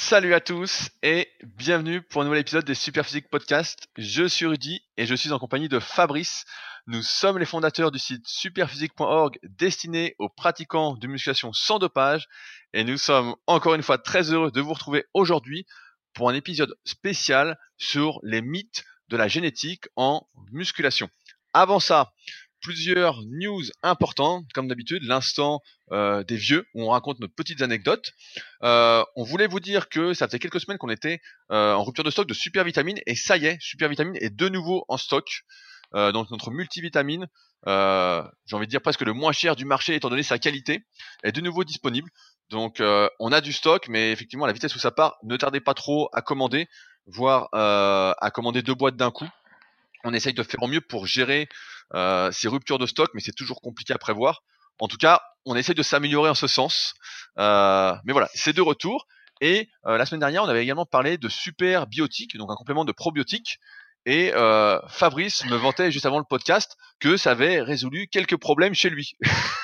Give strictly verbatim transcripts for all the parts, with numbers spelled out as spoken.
Salut à tous et bienvenue pour un nouvel épisode des Superphysique Podcast. Je suis Rudy et je suis en compagnie de Fabrice. Nous sommes les fondateurs du site superphysique point org destiné aux pratiquants de musculation sans dopage et nous sommes encore une fois très heureux de vous retrouver aujourd'hui pour un épisode spécial sur les mythes de la génétique en musculation. Avant ça, plusieurs news importantes, comme d'habitude, l'instant euh, des vieux, où on raconte nos petites anecdotes. Euh, on voulait vous dire que ça faisait quelques semaines qu'on était euh, en rupture de stock de Super Vitamine, et ça y est, Super Vitamine est de nouveau en stock. Euh, donc notre multivitamine, euh, j'ai envie de dire presque le moins cher du marché, étant donné sa qualité, est de nouveau disponible. Donc euh, on a du stock, mais effectivement, à la vitesse où ça part, ne tardez pas trop à commander, voire euh, à commander deux boîtes d'un coup. On essaye de faire au mieux pour gérer euh, ces ruptures de stock, mais c'est toujours compliqué à prévoir. En tout cas, on essaye de s'améliorer en ce sens. Euh, mais voilà, c'est de retour. Et euh, la semaine dernière, on avait également parlé de super biotiques, donc un complément de probiotiques. Et euh, Fabrice me vantait juste avant le podcast que ça avait résolu quelques problèmes chez lui.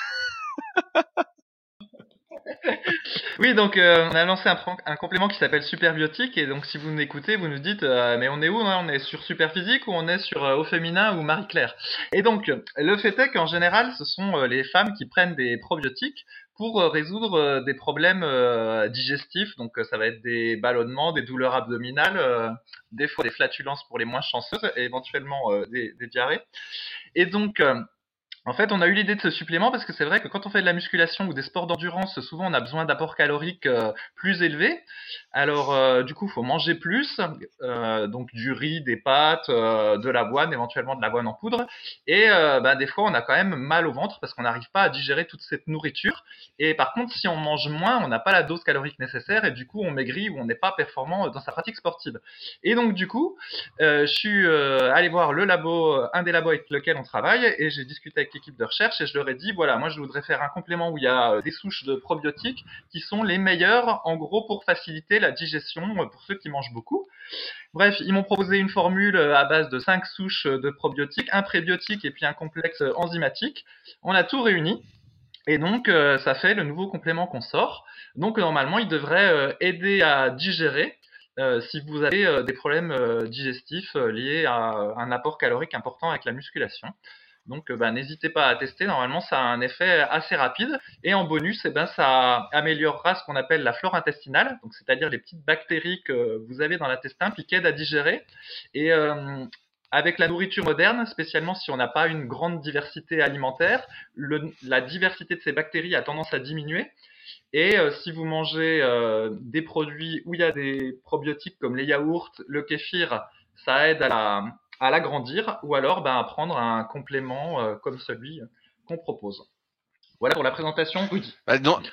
Oui, donc euh, on a lancé un, pran- un complément qui s'appelle Superbiotique, et donc si vous nous écoutez, vous nous dites euh, mais on est où hein On est sur Superphysique ou on est sur euh, Au Féminin ou Marie-Claire? Et donc le fait est qu'en général, ce sont euh, les femmes qui prennent des probiotiques pour euh, résoudre euh, des problèmes euh, digestifs. Donc euh, ça va être des ballonnements, des douleurs abdominales, euh, des fois des flatulences pour les moins chanceuses, et éventuellement euh, des, des diarrhées. Et donc euh, en fait, on a eu l'idée de ce supplément parce que c'est vrai que quand on fait de la musculation ou des sports d'endurance, souvent on a besoin d'apports caloriques euh, plus élevés. Alors, euh, du coup, il faut manger plus, euh, donc du riz, des pâtes, euh, de l'avoine, éventuellement de l'avoine en poudre. Et euh, bah, des fois, on a quand même mal au ventre parce qu'on n'arrive pas à digérer toute cette nourriture. Et par contre, si on mange moins, on n'a pas la dose calorique nécessaire et du coup, on maigrit ou on n'est pas performant dans sa pratique sportive. Et donc, du coup, euh, je suis euh, allé voir le labo, un des labos avec lequel on travaille, et j'ai discuté avec l'équipe de recherche et je leur ai dit voilà, moi je voudrais faire un complément où il y a euh, des souches de probiotiques qui sont les meilleures en gros pour faciliter la digestion euh, pour ceux qui mangent beaucoup. Bref, ils m'ont proposé une formule euh, à base de cinq souches de probiotiques, un prébiotique et puis un complexe enzymatique. On a tout réuni. Et donc, euh, ça fait le nouveau complément qu'on sort. Donc, normalement, il devrait euh, aider à digérer euh, si vous avez euh, des problèmes euh, digestifs euh, liés à un apport calorique important avec la musculation. Donc, euh, bah, n'hésitez pas à tester. Normalement, ça a un effet assez rapide. Et en bonus, eh ben, ça améliorera ce qu'on appelle la flore intestinale, donc c'est-à-dire les petites bactéries que vous avez dans l'intestin, puis qui aident à digérer. Et euh, avec la nourriture moderne, spécialement si on n'a pas une grande diversité alimentaire, le, la diversité de ces bactéries a tendance à diminuer. Et euh, si vous mangez euh, des produits où il y a des probiotiques comme les yaourts, le kéfir, ça aide à la, à l'agrandir, ou alors ben, à prendre un complément euh, comme celui qu'on propose. Voilà pour la présentation, Rudy. Bah, non.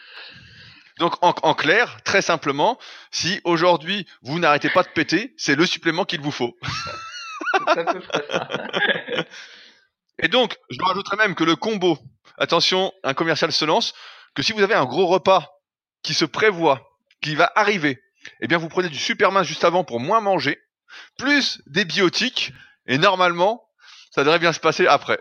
Donc en, en clair, très simplement, si aujourd'hui vous n'arrêtez pas de péter, c'est le supplément qu'il vous faut. C'est à peu près ça. Et donc, je rajouterais même que le combo, attention, un commercial se lance, que si vous avez un gros repas qui se prévoit, qui va arriver, eh bien vous prenez du super mince juste avant pour moins manger, plus des biotiques, et normalement, ça devrait bien se passer après.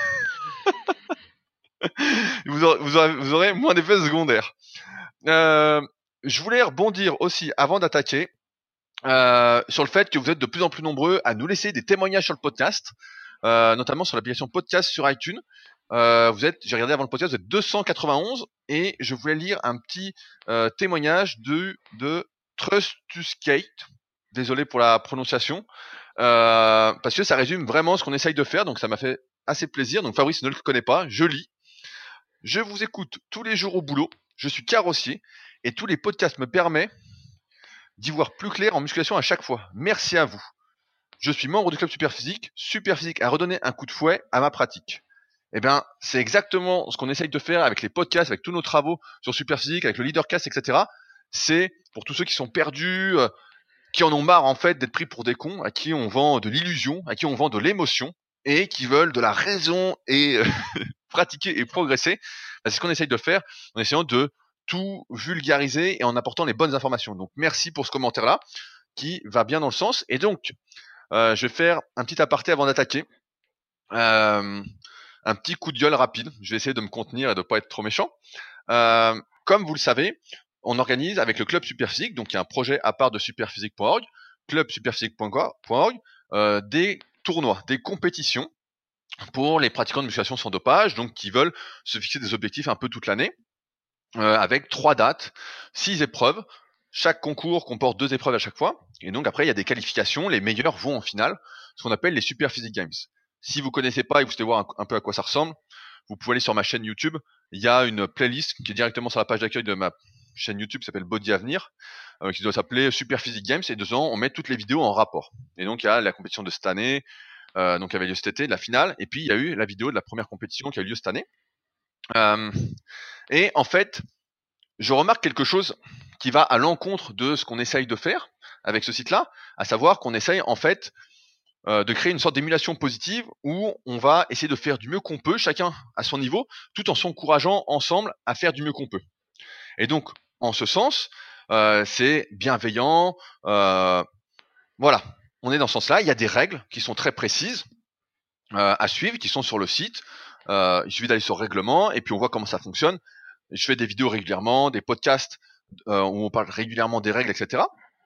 vous, aurez, vous, aurez, vous aurez moins d'effets secondaires. Euh, je voulais rebondir aussi avant d'attaquer euh, sur le fait que vous êtes de plus en plus nombreux à nous laisser des témoignages sur le podcast, euh, notamment sur l'application podcast sur iTunes. Euh, vous êtes, j'ai regardé avant le podcast, vous êtes deux cent quatre-vingt-onze et je voulais lire un petit euh, témoignage de, de Trustuscate. Désolé pour la prononciation, euh, parce que ça résume vraiment ce qu'on essaye de faire, donc ça m'a fait assez plaisir. Donc Fabrice ne le connaît pas, je lis. Je vous écoute tous les jours au boulot, je suis carrossier et tous les podcasts me permettent d'y voir plus clair en musculation à chaque fois. Merci à vous. Je suis membre du club Superphysique. Superphysique a redonné un coup de fouet à ma pratique. Eh bien, c'est exactement ce qu'on essaye de faire avec les podcasts, avec tous nos travaux sur Superphysique, avec le Leadercast, et cetera. C'est pour tous ceux qui sont perdus, euh, qui en ont marre en fait d'être pris pour des cons, à qui on vend de l'illusion, à qui on vend de l'émotion, et qui veulent de la raison et euh, pratiquer et progresser. Ben, c'est ce qu'on essaye de faire en essayant de tout vulgariser et en apportant les bonnes informations. Donc merci pour ce commentaire-là, qui va bien dans le sens. Et donc, euh, je vais faire un petit aparté avant d'attaquer. Euh, un petit coup de gueule rapide. Je vais essayer de me contenir et de ne pas être trop méchant. Euh, comme vous le savez, on organise avec le Club Superphysique, donc il y a un projet à part de superphysique point org, club superphysique point org, euh, des tournois, des compétitions pour les pratiquants de musculation sans dopage, donc qui veulent se fixer des objectifs un peu toute l'année, euh, avec trois dates, six épreuves. Chaque concours comporte deux épreuves à chaque fois, et donc après il y a des qualifications, les meilleurs vont en finale, ce qu'on appelle les Super Physique Games. Si vous connaissez pas et que vous voulez voir un, un peu à quoi ça ressemble, vous pouvez aller sur ma chaîne YouTube, il y a une playlist qui est directement sur la page d'accueil de ma chaîne YouTube qui s'appelle Body Avenir, euh, qui doit s'appeler Super Physique Games, et dedans on met toutes les vidéos en rapport. Et donc il y a la compétition de cette année, euh, donc qui avait lieu cet été, la finale, et puis il y a eu la vidéo de la première compétition qui a eu lieu cette année. Euh, et en fait, je remarque quelque chose qui va à l'encontre de ce qu'on essaye de faire avec ce site-là, à savoir qu'on essaye en fait euh, de créer une sorte d'émulation positive où on va essayer de faire du mieux qu'on peut, chacun à son niveau, tout en s'encourageant ensemble à faire du mieux qu'on peut. Et donc, en ce sens, euh, c'est bienveillant, euh, voilà, on est dans ce sens-là, il y a des règles qui sont très précises euh, à suivre, qui sont sur le site, euh, il suffit d'aller sur règlement, et puis on voit comment ça fonctionne. Je fais des vidéos régulièrement, des podcasts euh, où on parle régulièrement des règles, et cetera.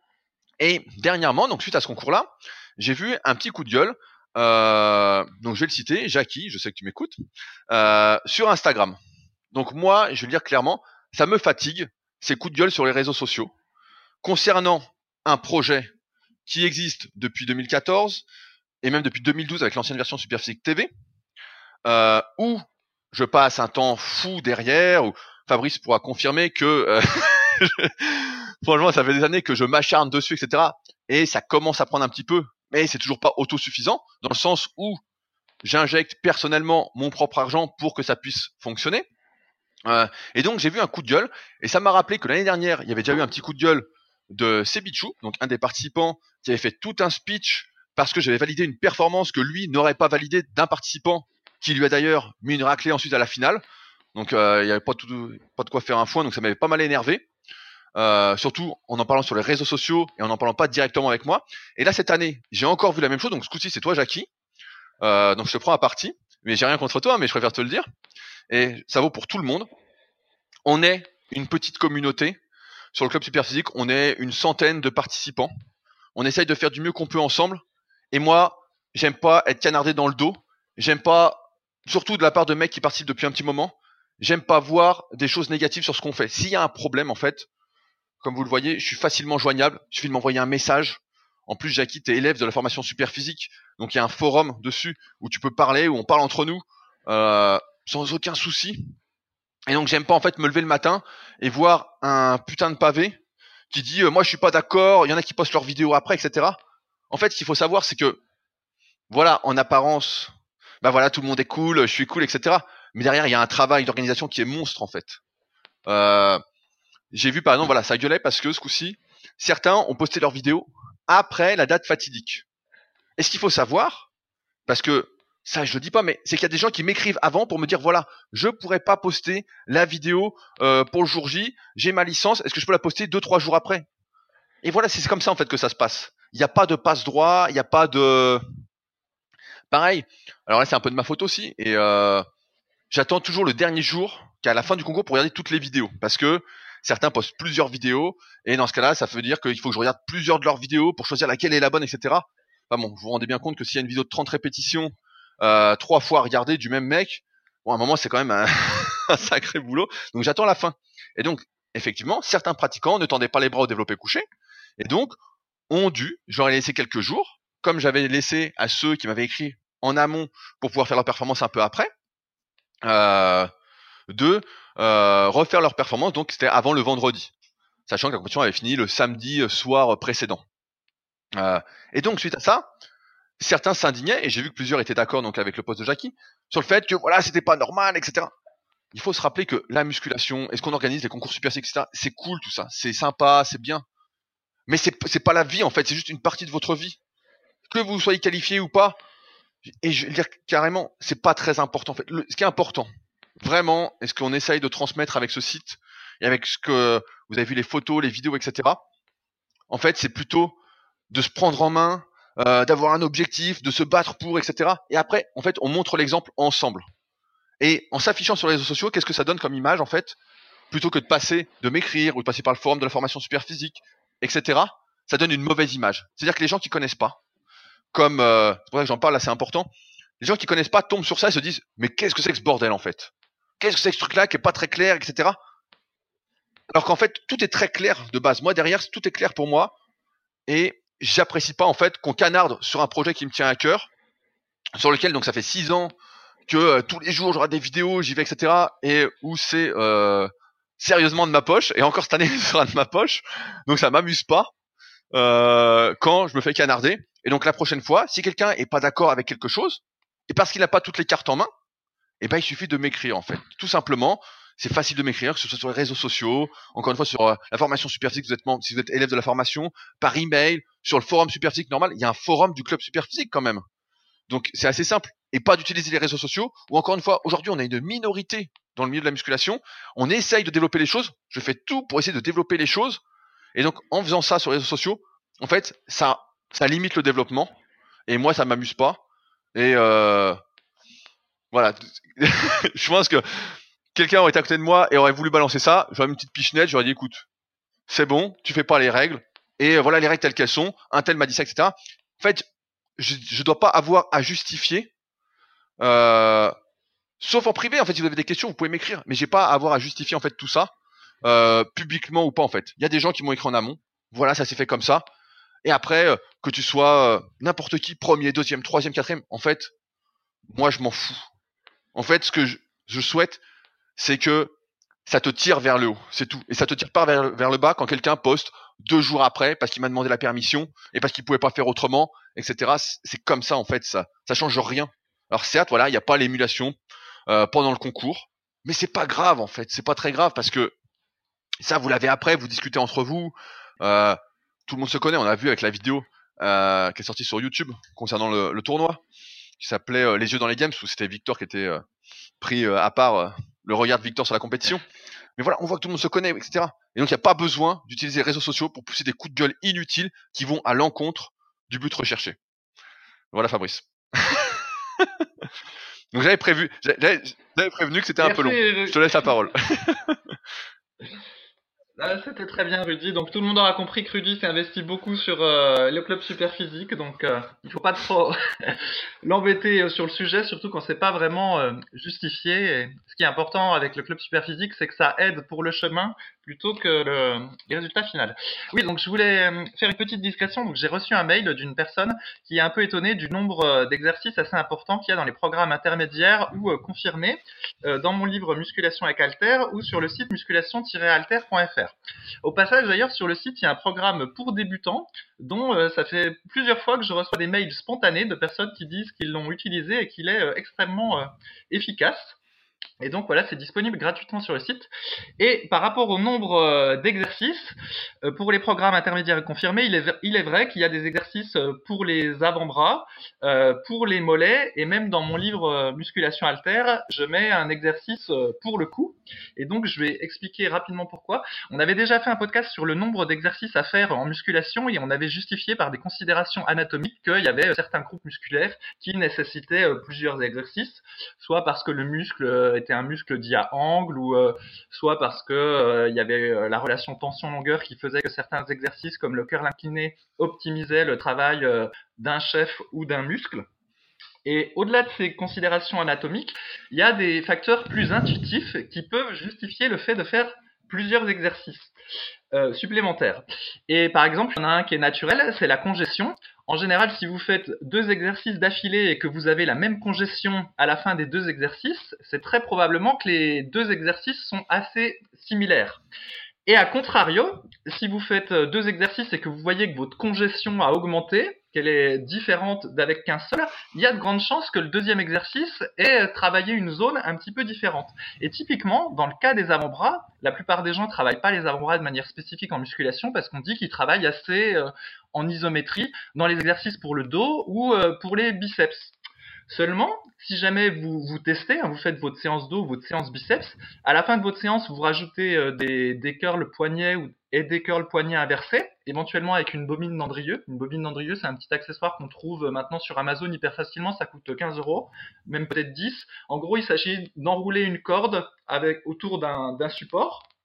Et dernièrement, donc suite à ce concours-là, j'ai vu un petit coup de gueule, euh, donc je vais le citer, Jackie, je sais que tu m'écoutes, euh, sur Instagram. Donc moi, je vais le dire clairement, ça me fatigue, ces coups de gueule sur les réseaux sociaux, concernant un projet qui existe depuis deux mille quatorze, et même depuis deux mille douze avec l'ancienne version Superphysique T V, euh, où je passe un temps fou derrière, où Fabrice pourra confirmer que euh, franchement ça fait des années que je m'acharne dessus, et cetera. Et ça commence à prendre un petit peu, mais c'est toujours pas autosuffisant, dans le sens où j'injecte personnellement mon propre argent pour que ça puisse fonctionner. Euh, et donc j'ai vu un coup de gueule, et ça m'a rappelé que l'année dernière, il y avait déjà eu un petit coup de gueule de Sebichou, donc un des participants qui avait fait tout un speech parce que j'avais validé une performance que lui n'aurait pas validée d'un participant, qui lui a d'ailleurs mis une raclée ensuite à la finale. Donc euh, il n'y avait pas, tout, pas de quoi faire un foin, donc ça m'avait pas mal énervé. Euh, surtout en en parlant sur les réseaux sociaux et en en parlant pas directement avec moi. Et là cette année, j'ai encore vu la même chose, donc ce coup-ci c'est toi Jackie, euh, donc je te prends à partie, mais j'ai rien contre toi, mais je préfère te le dire. Et ça vaut pour tout le monde. On est une petite communauté sur le Club Superphysique, on est une centaine de participants. On essaye de faire du mieux qu'on peut ensemble. Et moi, j'aime pas être canardé dans le dos. J'aime pas, surtout de la part de mecs qui participent depuis un petit moment, j'aime pas voir des choses négatives sur ce qu'on fait. S'il y a un problème, en fait, comme vous le voyez, je suis facilement joignable. Il suffit de m'envoyer un message. En plus, Jackie, t'es élève de la formation Superphysique. Donc, il y a un forum dessus où tu peux parler, où on parle entre nous, euh, sans aucun souci. Et donc, j'aime pas, en fait, me lever le matin et voir un putain de pavé qui dit euh, « Moi, je suis pas d'accord, il y en a qui postent leurs vidéos après, et cetera » En fait, ce qu'il faut savoir, c'est que, voilà, en apparence, bah voilà, tout le monde est cool, je suis cool, et cetera. Mais derrière, il y a un travail d'organisation qui est monstre, en fait. Euh, j'ai vu, par exemple, voilà, ça gueulait parce que, ce coup-ci, certains ont posté leurs vidéos après la date fatidique. Et ce qu'il faut savoir, parce que, ça je le dis pas, mais c'est qu'il y a des gens qui m'écrivent avant pour me dire, voilà, je pourrais pas poster la vidéo euh, pour le jour J, j'ai ma licence, est-ce que je peux la poster deux, trois jours après? Et voilà, c'est comme ça, en fait, que ça se passe. Il n'y a pas de passe-droit, il n'y a pas de... Pareil, alors là c'est un peu de ma faute aussi, et euh, j'attends toujours le dernier jour, qu'à la fin du concours, pour regarder toutes les vidéos, parce que certains postent plusieurs vidéos, et dans ce cas-là, ça veut dire qu'il faut que je regarde plusieurs de leurs vidéos pour choisir laquelle est la bonne, et cetera. Enfin bon, vous vous rendez bien compte que s'il y a une vidéo de trente répétitions, euh, trois fois à regarder du même mec, bon à un moment c'est quand même un, un sacré boulot, donc j'attends la fin. Et donc, effectivement, certains pratiquants ne tendaient pas les bras au développé couché, et donc, ont dû, j'en ai laissé quelques jours, comme j'avais laissé à ceux qui m'avaient écrit en amont pour pouvoir faire leur performance un peu après, euh, de euh, refaire leur performance, donc c'était avant le vendredi, sachant que la compétition avait fini le samedi soir précédent. Euh, et donc, suite à ça, certains s'indignaient, et j'ai vu que plusieurs étaient d'accord donc avec le poste de Jackie, sur le fait que voilà, c'était pas normal, et cetera. Il faut se rappeler que la musculation, est-ce qu'on organise les concours Super Physique, et cetera, c'est cool tout ça, c'est sympa, c'est bien. Mais c'est, c'est pas la vie en fait, c'est juste une partie de votre vie. Que vous soyez qualifié ou pas, et je veux dire carrément, c'est pas très important en fait. Le, ce qui est important, vraiment, est ce qu'on essaye de transmettre avec ce site, et avec ce que vous avez vu les photos, les vidéos, et cetera. En fait, c'est plutôt de se prendre en main, euh, d'avoir un objectif, de se battre pour, et cetera. Et après, en fait, on montre l'exemple ensemble. Et en s'affichant sur les réseaux sociaux, qu'est-ce que ça donne comme image en fait plutôt que de passer, de m'écrire ou de passer par le forum de la formation super physique, et cetera, ça donne une mauvaise image. C'est-à-dire que les gens qui connaissent pas, comme, euh, c'est pour ça que j'en parle là, c'est important, les gens qui connaissent pas tombent sur ça et se disent, mais qu'est-ce que c'est que ce bordel en fait? Qu'est-ce que c'est que ce truc-là qui est pas très clair, et cetera. Alors qu'en fait, tout est très clair de base. Moi, derrière, tout est clair pour moi et j'apprécie pas en fait qu'on canarde sur un projet qui me tient à cœur, sur lequel donc ça fait six ans que euh, tous les jours je regarde des vidéos, j'y vais, et cetera. Et où c'est euh, sérieusement de ma poche. Et encore cette année, ce sera de ma poche. Donc ça m'amuse pas euh, quand je me fais canarder. Et donc la prochaine fois, si quelqu'un est pas d'accord avec quelque chose, et parce qu'il n'a pas toutes les cartes en main, eh ben il suffit de m'écrire en fait. Tout simplement, c'est facile de m'écrire, que ce soit sur les réseaux sociaux, encore une fois sur euh, la formation Superphysique, vous êtes membre, si vous êtes élève de la formation, par email, sur le forum Superphysique normal, il y a un forum du club Superphysique quand même. Donc c'est assez simple. Et pas d'utiliser les réseaux sociaux, ou encore une fois, aujourd'hui on a une minorité dans le milieu de la musculation, on essaye de développer les choses, je fais tout pour essayer de développer les choses, et donc en faisant ça sur les réseaux sociaux, en fait, ça, ça limite le développement, et moi ça m'amuse pas, et euh, voilà. Je pense que quelqu'un aurait été à côté de moi et aurait voulu balancer ça, j'aurais mis une petite pichenette, j'aurais dit écoute, c'est bon, tu fais pas les règles, et voilà les règles telles qu'elles sont, un tel m'a dit ça, et cetera. En fait, je, je dois pas avoir à justifier, euh, sauf en privé, en fait, si vous avez des questions, vous pouvez m'écrire, mais j'ai pas à avoir à justifier en fait tout ça, euh, publiquement ou pas en fait. Il y a des gens qui m'ont écrit en amont, voilà, ça s'est fait comme ça, et après, euh, que tu sois euh, n'importe qui, premier, deuxième, troisième, quatrième, en fait, moi je m'en fous. En fait, ce que je, je souhaite, c'est que ça te tire vers le haut, c'est tout. Et ça te tire pas vers, vers le bas quand quelqu'un poste deux jours après parce qu'il m'a demandé la permission et parce qu'il pouvait pas faire autrement, et cetera. C'est comme ça en fait, ça, ça change rien. Alors certes, voilà, il n'y a pas l'émulation euh, pendant le concours, mais c'est pas grave en fait, c'est pas très grave parce que ça, vous l'avez après, vous discutez entre vous. Euh, tout le monde se connaît, on a vu avec la vidéo euh, qui est sortie sur YouTube concernant le, le tournoi, qui s'appelait euh, Les yeux dans les games, où c'était Victor qui était euh, pris euh, à part euh, le regard de Victor sur la compétition. Mais voilà, on voit que tout le monde se connaît, et cetera. Et donc il n'y a pas besoin d'utiliser les réseaux sociaux pour pousser des coups de gueule inutiles qui vont à l'encontre du but recherché. Voilà Fabrice. Donc j'avais prévu, j'avais, j'avais prévenu que c'était un peu long. Je te laisse la parole. Ah, c'était très bien Rudy, donc tout le monde aura compris que Rudy s'est investi beaucoup sur euh, le club Superphysique, donc euh, il faut pas trop l'embêter sur le sujet, surtout quand c'est pas vraiment euh, justifié. Et ce qui est important avec le club Superphysique, c'est que ça aide pour le chemin plutôt que le, les résultats finaux. Oui, donc je voulais euh, faire une petite discrétion, donc j'ai reçu un mail d'une personne qui est un peu étonnée du nombre euh, d'exercices assez importants qu'il y a dans les programmes intermédiaires ou euh, confirmés euh, dans mon livre Musculation avec Halter ou sur le site musculation tiret halter point f r. Au passage, d'ailleurs, sur le site, il y a un programme pour débutants dont euh, ça fait plusieurs fois que je reçois des mails spontanés de personnes qui disent qu'ils l'ont utilisé et qu'il est euh, extrêmement euh, efficace. Et donc voilà, c'est disponible gratuitement sur le site. Et par rapport au nombre euh, d'exercices, euh, pour les programmes intermédiaires et confirmés, il est, il est vrai qu'il y a des exercices pour les avant-bras, euh, pour les mollets, et même dans mon livre euh, Musculation Halter, je mets un exercice euh, pour le cou. Et donc je vais expliquer rapidement pourquoi. On avait déjà fait un podcast sur le nombre d'exercices à faire en musculation et on avait justifié par des considérations anatomiques qu'il y avait certains groupes musculaires qui nécessitaient euh, plusieurs exercices, soit parce que le muscle euh, était un muscle dit à angle, ou euh, soit parce que euh, il y avait euh, la relation tension-longueur qui faisait que certains exercices comme le curl incliné optimisaient le travail euh, d'un chef ou d'un muscle. Et au-delà de ces considérations anatomiques, il y a des facteurs plus intuitifs qui peuvent justifier le fait de faire plusieurs exercices euh, supplémentaires. Et par exemple, il y en a un qui est naturel, c'est la congestion. En général, si vous faites deux exercices d'affilée et que vous avez la même congestion à la fin des deux exercices, c'est très probablement que les deux exercices sont assez similaires. Et à contrario, si vous faites deux exercices et que vous voyez que votre congestion a augmenté, qu'elle est différente d'avec qu'un seul, il y a de grandes chances que le deuxième exercice ait travaillé une zone un petit peu différente. Et typiquement, dans le cas des avant-bras, la plupart des gens ne travaillent pas les avant-bras de manière spécifique en musculation parce qu'on dit qu'ils travaillent assez euh, en isométrie dans les exercices pour le dos ou euh, pour les biceps. Seulement, si jamais vous, vous testez, hein, vous faites votre séance dos, votre séance biceps, à la fin de votre séance, vous rajoutez euh, des, des curls poignets ou, et des curls poignets inversés, éventuellement avec une bobine d'Andrieux. Une bobine d'Andrieux, c'est un petit accessoire qu'on trouve maintenant sur Amazon hyper facilement, ça coûte quinze euros, même peut-être dix. En gros, il s'agit d'enrouler une corde avec, autour d'un, d'un support,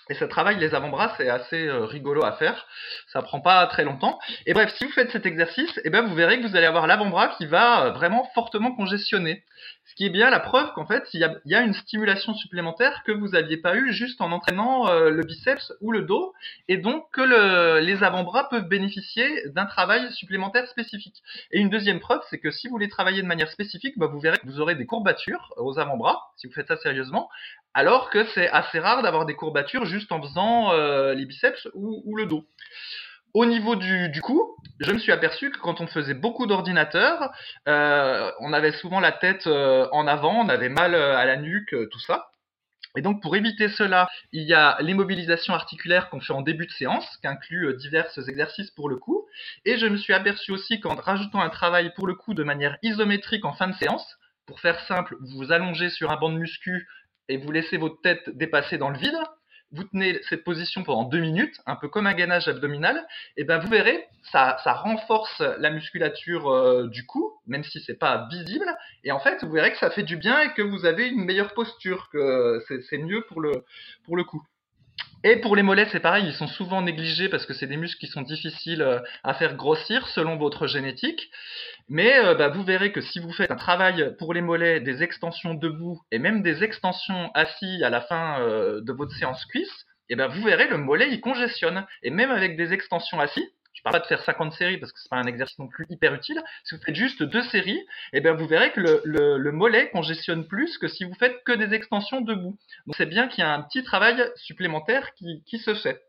Et ça travaille les avant-bras, c'est assez euh, rigolo à faire. Ça prend pas très longtemps. Et bref, si vous faites cet exercice, eh ben vous verrez que vous allez avoir l'avant-bras qui va euh, vraiment fortement congestionner. Ce qui est bien la preuve qu'en fait, il y a, il y a une stimulation supplémentaire que vous n'aviez pas eu juste en entraînant euh, le biceps ou le dos, et donc que le, les avant-bras peuvent bénéficier d'un travail supplémentaire spécifique. Et une deuxième preuve, c'est que si vous les travaillez de manière spécifique, bah, vous verrez que vous aurez des courbatures aux avant-bras, si vous faites ça sérieusement, alors que c'est assez rare d'avoir des courbatures juste en faisant euh, les biceps ou, ou le dos. Au niveau du, du cou, je me suis aperçu que quand on faisait beaucoup d'ordinateurs, euh, on avait souvent la tête euh, en avant, on avait mal euh, à la nuque, euh, tout ça. Et donc pour éviter cela, il y a l'immobilisation articulaire qu'on fait en début de séance, qui inclut euh, divers exercices pour le cou. Et je me suis aperçu aussi qu'en rajoutant un travail pour le cou de manière isométrique en fin de séance, pour faire simple, vous vous allongez sur un banc de muscu et vous laissez votre tête dépasser dans le vide, vous tenez cette position pendant deux minutes, un peu comme un gainage abdominal, et ben vous verrez, ça, ça renforce la musculature euh, du cou, même si c'est pas visible, et en fait vous verrez que ça fait du bien et que vous avez une meilleure posture, que c'est, c'est mieux pour le, pour le cou. Et pour les mollets, c'est pareil, ils sont souvent négligés parce que c'est des muscles qui sont difficiles euh, à faire grossir selon votre génétique. Mais euh, bah, vous verrez que si vous faites un travail pour les mollets, des extensions debout et même des extensions assis à la fin euh, de votre séance cuisse, et ben vous verrez le mollet il congestionne. Et même avec des extensions assis, je parle pas de faire cinquante séries parce que c'est pas un exercice non plus hyper utile. Si vous faites juste deux séries, et ben vous verrez que le, le, le mollet congestionne plus que si vous faites que des extensions debout. Donc c'est bien qu'il y a un petit travail supplémentaire qui, qui se fait.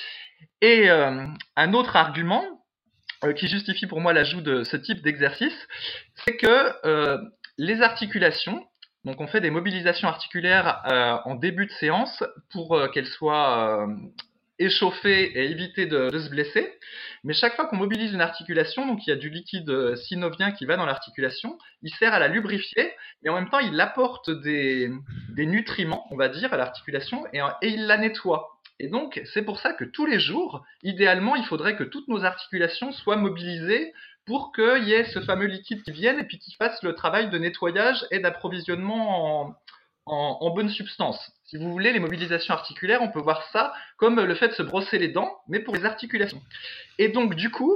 Et euh, un autre argument euh, qui justifie pour moi l'ajout de ce type d'exercice, c'est que euh, les articulations, donc on fait des mobilisations articulaires euh, en début de séance pour euh, qu'elles soient euh, échauffées et éviter de, de se blesser. Mais chaque fois qu'on mobilise une articulation, donc il y a du liquide synovien qui va dans l'articulation, il sert à la lubrifier, et en même temps il apporte des, des nutriments, on va dire, à l'articulation, et, et il la nettoie. Et donc, c'est pour ça que tous les jours, idéalement, il faudrait que toutes nos articulations soient mobilisées pour qu'il y ait ce fameux liquide qui vienne et puis qui fasse le travail de nettoyage et d'approvisionnement en, en, en bonnes substances. Si vous voulez, les mobilisations articulaires, on peut voir ça comme le fait de se brosser les dents, mais pour les articulations. Et donc, du coup,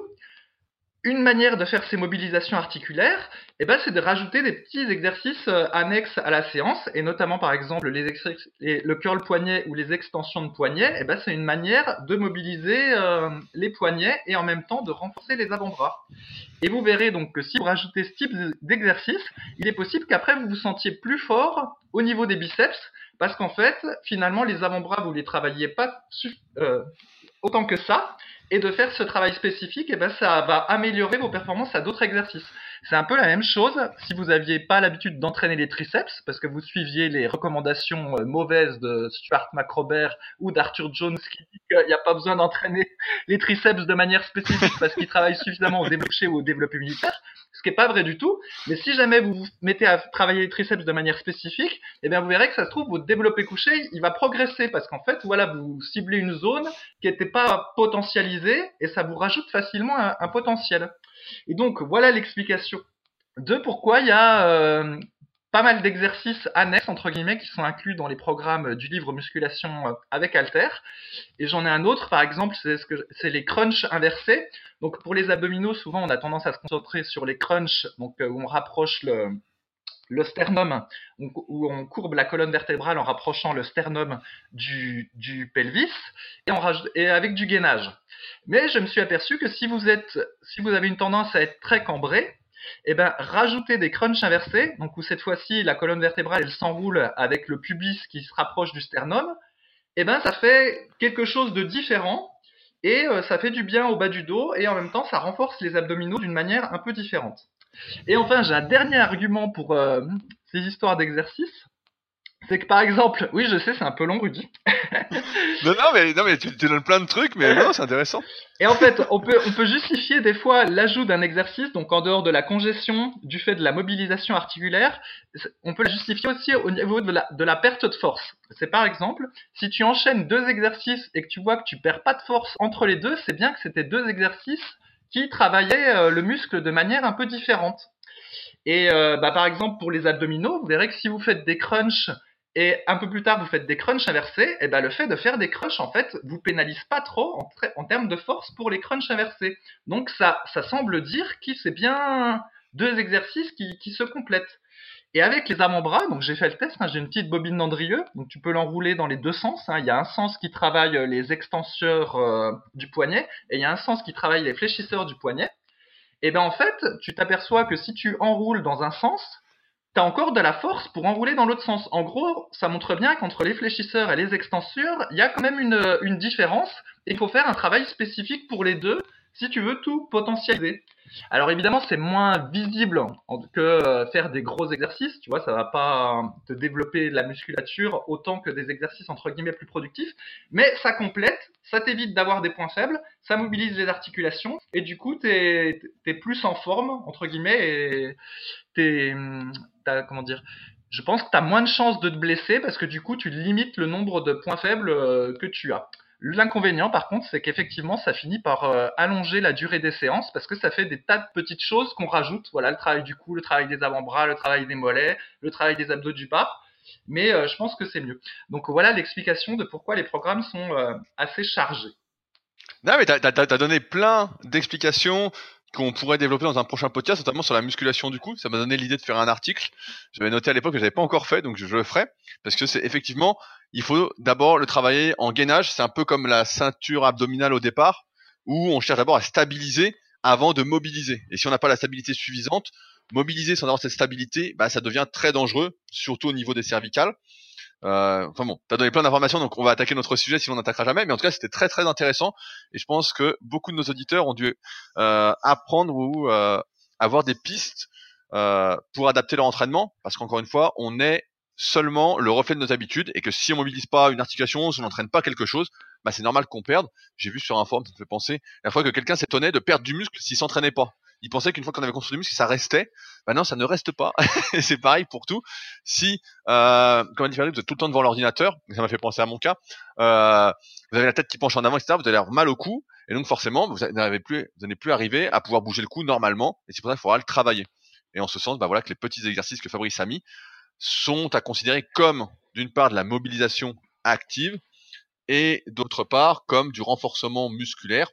une manière de faire ces mobilisations articulaires, eh ben, c'est de rajouter des petits exercices euh, annexes à la séance, et notamment par exemple les exercices, les, le curl poignet ou les extensions de poignet, eh ben, c'est une manière de mobiliser euh, les poignets et en même temps de renforcer les avant-bras. Et vous verrez donc que si vous rajoutez ce type d'exercice, il est possible qu'après vous vous sentiez plus fort au niveau des biceps, parce qu'en fait, finalement, les avant-bras, vous les travailliez pas euh, autant que ça, et de faire ce travail spécifique, et ben ça va améliorer vos performances à d'autres exercices. C'est un peu la même chose si vous n'aviez pas l'habitude d'entraîner les triceps, parce que vous suiviez les recommandations euh, mauvaises de Stuart McRobert ou d'Arthur Jones qui dit qu'il n'y a pas besoin d'entraîner les triceps de manière spécifique parce qu'ils travaillent suffisamment au développé couché ou au développé militaire, ce qui n'est pas vrai du tout. Mais si jamais vous vous mettez à travailler les triceps de manière spécifique, eh bien vous verrez que ça se trouve, votre développé couché, il va progresser parce qu'en fait, voilà, vous ciblez une zone qui n'était pas potentialisée et ça vous rajoute facilement un, un potentiel. Et donc, voilà l'explication de pourquoi il y a euh, pas mal d'exercices annexes, entre guillemets, qui sont inclus dans les programmes du livre Musculation avec Halter. Et j'en ai un autre, par exemple, c'est, ce que, c'est les crunchs inversés. Donc, pour les abdominaux, souvent, on a tendance à se concentrer sur les crunchs, donc, où on rapproche le, le sternum, où on courbe la colonne vertébrale en rapprochant le sternum du, du pelvis, et, on rajoute, et avec du gainage. Mais je me suis aperçu que si vous, êtes, si vous avez une tendance à être très cambré, eh ben, rajouter des crunchs inversés, donc où cette fois-ci la colonne vertébrale elle s'enroule avec le pubis qui se rapproche du sternum, eh ben, ça fait quelque chose de différent et euh, ça fait du bien au bas du dos et en même temps ça renforce les abdominaux d'une manière un peu différente. Et enfin, j'ai un dernier argument pour euh, ces histoires d'exercices. C'est que par exemple, oui, je sais, c'est un peu long, Rudy. non, non, mais, non, mais tu, tu donnes plein de trucs, mais non, c'est intéressant. Et en fait, on peut, on peut justifier des fois l'ajout d'un exercice, donc en dehors de la congestion, du fait de la mobilisation articulaire, on peut le justifier aussi au niveau de la, de la perte de force. C'est par exemple, si tu enchaînes deux exercices et que tu vois que tu perds pas de force entre les deux, c'est bien que c'était deux exercices qui travaillaient euh, le muscle de manière un peu différente. Et euh, bah, par exemple, pour les abdominaux, vous verrez que si vous faites des crunchs et un peu plus tard vous faites des crunchs inversés, et ben le fait de faire des crunchs en fait vous pénalise pas trop en, tra- en termes de force pour les crunchs inversés. Donc ça, ça semble dire que c'est bien deux exercices qui, qui se complètent. Et avec les avant-bras, donc j'ai fait le test, hein, j'ai une petite bobine d'Andrieux, donc tu peux l'enrouler dans les deux sens. Hein. Il y a un sens qui travaille les extenseurs euh, du poignet et il y a un sens qui travaille les fléchisseurs du poignet. Et ben en fait, tu t'aperçois que si tu enroules dans un sens, tu as encore de la force pour enrouler dans l'autre sens. En gros, ça montre bien qu'entre les fléchisseurs et les extenseurs, il y a quand même une, une différence et il faut faire un travail spécifique pour les deux si tu veux tout potentialiser. Alors évidemment, c'est moins visible que euh, faire des gros exercices, tu vois, ça va pas te développer la musculature autant que des exercices entre guillemets plus productifs, mais ça complète, ça t'évite d'avoir des points faibles, ça mobilise les articulations et du coup, t'es, t'es plus en forme entre guillemets et t'es, t'as, comment dire, je pense que tu as moins de chances de te blesser parce que du coup, tu limites le nombre de points faibles euh, que tu as. L'inconvénient, par contre, c'est qu'effectivement, ça finit par euh, allonger la durée des séances parce que ça fait des tas de petites choses qu'on rajoute. Voilà, le travail du cou, le travail des avant-bras, le travail des mollets, le travail des abdos du bas. Mais euh, je pense que c'est mieux. Donc voilà l'explication de pourquoi les programmes sont euh, assez chargés. Non, mais t'as, t'as, t'as donné plein d'explications qu'on pourrait développer dans un prochain podcast, notamment sur la musculation du cou. Ça m'a donné l'idée de faire un article. J'avais noté à l'époque que j'avais pas encore fait, donc je, je le ferai. Parce que c'est effectivement, il faut d'abord le travailler en gainage. C'est un peu comme la ceinture abdominale au départ, où on cherche d'abord à stabiliser avant de mobiliser. Et si on n'a pas la stabilité suffisante, mobiliser sans avoir cette stabilité, bah, ça devient très dangereux, surtout au niveau des cervicales. Euh, enfin bon, t'as donné plein d'informations, donc on va attaquer notre sujet si on n'attaquera jamais. Mais en tout cas, c'était très très intéressant, et je pense que beaucoup de nos auditeurs ont dû euh, apprendre ou euh, avoir des pistes euh, pour adapter leur entraînement, parce qu'encore une fois, on est seulement le reflet de nos habitudes, et que si on mobilise pas une articulation, si on n'entraîne pas quelque chose, bah c'est normal qu'on perde. J'ai vu sur un forum, ça me fait penser, la fois que quelqu'un s'étonnait de perdre du muscle s'il s'entraînait pas. Il pensait qu'une fois qu'on avait construit du muscle, ça restait. Bah non, ça ne reste pas. Et c'est pareil pour tout. Si, euh, comme a dit Farid, vous êtes tout le temps devant l'ordinateur, ça m'a fait penser à mon cas, euh, vous avez la tête qui penche en avant, et cetera, vous allez avoir mal au cou, et donc forcément, vous n'avez plus, vous n'allez plus arriver à pouvoir bouger le cou normalement, et c'est pour ça qu'il faudra le travailler. Et en ce sens, bah voilà que les petits exercices que Fabrice a mis sont à considérer comme, d'une part, de la mobilisation active, et d'autre part, comme du renforcement musculaire.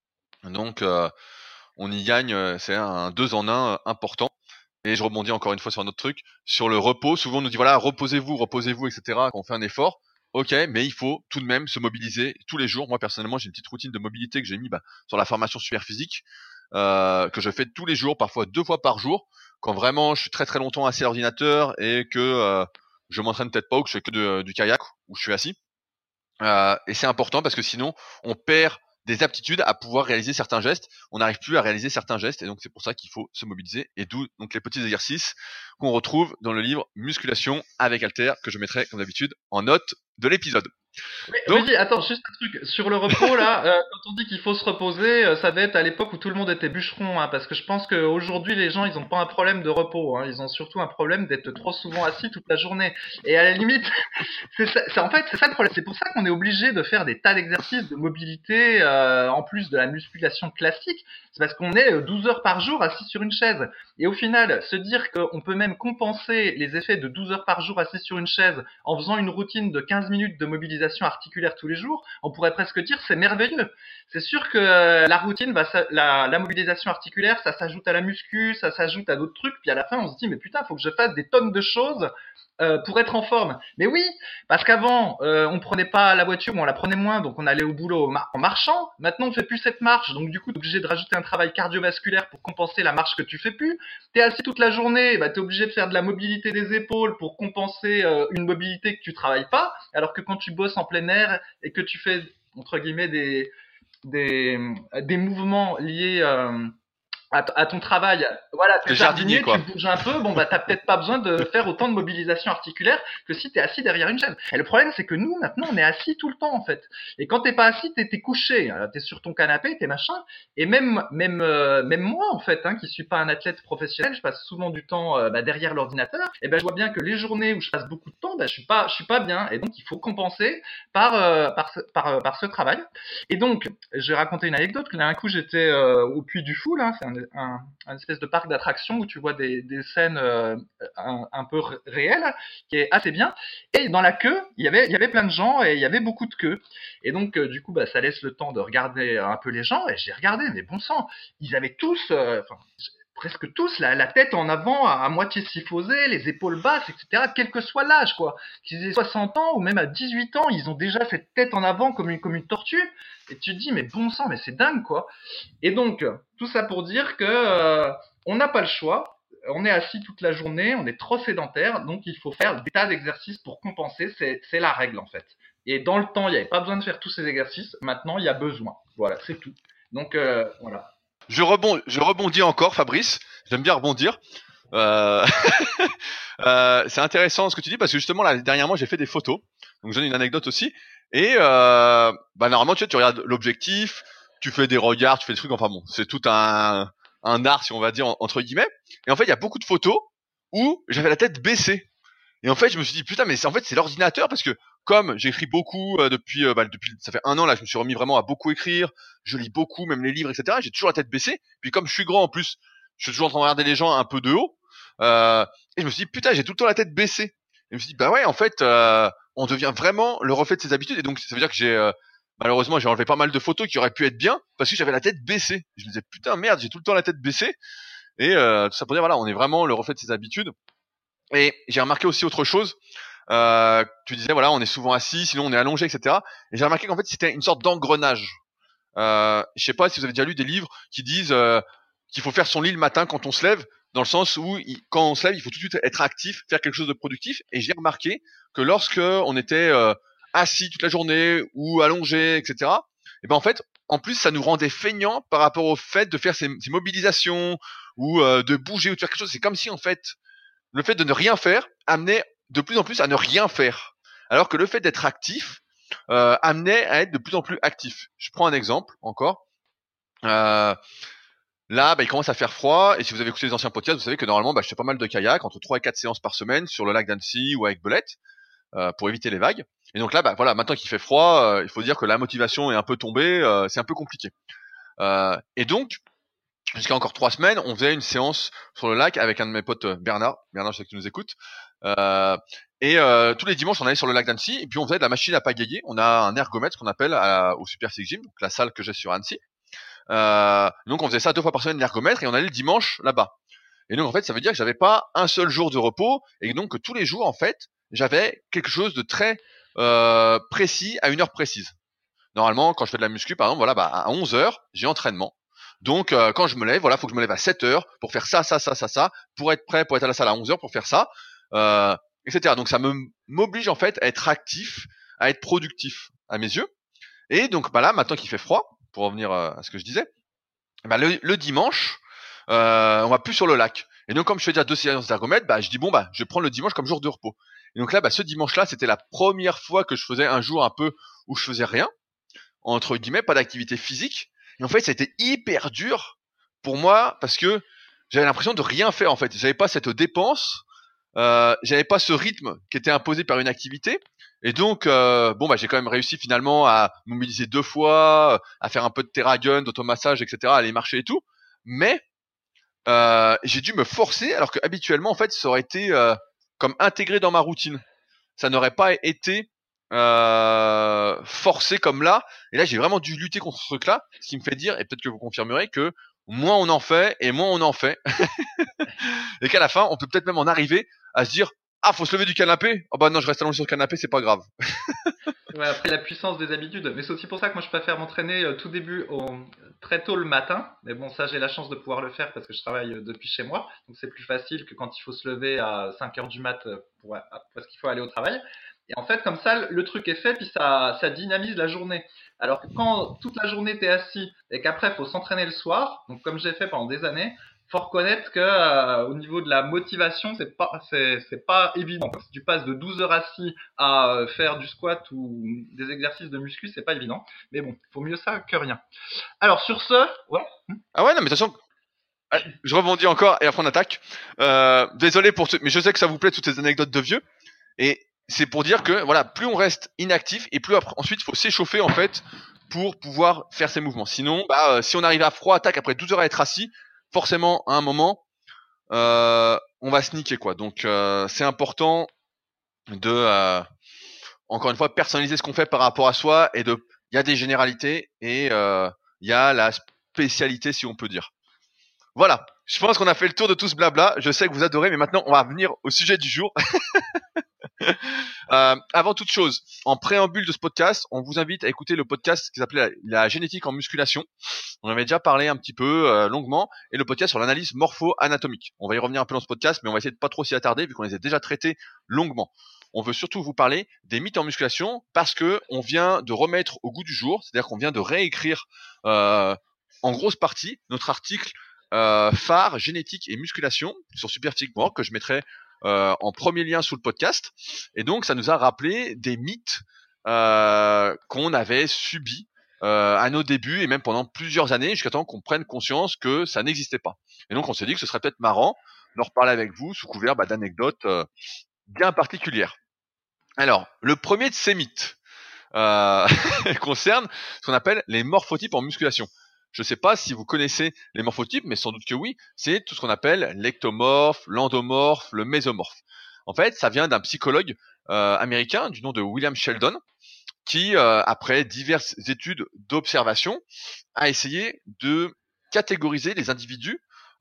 Donc, euh, on y gagne, euh, c'est un deux en un euh, important. Et je rebondis encore une fois sur un autre truc, sur le repos. Souvent on nous dit voilà, reposez-vous, reposez-vous, et cetera quand on fait un effort. Ok, mais il faut tout de même se mobiliser tous les jours. Moi personnellement, j'ai une petite routine de mobilité que j'ai mis bah, sur la formation super physique, euh, que je fais tous les jours, parfois deux fois par jour, quand vraiment je suis très très longtemps assis à l'ordinateur et que euh, je m'entraîne peut-être pas ou que je fais que de- du kayak où je suis assis. Euh, et c'est important parce que sinon, on perd des aptitudes à pouvoir réaliser certains gestes. On n'arrive plus à réaliser certains gestes et donc c'est pour ça qu'il faut se mobiliser. Et d'où donc les petits exercices qu'on retrouve dans le livre Musculation avec Halter que je mettrai comme d'habitude en note de l'épisode. Mais Donc, Rudy, attends, juste un truc. Sur le repos, là, euh, quand on dit qu'il faut se reposer, euh, ça va être à l'époque où tout le monde était bûcheron, hein, parce que je pense qu'aujourd'hui, les gens, ils n'ont pas un problème de repos, hein, ils ont surtout un problème d'être trop souvent assis toute la journée. Et à la limite, c'est ça, c'est, en fait, c'est ça le problème. C'est pour ça qu'on est obligé de faire des tas d'exercices de mobilité, euh, en plus de la musculation classique. C'est parce qu'on est douze heures par jour assis sur une chaise. Et au final, se dire qu'on peut même compenser les effets de douze heures par jour assis sur une chaise en faisant une routine de quinze minutes de mobilisation articulaire tous les jours, on pourrait presque dire c'est merveilleux. C'est sûr que euh, la routine, va, la, la mobilisation articulaire, ça s'ajoute à la muscu, ça s'ajoute à d'autres trucs, puis à la fin on se dit mais putain, faut que je fasse des tonnes de choses euh, pour être en forme. Mais oui, parce qu'avant, euh, on prenait pas la voiture, ou on la prenait moins, donc on allait au boulot en marchant. Maintenant, on fait plus cette marche, donc du coup, t'es obligé de rajouter un travail cardiovasculaire pour compenser la marche que tu fais plus. T'es assis toute la journée, bah t'es obligé de faire de la mobilité des épaules pour compenser euh, une mobilité que tu travailles pas, alors que quand tu bosses en plein air et que tu fais entre guillemets des des, des mouvements liés euh, à, t- à ton travail, voilà, t'es le jardinier, jardinier, tu quoi. bouges un peu, bon bah t'as peut-être pas besoin de faire autant de mobilisation articulaire que si t'es assis derrière une chaise. Et le problème c'est que nous maintenant on est assis tout le temps en fait. Et quand t'es pas assis, t'es, t'es couché, alors, t'es sur ton canapé, t'es machin. Et même même euh, même moi en fait, hein, qui suis pas un athlète professionnel, je passe souvent du temps euh, bah, derrière l'ordinateur. Et ben je vois bien que les journées où je passe beaucoup de temps, bah, je suis pas je suis pas bien. Et donc il faut compenser par euh, par ce, par, euh, par ce travail. Et donc, j'ai raconté une anecdote. Là, un coup, j'étais euh, au Puy du Fou, là, c'est un un, un espèce de parc d'attractions où tu vois des, des scènes euh, un, un peu r- réelles, qui est assez bien. Et dans la queue, il y avait, il y avait plein de gens et il y avait beaucoup de queues. Et donc, euh, du coup, bah, ça laisse le temps de regarder un peu les gens. Et j'ai regardé, mais bon sang, ils avaient tous, euh, enfin, presque tous, la, la tête en avant, à, à moitié syphosée, les épaules basses, et cetera, quel que soit l'âge, quoi. Qu'ils aient soixante ans ou même à dix-huit ans, ils ont déjà cette tête en avant comme une, comme une tortue. Et tu te dis, mais bon sang, mais c'est dingue, quoi. Et donc, tout ça pour dire que euh, on n'a pas le choix. On est assis toute la journée, on est trop sédentaire, donc il faut faire des tas d'exercices pour compenser. C'est, c'est la règle, en fait. Et dans le temps, il n'y avait pas besoin de faire tous ces exercices. Maintenant, il y a besoin. Voilà, c'est tout. Donc, euh, voilà. Je, rebond, je rebondis encore, Fabrice. J'aime bien rebondir. Euh... euh, c'est intéressant ce que tu dis parce que justement là dernièrement j'ai fait des photos. Donc je donne une anecdote aussi. Et euh, bah normalement tu sais, tu regardes l'objectif, tu fais des regards, tu fais des trucs. Enfin bon, c'est tout un un art si on va dire entre guillemets. Et en fait il y a beaucoup de photos où j'avais la tête baissée. Et en fait, je me suis dit putain, mais c'est en fait c'est l'ordinateur parce que comme j'écris beaucoup euh, depuis euh, bah, depuis ça fait un an là, je me suis remis vraiment à beaucoup écrire. Je lis beaucoup, même les livres, et cetera. J'ai toujours la tête baissée. Puis comme je suis grand en plus, je suis toujours en train de regarder les gens un peu de haut. Euh, et je me suis dit putain, j'ai tout le temps la tête baissée. Et je me suis dit bah ouais, en fait, euh, on devient vraiment le reflet de ses habitudes. Et donc ça veut dire que j'ai euh, malheureusement j'ai enlevé pas mal de photos qui auraient pu être bien parce que j'avais la tête baissée. Je me disais putain merde, j'ai tout le temps la tête baissée. Et euh, tout ça pour dire voilà, on est vraiment le reflet de ses habitudes. Et j'ai remarqué aussi autre chose. Euh, tu disais voilà, on est souvent assis, sinon on est allongé, et cetera. Et j'ai remarqué qu'en fait c'était une sorte d'engrenage. Euh, je sais pas si vous avez déjà lu des livres qui disent euh, qu'il faut faire son lit le matin quand on se lève, dans le sens où il, quand on se lève, il faut tout de suite être actif, faire quelque chose de productif. Et j'ai remarqué que lorsque on était euh, assis toute la journée ou allongé, et cetera. Et ben en fait, en plus, ça nous rendait feignants par rapport au fait de faire ces, ces mobilisations ou euh, de bouger ou de faire quelque chose. C'est comme si en fait le fait de ne rien faire amenait de plus en plus à ne rien faire. Alors que le fait d'être actif euh, amenait à être de plus en plus actif. Je prends un exemple encore. Euh, là, bah, il commence à faire froid, et si vous avez écouté les anciens podcasts, vous savez que normalement, bah, je fais pas mal de kayak, entre trois et quatre séances par semaine sur le lac d'Annecy ou avec Belette, euh, pour éviter les vagues. Et donc là, bah, voilà, maintenant qu'il fait froid, euh, il faut dire que la motivation est un peu tombée, euh, c'est un peu compliqué. Euh, et donc, jusqu'à encore trois semaines, on faisait une séance sur le lac avec un de mes potes, Bernard. Bernard, je sais que tu nous écoutes. Euh, et euh, tous les dimanches, on allait sur le lac d'Annecy et puis on faisait de la machine à pagayer. On a un ergomètre qu'on appelle à, au Super Six Gym, donc la salle que j'ai sur Annecy. Euh, donc on faisait ça deux fois par semaine, l'ergomètre, et on allait le dimanche là-bas. Et donc en fait, ça veut dire que j'avais pas un seul jour de repos et donc que tous les jours, en fait, j'avais quelque chose de très euh, précis à une heure précise. Normalement, quand je fais de la muscu, par exemple, voilà, bah, à onze heures, j'ai entraînement. Donc, euh, quand je me lève, voilà, faut que je me lève à sept heures pour faire ça, ça, ça, ça, ça, pour être prêt, pour être à la salle à onze heures pour faire ça, euh, et cetera. Donc, ça me m'oblige en fait à être actif, à être productif à mes yeux. Et donc, bah là, maintenant qu'il fait froid, pour revenir euh, à ce que je disais, bah le, le dimanche, euh, on va plus sur le lac. Et donc, comme je fais déjà deux séances d'ergomètre, bah je dis bon bah je prends le dimanche comme jour de repos. Et donc là, bah ce dimanche-là, c'était la première fois que je faisais un jour un peu où je faisais rien, entre guillemets, pas d'activité physique. Et en fait, ça a été hyper dur pour moi parce que j'avais l'impression de rien faire en fait. J'avais pas cette dépense, euh, j'avais pas ce rythme qui était imposé par une activité. Et donc, euh, bon, bah, j'ai quand même réussi finalement à mobiliser deux fois, à faire un peu de TerraGun, d'automassage, et cetera, à aller marcher et tout. Mais euh, j'ai dû me forcer, alors que habituellement, en fait, ça aurait été euh, comme intégré dans ma routine. Ça n'aurait pas été euh, forcé comme là. Et là, j'ai vraiment dû lutter contre ce truc-là, ce qui me fait dire, et peut-être que vous confirmerez, que moins on en fait et moins on en fait, et qu'à la fin, on peut peut-être même en arriver à se dire, ah, faut se lever du canapé. Oh bah non, je reste allongé sur le canapé, c'est pas grave. Ouais, après la puissance des habitudes. Mais c'est aussi pour ça que moi je préfère m'entraîner euh, tout début au, très tôt le matin. Mais bon, ça j'ai la chance de pouvoir le faire parce que je travaille euh, depuis chez moi. Donc c'est plus facile que quand il faut se lever à cinq heures du mat euh, pour, à- parce qu'il faut aller au travail. Et en fait, comme ça, le truc est fait, puis ça, ça dynamise la journée. Alors que quand toute la journée t'es assis et qu'après faut s'entraîner le soir, donc comme j'ai fait pendant des années, faut reconnaître que euh, au niveau de la motivation, c'est pas, c'est, c'est pas évident. Si tu passes de douze heures assis à euh, faire du squat ou des exercices de muscu, c'est pas évident. Mais bon, faut mieux ça que rien. Alors sur ce, ouais. Ah ouais, non, mais de toute façon, ah, je rebondis encore et après on attaque. Euh, désolé pour tout, mais je sais que ça vous plaît toutes ces anecdotes de vieux. Et c'est pour dire que voilà, plus on reste inactif et plus après, ensuite il faut s'échauffer en fait pour pouvoir faire ces mouvements. Sinon, bah, euh, si on arrive à froid, attaque après douze heures à être assis, forcément à un moment, euh, on va se niquer quoi. Donc euh, c'est important de, euh, encore une fois, personnaliser ce qu'on fait par rapport à soi et de, il y a des généralités et euh, il y a la spécialité si on peut dire. Voilà, je pense qu'on a fait le tour de tout ce blabla. Je sais que vous adorez, mais maintenant on va venir au sujet du jour. euh, avant toute chose, en préambule de ce podcast, on vous invite à écouter le podcast qui s'appelait la, la génétique en musculation. On avait déjà parlé un petit peu euh, longuement, et le podcast sur l'analyse morpho-anatomique. On va y revenir un peu dans ce podcast, mais on va essayer de pas trop s'y attarder vu qu'on les a déjà traités longuement. On veut surtout vous parler des mythes en musculation parce que on vient de remettre au goût du jour, c'est-à-dire qu'on vient de réécrire euh, en grosse partie notre article euh, phare génétique et musculation sur Superphysique point org que je mettrai euh, en premier lien sous le podcast. Et donc ça nous a rappelé des mythes euh, qu'on avait subis euh, à nos débuts et même pendant plusieurs années jusqu'à temps qu'on prenne conscience que ça n'existait pas. Et donc on s'est dit que ce serait peut-être marrant d'en reparler avec vous sous couvert bah, d'anecdotes euh, bien particulières. Alors, le premier de ces mythes euh, concerne ce qu'on appelle les morphotypes en musculation. Je ne sais pas si vous connaissez les morphotypes, mais sans doute que oui. C'est tout ce qu'on appelle l'ectomorphe, l'endomorphe, le mésomorphe. En fait, ça vient d'un psychologue euh, américain du nom de William Sheldon, qui, euh, après diverses études d'observation, a essayé de catégoriser les individus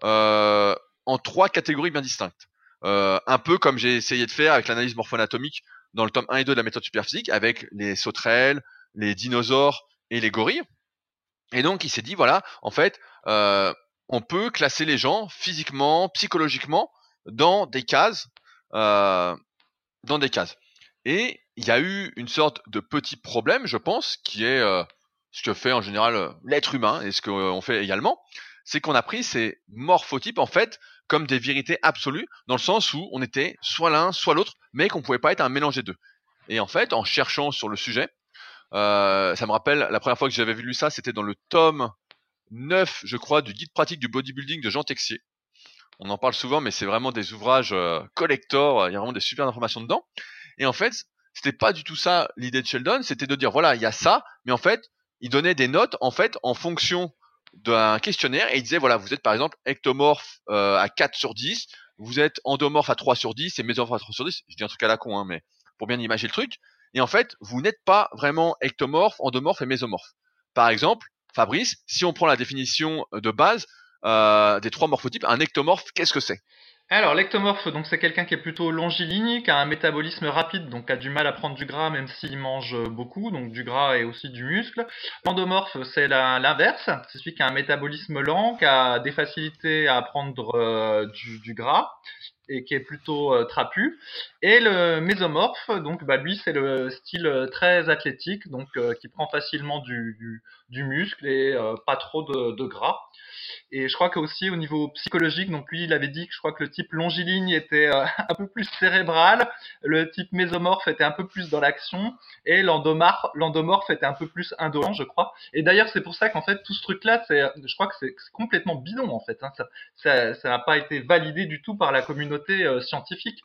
euh, en trois catégories bien distinctes. Euh, un peu comme j'ai essayé de faire avec l'analyse morpho-anatomique dans le tome un et deux de la méthode Superphysique, avec les sauterelles, les dinosaures et les gorilles. Et donc il s'est dit, voilà, en fait, euh, on peut classer les gens physiquement, psychologiquement, dans des cases, euh, dans des cases. Et il y a eu une sorte de petit problème, je pense, qui est euh, ce que fait en général euh, l'être humain et ce qu'on fait également, c'est qu'on a pris ces morphotypes en fait comme des vérités absolues, dans le sens où on était soit l'un, soit l'autre, mais qu'on pouvait pas être un mélange des deux. Et en fait, en cherchant sur le sujet, euh, ça me rappelle la première fois que j'avais lu ça, c'était dans le tome neuf, je crois, du guide pratique du bodybuilding de Jean Texier. On en parle souvent, mais c'est vraiment des ouvrages euh, collector, il y a vraiment des super informations dedans. Et en fait, c'était pas du tout ça l'idée de Sheldon, c'était de dire voilà, il y a ça, mais en fait, il donnait des notes en fait en fonction d'un questionnaire et il disait voilà, vous êtes par exemple ectomorphe euh, à quatre sur dix, vous êtes endomorphe à trois sur dix et mésomorphe à trois sur dix. Je dis un truc à la con, hein, mais pour bien imaginer le truc. Et en fait, vous n'êtes pas vraiment ectomorphe, endomorphe et mésomorphe. Par exemple, Fabrice, si on prend la définition de base euh, des trois morphotypes, un ectomorphe, qu'est-ce que c'est? Alors, l'ectomorphe, donc c'est quelqu'un qui est plutôt longiligne, qui a un métabolisme rapide, donc qui a du mal à prendre du gras même s'il mange beaucoup, donc du gras et aussi du muscle. L'endomorphe, c'est la- l'inverse, c'est celui qui a un métabolisme lent, qui a des facilités à prendre euh, du, du gras et qui est plutôt euh, trapu. Et le mésomorphe, donc bah, lui c'est le style euh, très athlétique, donc euh, qui prend facilement du, du, du muscle et euh, pas trop de, de gras. Et je crois qu'aussi au niveau psychologique, donc lui il avait dit que je crois que le type longiligne était euh, un peu plus cérébral, le type mésomorphe était un peu plus dans l'action, et l'endomar- l'endomorphe était un peu plus indolent, je crois. Et d'ailleurs c'est pour ça qu'en fait tout ce truc-là, c'est, je crois que c'est, c'est complètement bidon en fait. Hein. Ça, ça, ça n'a pas été validé du tout par la communauté euh, scientifique.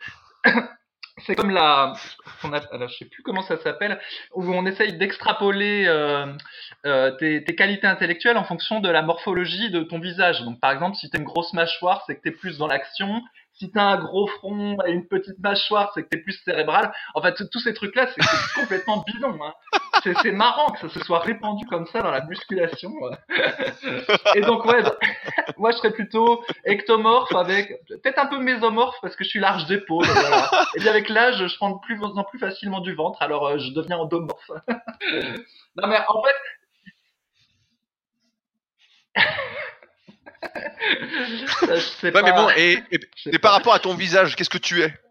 C'est comme la, on a, alors je sais plus comment ça s'appelle, où on essaye d'extrapoler euh, euh, tes, tes qualités intellectuelles en fonction de la morphologie de ton visage. Donc par exemple, si t'as une grosse mâchoire, c'est que t'es plus dans l'action. Si t'as un gros front et une petite mâchoire, c'est que t'es plus cérébral. En fait, tous ces trucs-là, c'est, c'est complètement bidon. Hein. C'est, c'est marrant que ça se soit répandu comme ça dans la musculation. Et donc ouais, moi je serais plutôt ectomorphe avec peut-être un peu mésomorphe parce que je suis large d'épaule. Voilà. Et puis avec l'âge, je prends de plus en plus facilement du ventre, alors euh, je deviens endomorphe. Non mais en fait, ça, je sais Ouais, mais bon, pas. et, et, Je sais et par pas. rapport à ton visage, qu'est-ce que tu es?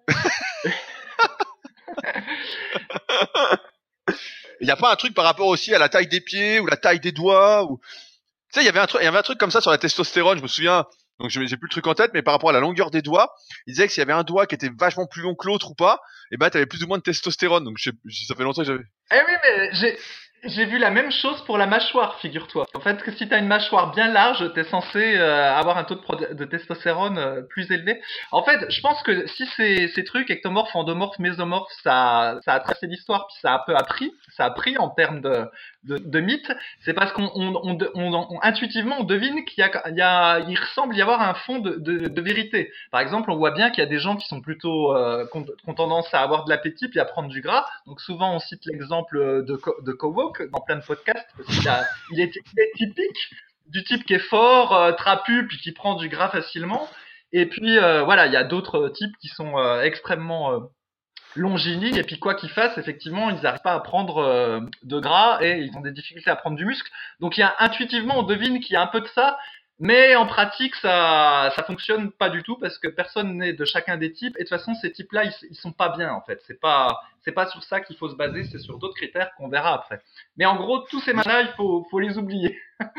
Il n'y a pas un truc par rapport aussi à la taille des pieds ou la taille des doigts ou... Tu sais, il y avait un truc, il y avait un truc comme ça sur la testostérone, je me souviens. Donc j'ai j'ai plus le truc en tête, mais par rapport à la longueur des doigts, il disait que s'il y avait un doigt qui était vachement plus long que l'autre ou pas, et ben t'avais plus ou moins de testostérone. Donc je sais- ça fait longtemps que j'avais. Eh oui, mais j'ai j'ai vu la même chose pour la mâchoire, figure-toi. En fait, que si t'as une mâchoire bien large, t'es censé euh, avoir un taux de, prod- de testostérone euh, plus élevé. En fait, je pense que si ces, ces trucs, ectomorphes, endomorphes, mésomorphes, ça, ça a tracé l'histoire, puis ça a un peu appris, ça a pris en termes de, de, de mythe, c'est parce qu'on on, on, on, on, intuitivement on devine qu'il y a, il y a, il ressemble y avoir un fond de, de, de vérité. Par exemple, on voit bien qu'il y a des gens qui sont plutôt euh, qui ont tendance à avoir de l'appétit puis à prendre du gras. Donc souvent on cite l'exemple de de Kowok dans plein de podcasts parce qu'il a, il est, il est typique du type qui est fort, euh, trapu puis qui prend du gras facilement. Et puis euh, voilà, il y a d'autres types qui sont euh, extrêmement euh, longiligne et puis quoi qu'ils fassent, effectivement, ils n'arrivent pas à prendre euh, de gras et ils ont des difficultés à prendre du muscle. Donc il y a intuitivement, on devine qu'il y a un peu de ça, mais en pratique, ça ça fonctionne pas du tout parce que personne n'est de chacun des types et de toute façon, ces types-là, ils, ils sont pas bien en fait. C'est pas c'est pas sur ça qu'il faut se baser, c'est sur d'autres critères qu'on verra après. Mais en gros, tous ces malades, il faut faut les oublier.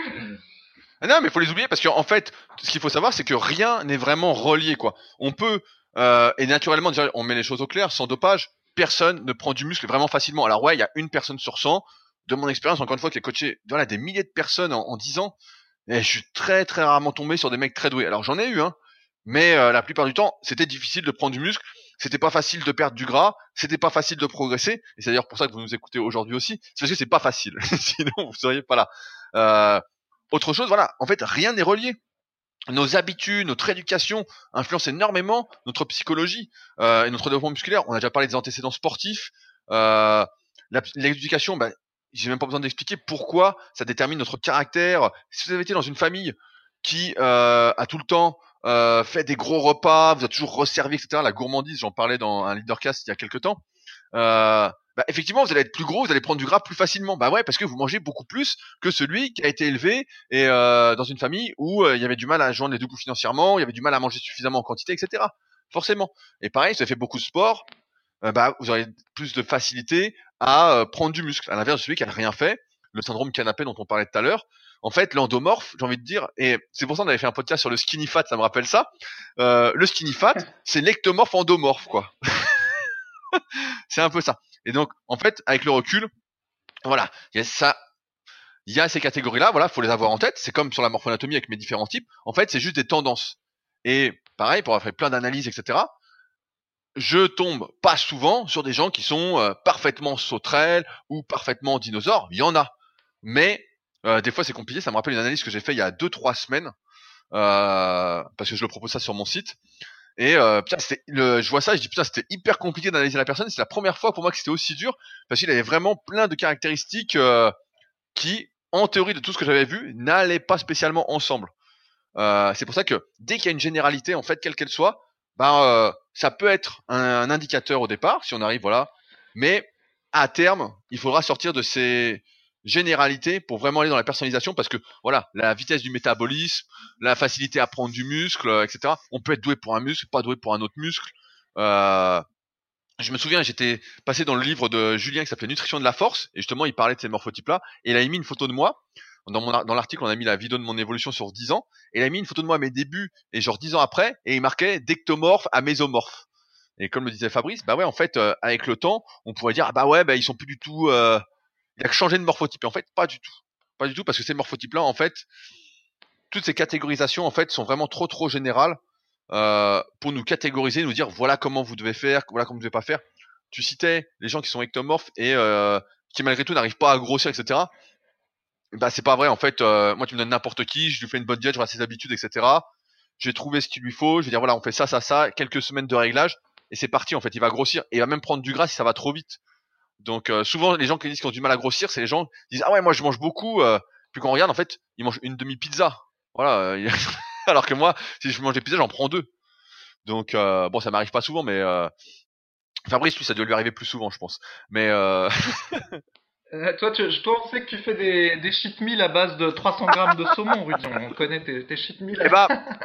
Ah non, mais il faut les oublier parce qu'en fait, ce qu'il faut savoir, c'est que rien n'est vraiment relié, quoi. On peut euh, et naturellement, déjà, on met les choses au clair. Sans dopage, personne ne prend du muscle vraiment facilement. Alors ouais, il y a une personne sur cent. De mon expérience, encore une fois, qui a coaché voilà des milliers de personnes en, en dix ans, et je suis très très rarement tombé sur des mecs très doués. Alors j'en ai eu, hein, mais euh, la plupart du temps, c'était difficile de prendre du muscle. C'était pas facile de perdre du gras. C'était pas facile de progresser. Et c'est d'ailleurs pour ça que vous nous écoutez aujourd'hui aussi. C'est parce que c'est pas facile. Sinon, vous seriez pas là. Euh, Autre chose, voilà, en fait, rien n'est relié. Nos habitudes, notre éducation influencent énormément notre psychologie euh, et notre développement musculaire. On a déjà parlé des antécédents sportifs. Euh, la- L'éducation, bah, j'ai même pas besoin d'expliquer pourquoi ça détermine notre caractère. Si vous avez été dans une famille qui euh, a tout le temps euh, fait des gros repas, vous êtes toujours resservi, et cetera. La gourmandise, j'en parlais dans un leadercast il y a quelques temps. Euh, bah, effectivement, vous allez être plus gros, vous allez prendre du gras plus facilement. Bah ouais, parce que vous mangez beaucoup plus que celui qui a été élevé et euh, dans une famille où euh, il y avait du mal à joindre les deux bouts financièrement, il y avait du mal à manger suffisamment en quantité, et cetera. Forcément. Et pareil, si vous avez fait beaucoup de sport, euh, bah vous aurez plus de facilité à euh, prendre du muscle. À l'inverse de celui qui a rien fait, le syndrome canapé dont on parlait tout à l'heure. En fait, l'endomorphe, j'ai envie de dire, et c'est pour ça qu'on avait fait un podcast sur le skinny fat, ça me rappelle ça. Euh, le skinny fat, c'est l'ectomorphe endomorphe, quoi. C'est un peu ça. Et donc, en fait, avec le recul, voilà, il y a ça, il y a ces catégories-là, voilà, faut les avoir en tête. C'est comme sur la morphoanatomie avec mes différents types. En fait, c'est juste des tendances. Et pareil, pour avoir fait plein d'analyses, et cetera, je tombe pas souvent sur des gens qui sont euh, parfaitement sauterelles ou parfaitement dinosaures. Il y en a. Mais euh, des fois, c'est compliqué. Ça me rappelle une analyse que j'ai fait il y a deux trois semaines. Euh, parce que je le propose ça sur mon site. Et euh, putain, c'était le, je vois ça, je dis putain, c'était hyper compliqué d'analyser la personne. C'est la première fois pour moi que c'était aussi dur parce qu'il avait vraiment plein de caractéristiques euh, qui, en théorie de tout ce que j'avais vu, n'allaient pas spécialement ensemble. Euh, c'est pour ça que dès qu'il y a une généralité, en fait, quelle qu'elle soit, ben euh, ça peut être un, un indicateur au départ si on arrive, voilà. Mais à terme, il faudra sortir de ces généralités pour vraiment aller dans la personnalisation parce que voilà, la vitesse du métabolisme, la facilité à prendre du muscle, euh, et cetera. On peut être doué pour un muscle, pas doué pour un autre muscle. Euh, je me souviens, j'étais passé dans le livre de Julien qui s'appelait Nutrition de la force et justement il parlait de ces morphotypes-là et il a mis une photo de moi. Dans, mon, dans l'article, on a mis la vidéo de mon évolution sur dix ans et il a mis une photo de moi à mes débuts et genre dix ans après et il marquait d'ectomorphe à mésomorphe. Et comme le disait Fabrice, bah ouais, en fait, euh, avec le temps, on pourrait dire ah bah ouais, bah ils sont plus du tout. Euh, il a changé de morphotype. Et en fait, pas du tout, pas du tout, parce que ces morphotypes-là, en fait, toutes ces catégorisations, en fait, sont vraiment trop trop générales euh, pour nous catégoriser, nous dire voilà comment vous devez faire, voilà comment vous devez pas faire. Tu citais les gens qui sont ectomorphes et euh, qui malgré tout n'arrivent pas à grossir, et cetera. Bah c'est pas vrai. En fait, euh, moi tu me donnes n'importe qui, je lui fais une bonne diète, je vois ses habitudes, et cetera. Je vais trouver ce qu'il lui faut. Je vais dire voilà, on fait ça, ça, ça, quelques semaines de réglage et c'est parti. En fait, il va grossir et il va même prendre du gras si ça va trop vite. Donc euh, souvent les gens qui disent qu'ils ont du mal à grossir, c'est les gens qui disent ah ouais moi je mange beaucoup, euh, puis quand on regarde en fait ils mangent une demi pizza, voilà. Euh, alors que moi si je mange des pizzas j'en prends deux. Donc euh, bon ça m'arrive pas souvent mais euh... Fabrice lui ça doit lui arriver plus souvent je pense. Mais euh... Euh, toi, tu, toi, on sait que tu fais des, des cheat meals à base de trois cents grammes de saumon, Rudy. On connaît tes, tes cheat meals. Eh bah,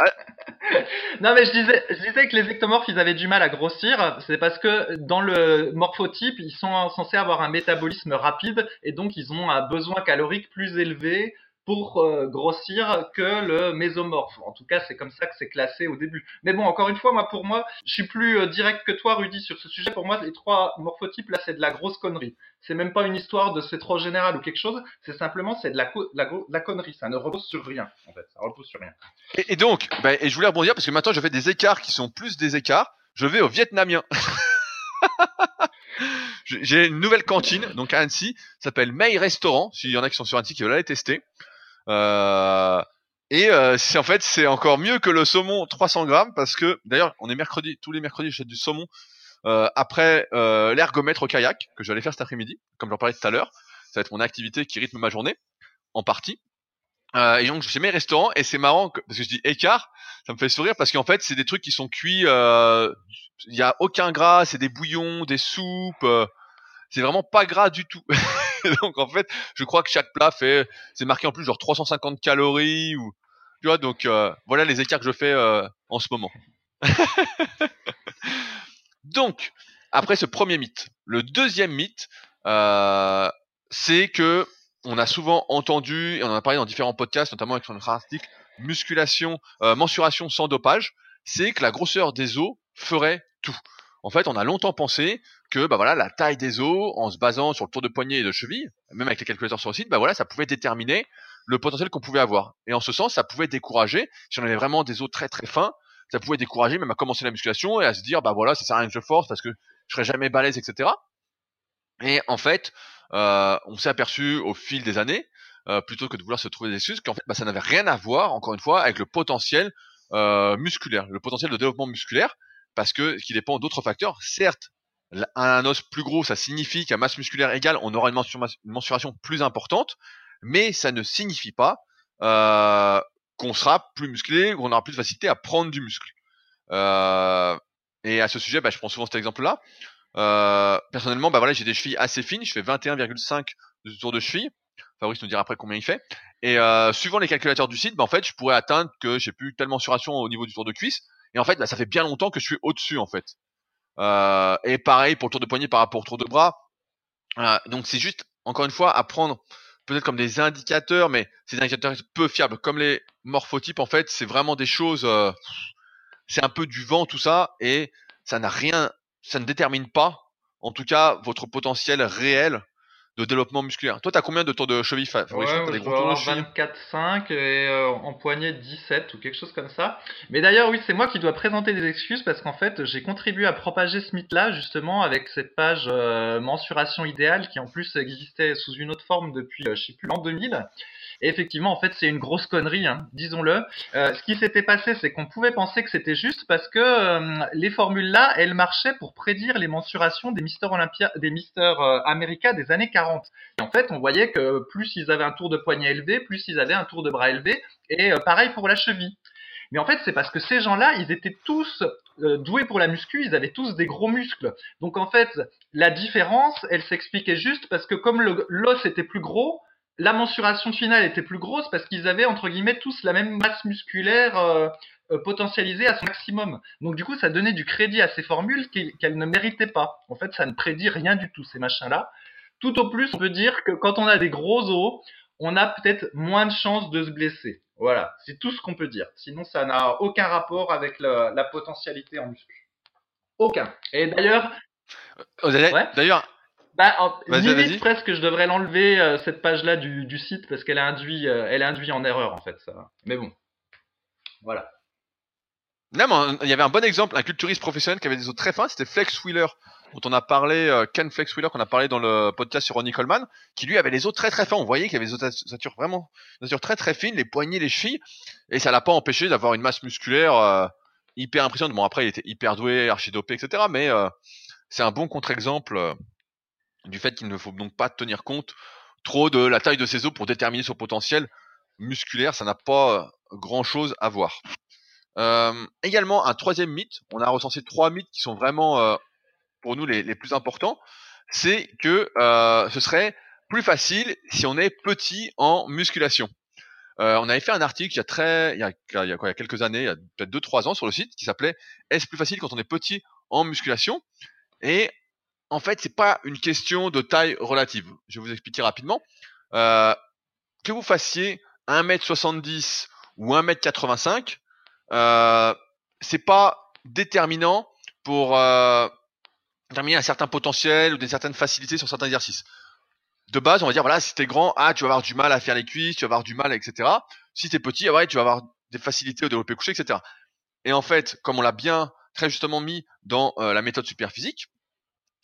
non, mais je disais, je disais que les ectomorphes, ils avaient du mal à grossir. C'est parce que dans le morphotype, ils sont censés avoir un métabolisme rapide et donc ils ont un besoin calorique plus élevé pour euh, grossir que le mésomorphe. En tout cas, c'est comme ça que c'est classé au début. Mais bon, encore une fois, moi, pour moi, je suis plus euh, direct que toi, Rudy, sur ce sujet. Pour moi, les trois morphotypes, là, c'est de la grosse connerie. C'est même pas une histoire de c'est trop général ou quelque chose. C'est simplement, c'est de la, co- la, la connerie. Ça ne repose sur rien, en fait. Ça repose sur rien. et, et donc, bah, et je voulais rebondir parce que maintenant je fais des écarts qui sont plus des écarts. Je vais au vietnamien. J'ai une nouvelle cantine, donc à Annecy, ça s'appelle May Restaurant, s'il y en a qui sont sur Annecy qui veulent aller tester. Euh, et euh, c'est en fait c'est encore mieux que le saumon trois cents grammes parce que d'ailleurs on est mercredi, tous les mercredis j'achète du saumon euh, après euh, l'ergomètre au kayak que je vais aller faire cet après-midi, comme j'en parlais tout à l'heure. Ça va être mon activité qui rythme ma journée en partie. Euh, et donc j'ai mes restaurants et c'est marrant que, parce que je dis écart, ça me fait sourire parce qu'en fait c'est des trucs qui sont cuits, il euh, y a aucun gras, c'est des bouillons, des soupes, euh, c'est vraiment pas gras du tout. Donc en fait je crois que chaque plat fait, c'est marqué en plus genre trois cent cinquante calories ou tu vois, donc euh, voilà les écarts que je fais euh, en ce moment. Donc après ce premier mythe, le deuxième mythe, euh, c'est que on a souvent entendu, et on en a parlé dans différents podcasts, notamment avec notre article musculation, euh, mensuration sans dopage, c'est que la grosseur des os ferait tout. En fait, on a longtemps pensé que bah voilà, la taille des os, en se basant sur le tour de poignet et de cheville, même avec les calculateurs sur le site, bah voilà, ça pouvait déterminer le potentiel qu'on pouvait avoir. Et en ce sens, ça pouvait décourager, si on avait vraiment des os très très fins, ça pouvait décourager même à commencer la musculation et à se dire bah voilà, ça sert à rien que je force parce que je serai jamais balèze, et cetera. Et en fait, euh, on s'est aperçu au fil des années, euh, plutôt que de vouloir se trouver des excuses, qu'en fait, bah, ça n'avait rien à voir, encore une fois, avec le potentiel euh, musculaire, le potentiel de développement musculaire, parce que qui dépend d'autres facteurs. Certes, un os plus gros, ça signifie qu'à masse musculaire égale, on aura une, mensura- une mensuration plus importante, mais ça ne signifie pas euh, qu'on sera plus musclé, qu'on aura plus de facilité à prendre du muscle. Euh, et à ce sujet, bah, je prends souvent cet exemple-là. Euh, personnellement, bah voilà, j'ai des chevilles assez fines, je fais vingt et un virgule cinq de tour de cheville. Fabrice nous dira après combien il fait. Et euh, suivant les calculateurs du site, bah en fait, je pourrais atteindre que j'ai plus telle mensuration au niveau du tour de cuisse. Et en fait, bah, ça fait bien longtemps que je suis au-dessus en fait. Euh, et pareil pour le tour de poignet par rapport au tour de bras. Euh, donc c'est juste, encore une fois, à prendre peut-être comme des indicateurs, mais c'est des indicateurs peu fiables. Comme les morphotypes, en fait, c'est vraiment des choses, euh, c'est un peu du vent tout ça, et ça n'a rien, ça ne détermine pas, en tout cas, votre potentiel réel de développement musculaire. Toi, t'as combien de tours de cheville, Fa- Fabrice? Ouais, T'as moi, des je gros dois tours de avoir cheville? vingt-quatre cinq et euh, en poignée dix-sept ou quelque chose comme ça. Mais d'ailleurs, oui, c'est moi qui dois présenter des excuses parce qu'en fait, j'ai contribué à propager ce mythe-là justement avec cette page euh, mensuration idéale qui en plus existait sous une autre forme depuis, euh, je sais plus, l'an deux mille. Et effectivement, en fait, c'est une grosse connerie, hein, disons-le. Euh, ce qui s'était passé, c'est qu'on pouvait penser que c'était juste parce que euh, les formules-là, elles marchaient pour prédire les mensurations des Mister Olympia, des Mister euh, America des années quarante. Et en fait, on voyait que plus ils avaient un tour de poignet élevé, plus ils avaient un tour de bras élevé, et euh, pareil pour la cheville. Mais en fait, c'est parce que ces gens-là, ils étaient tous euh, doués pour la muscu, ils avaient tous des gros muscles. Donc en fait, la différence, elle s'expliquait juste parce que comme le- l'os était plus gros, la mensuration finale était plus grosse parce qu'ils avaient entre guillemets tous la même masse musculaire euh, euh, potentialisée à son maximum. Donc du coup, ça donnait du crédit à ces formules qu'elles ne méritaient pas. En fait, ça ne prédit rien du tout ces machins-là. Tout au plus, on peut dire que quand on a des gros os, on a peut-être moins de chances de se blesser. Voilà, c'est tout ce qu'on peut dire. Sinon, ça n'a aucun rapport avec la, la potentialité en muscu. Aucun. Et d'ailleurs, Oh, D'ailleurs, ouais, d'ailleurs, bah, en- vas-y, limite vas-y. presque, je devrais l'enlever euh, cette page-là du, du site parce qu'elle est induit, euh, elle est induit en erreur en fait. Ça. Mais bon, voilà. Non, mais il y avait un bon exemple, un culturiste professionnel qui avait des os très fins, c'était Flex Wheeler, dont on a parlé, euh, Ken Flex Wheeler, qu'on a parlé dans le podcast sur Ronnie Coleman, qui lui avait les os très très fins. On voyait qu'il avait des ossature vraiment, des ossature très très fines, les poignets, les chevilles, et ça l'a pas empêché d'avoir une masse musculaire euh, hyper impressionnante. Bon, après, il était hyper doué, archidopé, et cetera. Mais euh, c'est un bon contre-exemple euh, du fait qu'il ne faut donc pas tenir compte trop de la taille de ses os pour déterminer son potentiel musculaire. Ça n'a pas euh, grand-chose à voir. Euh, également, un troisième mythe, on a recensé trois mythes qui sont vraiment euh, pour nous les, les plus importants, c'est que euh, ce serait plus facile si on est petit en musculation. Euh, on avait fait un article il y a très, il y a, il y a, quoi, il y a quelques années, il y a peut-être deux trois ans sur le site, qui s'appelait Est-ce plus facile quand on est petit en musculation? Et en fait, c'est pas une question de taille relative. Je vais vous expliquer rapidement. Euh, que vous fassiez un mètre soixante-dix ou un mètre quatre-vingt-cinq, euh, c'est pas déterminant pour euh, déterminer un certain potentiel ou des certaines facilités sur certains exercices. De base, on va dire, voilà, si t'es grand, ah, tu vas avoir du mal à faire les cuisses, tu vas avoir du mal, et cetera. Si t'es petit, ah ouais, tu vas avoir des facilités au développé couché, et cetera. Et en fait, comme on l'a bien très justement mis dans euh, la méthode Superphysique,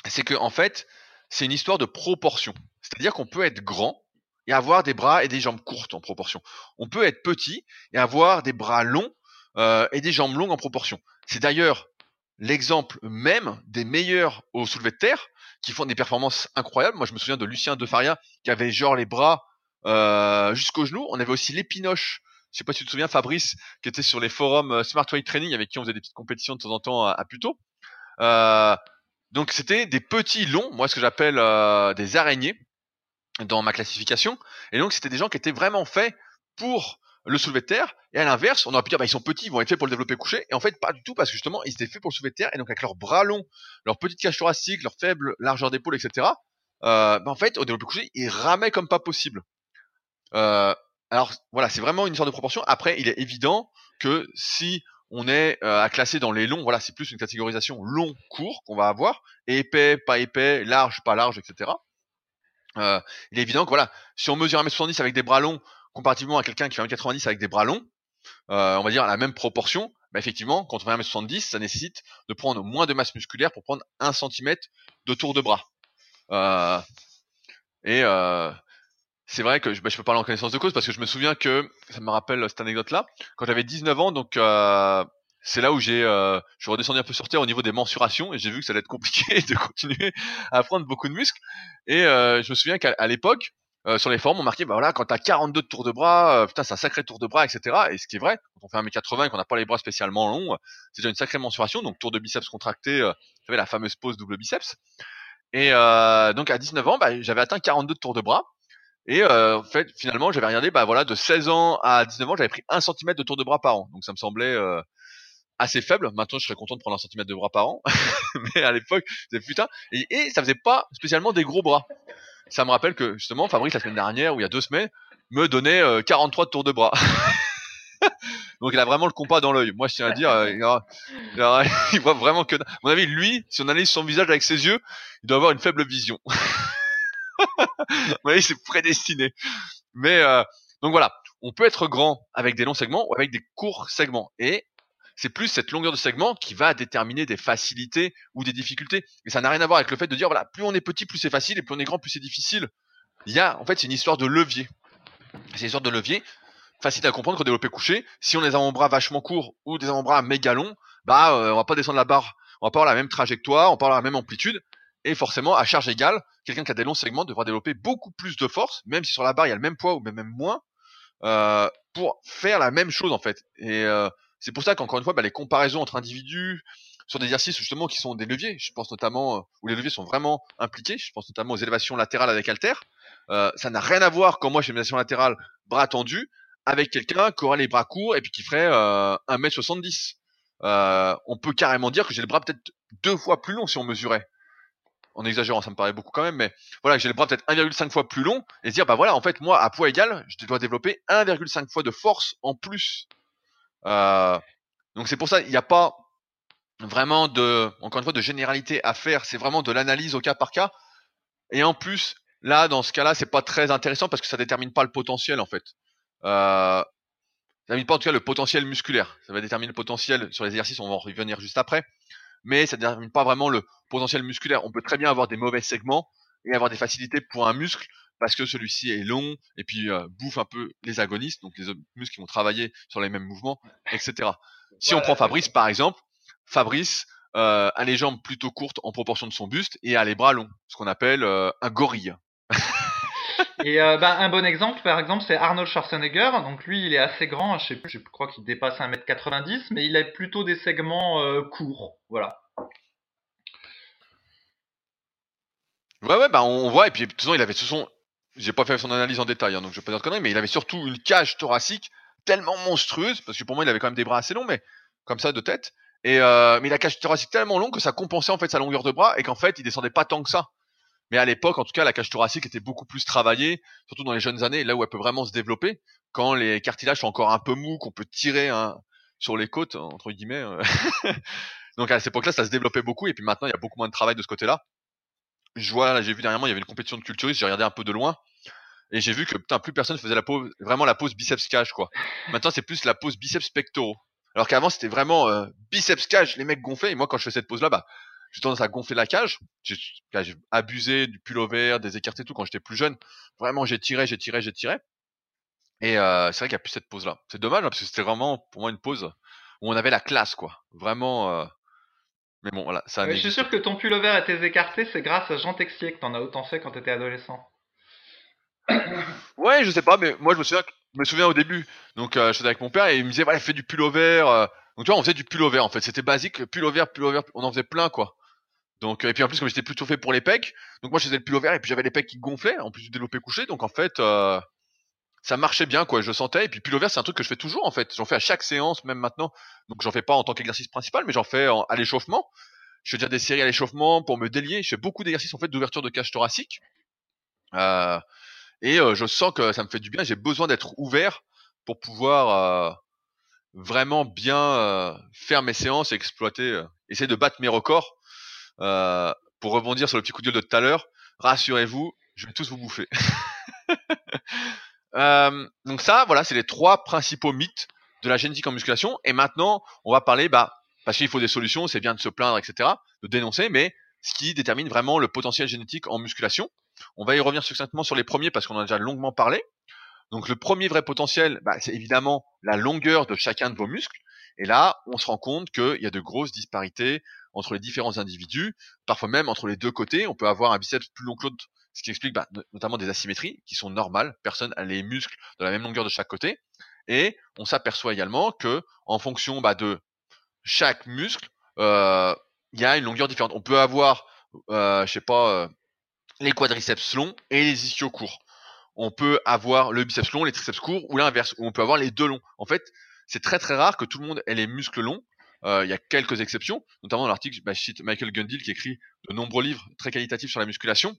c'est que en fait, c'est une histoire de proportion. C'est-à-dire qu'on peut être grand et avoir des bras et des jambes courtes en proportion. On peut être petit et avoir des bras longs euh, et des jambes longues en proportion. C'est d'ailleurs l'exemple même des meilleurs au soulevé de terre qui font des performances incroyables. Moi, je me souviens de Lucien Defaria qui avait genre les bras euh, jusqu'aux genoux. On avait aussi l'épinoche. Je sais pas si tu te souviens, Fabrice, qui était sur les forums euh, Smart Weight Training avec qui on faisait des petites compétitions de temps en temps à, à Puteaux. Euh, donc c'était des petits longs, moi ce que j'appelle euh, des araignées dans ma classification. Et donc c'était des gens qui étaient vraiment faits pour le soulevé de terre. Et à l'inverse, on aurait pu dire bah ils sont petits, ils vont être faits pour le développé couché. Et en fait pas du tout parce que justement ils étaient faits pour le soulevé de terre. Et donc avec leurs bras longs, leur petite cage thoracique, leur faible largeur d'épaule, et cetera. Euh, bah en fait au développé couché ils ramaient comme pas possible. Euh, alors voilà, c'est vraiment une histoire de proportion. Après, il est évident que si on est euh, à classer dans les longs, voilà, c'est plus une catégorisation long, court qu'on va avoir, et épais, pas épais, large, pas large, et cetera. Euh, il est évident que voilà, si on mesure un mètre soixante-dix avec des bras longs, comparativement à quelqu'un qui fait un mètre quatre-vingt-dix avec des bras longs, euh, on va dire la même proportion, bah effectivement, quand on fait un mètre soixante-dix, ça nécessite de prendre moins de masse musculaire pour prendre un centimètre de tour de bras. Euh, et euh, c'est vrai que je, bah, je peux parler en connaissance de cause parce que je me souviens que ça me rappelle cette anecdote-là. Quand j'avais dix-neuf ans, donc euh, c'est là où j'ai, euh, je suis redescendu un peu sur terre au niveau des mensurations et j'ai vu que ça allait être compliqué de continuer à prendre beaucoup de muscles. Et euh, je me souviens qu'à à l'époque, euh, sur les forums, on marquait, bah voilà, quand t'as quarante-deux de tours de bras, euh, putain, c'est un sacré tour de bras, et cetera. Et ce qui est vrai, quand on fait un mètre quatre-vingts et qu'on n'a pas les bras spécialement longs, c'est déjà une sacrée mensuration. Donc tour de biceps contracté, euh, vous savez la fameuse pose double biceps. Et euh, donc à dix-neuf ans, bah, j'avais atteint quarante-deux de tours de bras. Et euh, en fait, finalement, j'avais regardé, bah voilà, de seize ans à dix-neuf ans, j'avais pris un centimètre de tour de bras par an. Donc ça me semblait euh, assez faible. Maintenant, je serais content de prendre un centimètre de bras par an. Mais à l'époque, c'était putain. Et, et ça faisait pas spécialement des gros bras. Ça me rappelle que justement, Fabrice, la semaine dernière, ou il y a deux semaines, me donnait euh, quarante-trois de tour de bras. Donc il a vraiment le compas dans l'œil. Moi, je tiens à dire, euh, il, a, il, a, il voit vraiment que... À mon avis, lui, si on analyse son visage avec ses yeux, il doit avoir une faible vision. Oui, c'est prédestiné. Mais euh, donc voilà, on peut être grand avec des longs segments ou avec des courts segments. Et c'est plus cette longueur de segment qui va déterminer des facilités ou des difficultés. Et ça n'a rien à voir avec le fait de dire voilà, plus on est petit, plus c'est facile, et plus on est grand, plus c'est difficile. Il y a, en fait, c'est une histoire de levier. C'est une histoire de levier facile à comprendre qu'au développé couché. Si on a des avant-bras vachement courts ou des avant-bras méga longs, bah euh, on va pas descendre la barre, on va pas avoir la même trajectoire, on va pas avoir la même amplitude. Et forcément, à charge égale, quelqu'un qui a des longs segments devra développer beaucoup plus de force, même si sur la barre il y a le même poids ou même moins, euh, pour faire la même chose en fait. Et euh, c'est pour ça qu'encore une fois, bah, les comparaisons entre individus sur des exercices justement qui sont des leviers, je pense notamment euh, où les leviers sont vraiment impliqués, je pense notamment aux élévations latérales avec haltère, euh, ça n'a rien à voir quand moi j'ai une élévation latérale bras tendus avec quelqu'un qui aura les bras courts et puis qui ferait euh, un mètre soixante-dix. Euh, on peut carrément dire que j'ai le bras peut-être deux fois plus long si on mesurait. En exagérant, ça me paraît beaucoup quand même, mais voilà, j'ai le bras peut-être un virgule cinq fois plus long, et se dire, bah voilà, en fait, moi, à poids égal, je dois développer un virgule cinq fois de force en plus. Euh, donc c'est pour ça, il n'y a pas vraiment de, encore une fois, de généralité à faire, c'est vraiment de l'analyse au cas par cas, et en plus, là, dans ce cas-là, c'est pas très intéressant parce que ça détermine pas le potentiel, en fait. Euh, ça détermine pas en tout cas le potentiel musculaire, ça va déterminer le potentiel sur les exercices, on va en revenir juste après, mais ça ne détermine pas vraiment le potentiel musculaire. On peut très bien avoir des mauvais segments et avoir des facilités pour un muscle parce que celui-ci est long et puis euh, bouffe un peu les agonistes, donc les muscles qui vont travailler sur les mêmes mouvements, et cetera. Si on prend Fabrice par exemple, Fabrice euh, a les jambes plutôt courtes en proportion de son buste et a les bras longs, ce qu'on appelle euh, un gorille. Et euh, bah, un bon exemple, par exemple, c'est Arnold Schwarzenegger. Donc lui, il est assez grand, je sais plus, je crois qu'il dépasse un mètre quatre-vingt-dix, mais il a plutôt des segments euh, courts. Voilà. Ouais, ouais, bah on voit, et puis de toute façon, il avait ce son. J'ai pas fait son analyse en détail, hein, donc je vais pas dire de conneries, mais il avait surtout une cage thoracique tellement monstrueuse, parce que pour moi, il avait quand même des bras assez longs, mais comme ça, de tête. Et euh, mais la cage thoracique tellement longue que ça compensait en fait sa longueur de bras, et qu'en fait, il descendait pas tant que ça. Mais à l'époque, en tout cas, la cage thoracique était beaucoup plus travaillée, surtout dans les jeunes années, là où elle peut vraiment se développer, quand les cartilages sont encore un peu mous, qu'on peut tirer hein, sur les côtes, entre guillemets. Donc à cette époque-là, ça se développait beaucoup, et puis maintenant, il y a beaucoup moins de travail de ce côté-là. Je vois, là, j'ai vu dernièrement, il y avait une compétition de culturistes, j'ai regardé un peu de loin, et j'ai vu que putain, plus personne faisait la pose, vraiment la pose biceps cage, quoi. Maintenant, c'est plus la pose biceps pectoraux. Alors qu'avant, c'était vraiment euh, biceps cage, les mecs gonflaient, et moi, quand je fais cette pose-là, bah, j'ai tendance à gonfler la cage. J'ai, j'ai abusé du pullover, des écartés, tout quand j'étais plus jeune. Vraiment, j'ai tiré, j'ai tiré, j'ai tiré. Et euh, c'est vrai qu'il n'y a plus cette pause-là. C'est dommage hein, parce que c'était vraiment pour moi une pause où on avait la classe, quoi. Vraiment. Euh... Mais bon, voilà, ça Ouais, je suis n'existe sûr que plus. ton pullover et tes écartés, c'est grâce à Jean Texier que t'en as autant fait quand t'étais adolescent. Ouais, je sais pas, mais moi je me souviens, je me souviens au début. Donc euh, j'étais avec mon père et il me disait, ouais, fais du pullover. Euh... Donc tu vois, on faisait du pullover en fait. C'était basique, pullover, pullover. On en faisait plein, quoi. Donc euh, et puis en plus comme j'étais plutôt fait pour les pecs, donc moi je faisais le pullover et puis j'avais les pecs qui gonflaient en plus du développé couché. Donc en fait. Euh... ça marchait bien, quoi, je le sentais. Et puis pullover, c'est un truc que je fais toujours, en fait. J'en fais à chaque séance, même maintenant. Donc j'en fais pas en tant qu'exercice principal, mais j'en fais en- à l'échauffement. Je fais dire des séries à l'échauffement pour me délier. Je fais beaucoup d'exercices, en fait, d'ouverture de cage thoracique. Euh, et euh, je sens que ça me fait du bien. J'ai besoin d'être ouvert pour pouvoir euh, vraiment bien euh, faire mes séances et exploiter, euh, essayer de battre mes records. Euh, pour rebondir sur le petit coup de gueule de tout à l'heure, rassurez-vous, je vais tous vous bouffer. Euh, donc ça, voilà, c'est les trois principaux mythes de la génétique en musculation. Et maintenant, on va parler, bah, parce qu'il faut des solutions, c'est bien de se plaindre, et cetera, de dénoncer, mais ce qui détermine vraiment le potentiel génétique en musculation. On va y revenir succinctement sur les premiers parce qu'on en a déjà longuement parlé. Donc le premier vrai potentiel, bah, c'est évidemment la longueur de chacun de vos muscles. Et là, on se rend compte qu'il y a de grosses disparités entre les différents individus, parfois même entre les deux côtés. On peut avoir un biceps plus long que l'autre, ce qui explique bah, notamment des asymétries qui sont normales. Personne n'a les muscles de la même longueur de chaque côté. Et on s'aperçoit également que, en fonction bah, de chaque muscle, euh, il y a une longueur différente. On peut avoir, euh, je sais pas, euh, les quadriceps longs et les ischios courts. On peut avoir le biceps long, les triceps courts, ou l'inverse, ou on peut avoir les deux longs. En fait, c'est très très rare que tout le monde ait les muscles longs. Euh, Il y a quelques exceptions, notamment dans l'article, bah, je cite Michael Gundil qui écrit de nombreux livres très qualitatifs sur la musculation,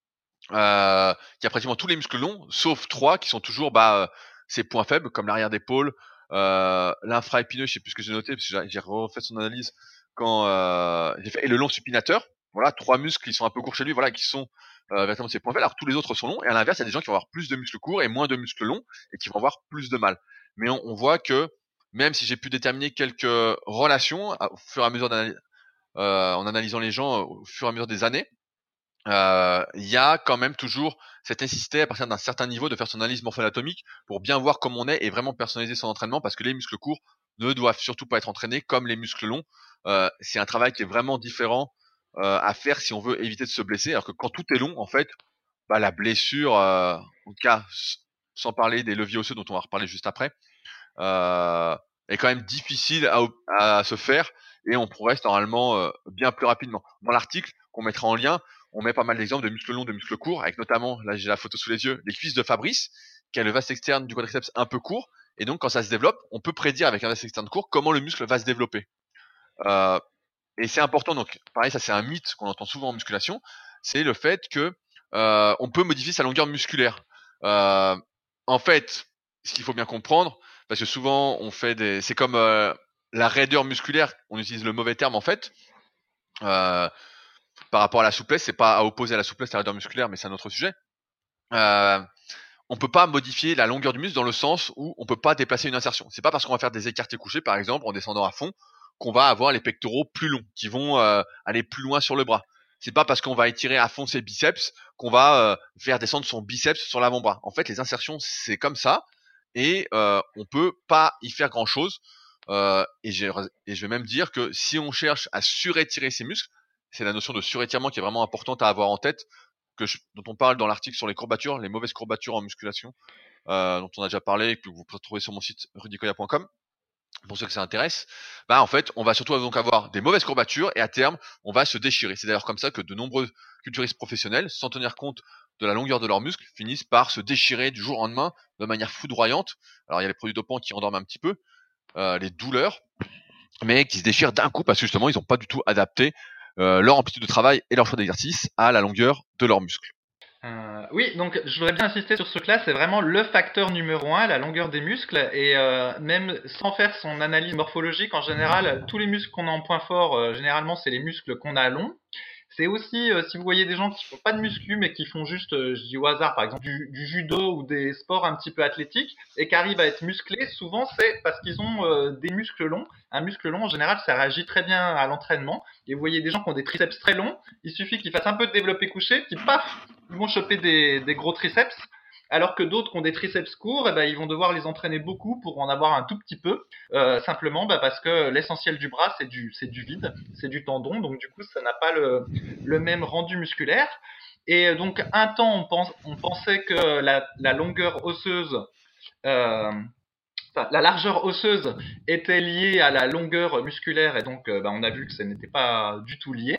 euh, qui a pratiquement tous les muscles longs, sauf trois qui sont toujours bah, ses points faibles, comme l'arrière d'épaule, euh, l'infraépineux, je sais plus ce que j'ai noté, parce que j'ai j'ai refait son analyse quand euh, j'ai fait, et le long supinateur. Voilà, trois muscles qui sont un peu courts chez lui, voilà, qui sont euh, véritablement ses points faibles. Alors tous les autres sont longs, et à l'inverse, il y a des gens qui vont avoir plus de muscles courts et moins de muscles longs, et qui vont avoir plus de mal. Mais on, on voit que même si j'ai pu déterminer quelques relations à- au fur et à mesure d'analyse, euh, en analysant les gens euh, au fur et à mesure des années, euh, il y a quand même toujours cette nécessité à partir d'un certain niveau de faire son analyse morpho-anatomique pour bien voir comment on est et vraiment personnaliser son entraînement parce que les muscles courts ne doivent surtout pas être entraînés comme les muscles longs. Euh, c'est un travail qui est vraiment différent euh, à faire si on veut éviter de se blesser. Alors que quand tout est long, en fait, bah, la blessure, euh, en tout cas, sans parler des leviers osseux dont on va reparler juste après, euh, est quand même difficile à, à se faire et on progresse normalement euh, bien plus rapidement. Dans l'article qu'on mettra en lien, on met pas mal d'exemples de muscles longs, de muscles courts, avec notamment, là j'ai la photo sous les yeux, les cuisses de Fabrice, qui a le vaste externe du quadriceps un peu court, et donc quand ça se développe, on peut prédire avec un vaste externe court comment le muscle va se développer. Euh, et c'est important, donc pareil, ça c'est un mythe qu'on entend souvent en musculation, c'est le fait que euh, on peut modifier sa longueur musculaire. Euh, en fait, ce qu'il faut bien comprendre, parce que souvent on fait des, c'est comme euh, la raideur musculaire, on utilise le mauvais terme en fait. Euh, par rapport à la souplesse, c'est pas à opposer à la souplesse la raideur musculaire, mais c'est un autre sujet. Euh, on peut pas modifier la longueur du muscle dans le sens où on peut pas déplacer une insertion. C'est pas parce qu'on va faire des écartés couchés, par exemple, en descendant à fond, qu'on va avoir les pectoraux plus longs, qui vont euh, aller plus loin sur le bras. C'est pas parce qu'on va étirer à fond ses biceps qu'on va euh, faire descendre son biceps sur l'avant-bras. En fait, les insertions, c'est comme ça, et euh, on peut pas y faire grand-chose. Euh, et, et je vais même dire que si on cherche à surétirer ses muscles, c'est la notion de surétirement qui est vraiment importante à avoir en tête, que je, dont on parle dans l'article sur les courbatures, les mauvaises courbatures en musculation, euh, dont on a déjà parlé et que vous pouvez trouver sur mon site rudicoya point com. Pour ceux que ça intéresse, bah en fait, on va surtout donc avoir des mauvaises courbatures et à terme, on va se déchirer. C'est d'ailleurs comme ça que de nombreux culturistes professionnels, sans tenir compte de la longueur de leurs muscles, finissent par se déchirer du jour au lendemain de manière foudroyante. Alors il y a les produits dopants qui endorment un petit peu, euh, les douleurs, mais qui se déchirent d'un coup parce que justement, ils n'ont pas du tout adapté euh, leur amplitude de travail et leur choix d'exercice à la longueur de leurs muscles. Euh, oui, donc je voudrais bien insister sur ce truc-là, c'est vraiment le facteur numéro un, la longueur des muscles, et euh, même sans faire son analyse morphologique, en général, tous les muscles qu'on a en point fort, euh, généralement, c'est les muscles qu'on a longs, C'est aussi, euh, si vous voyez des gens qui font pas de muscu, mais qui font juste, euh, je dis au hasard, par exemple, du, du judo ou des sports un petit peu athlétiques, et qui arrivent à être musclés, souvent c'est parce qu'ils ont euh, des muscles longs. Un muscle long, en général, ça réagit très bien à l'entraînement. Et vous voyez des gens qui ont des triceps très longs, il suffit qu'ils fassent un peu de développé couché, puis paf, ils vont choper des, des gros triceps. Alors que d'autres qui ont des triceps courts, eh ben, ils vont devoir les entraîner beaucoup pour en avoir un tout petit peu, euh, simplement bah, parce que l'essentiel du bras, c'est du, c'est du vide, c'est du tendon, donc du coup, ça n'a pas le, le même rendu musculaire. Et donc, un temps, on, pense, on pensait que la, la longueur osseuse, euh, enfin, la largeur osseuse était liée à la longueur musculaire, et donc, euh, bah, on a vu que ça n'était pas du tout lié.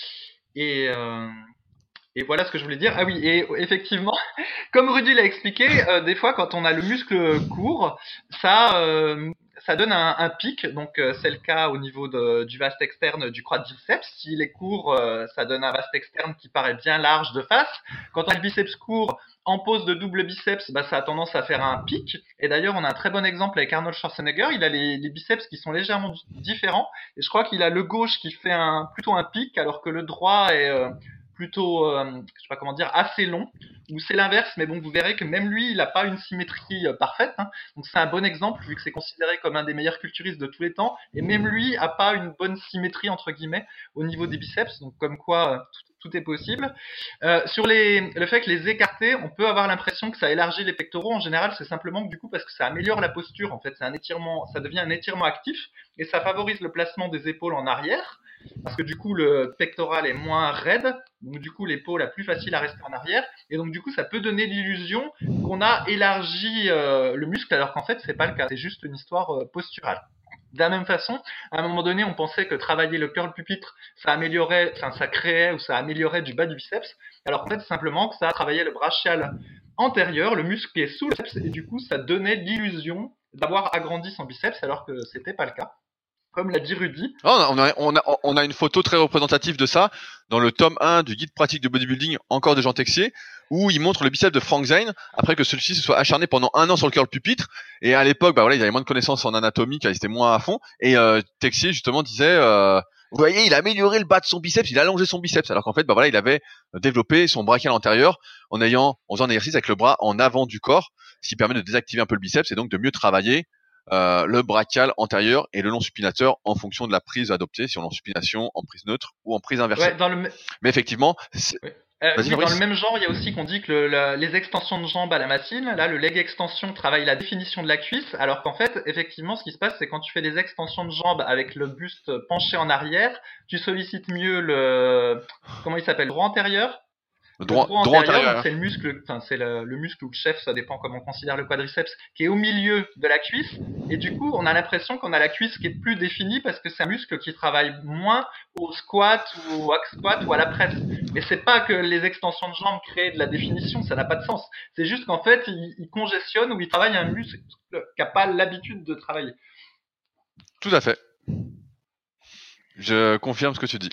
Et... Euh, Et voilà ce que je voulais dire. Ah oui, et effectivement, comme Rudy l'a expliqué, euh, des fois quand on a le muscle court, ça, euh, ça donne un, un pic. Donc euh, c'est le cas au niveau de, du vaste externe du quadriceps. S'il est court, euh, ça donne un vaste externe qui paraît bien large de face. Quand on a le biceps court en pose de double biceps, bah, ça a tendance à faire un pic. Et d'ailleurs, on a un très bon exemple avec Arnold Schwarzenegger. Il a les, les biceps qui sont légèrement différents. Et je crois qu'il a le gauche qui fait un, plutôt un pic, alors que le droit est... Euh, plutôt, euh, je sais pas comment dire, assez long, ou c'est l'inverse, mais bon, vous verrez que même lui, il n'a pas une symétrie euh, parfaite, hein. Donc c'est un bon exemple, vu que c'est considéré comme un des meilleurs culturistes de tous les temps, et même lui a pas une bonne symétrie, entre guillemets, au niveau des biceps, donc comme quoi euh, tout, tout est possible. Euh, sur les, le fait que les écarter, on peut avoir l'impression que ça élargit les pectoraux, en général, c'est simplement que du coup, parce que ça améliore la posture, en fait, c'est un étirement, ça devient un étirement actif, et ça favorise le placement des épaules en arrière, parce que du coup le pectoral est moins raide, donc du coup l'épaule a plus facile à rester en arrière, et donc du coup ça peut donner l'illusion qu'on a élargi euh, le muscle, alors qu'en fait c'est pas le cas, c'est juste une histoire euh, posturale. De la même façon, à un moment donné, on pensait que travailler le curl pupitre, ça améliorait, enfin ça créait ou ça améliorait du bas du biceps, alors qu'en fait simplement que ça travaillait le brachial antérieur, le muscle qui est sous le biceps, et du coup ça donnait l'illusion d'avoir agrandi son biceps, alors que c'était pas le cas. Comme l'a dit Rudy. Oh, on, a, on, a, on a une photo très représentative de ça dans le tome un du guide pratique de bodybuilding, encore de Jean Texier, où il montre le biceps de Frank Zane après que celui-ci se soit acharné pendant un an sur le curl pupitre. Et à l'époque, bah voilà, il avait moins de connaissances en anatomie, car il était moins à fond. Et euh, Texier justement disait, euh, vous voyez, il a amélioré le bas de son biceps, il a allongé son biceps, alors qu'en fait, bah voilà, il avait développé son brachial antérieur en ayant, en faisant un exercice avec le bras en avant du corps, ce qui permet de désactiver un peu le biceps et donc de mieux travailler Euh, le brachial antérieur et le long supinateur en fonction de la prise adoptée, si on est en supination, en prise neutre ou en prise inversée. Ouais, dans le... Mais effectivement, c'est... ouais. Euh, oui, dans le même genre, il y a aussi qu'on dit que le, la, les extensions de jambes à la machine, là, le leg extension travaille la définition de la cuisse, alors qu'en fait, effectivement, ce qui se passe, c'est quand tu fais des extensions de jambes avec le buste penché en arrière, tu sollicites mieux le, comment il s'appelle, le droit antérieur. Le droit, le droit antérieur, droit antérieur. C'est le muscle, enfin c'est le, le muscle ou le chef, ça dépend comment on considère le quadriceps, qui est au milieu de la cuisse. Et du coup, on a l'impression qu'on a la cuisse qui est plus définie parce que c'est un muscle qui travaille moins au squat ou au hack squat ou à la presse. Mais c'est pas que les extensions de jambes créent de la définition, ça n'a pas de sens. C'est juste qu'en fait, il, il congestionne ou il travaille un muscle qui n'a pas l'habitude de travailler. Tout à fait. Je confirme ce que tu dis.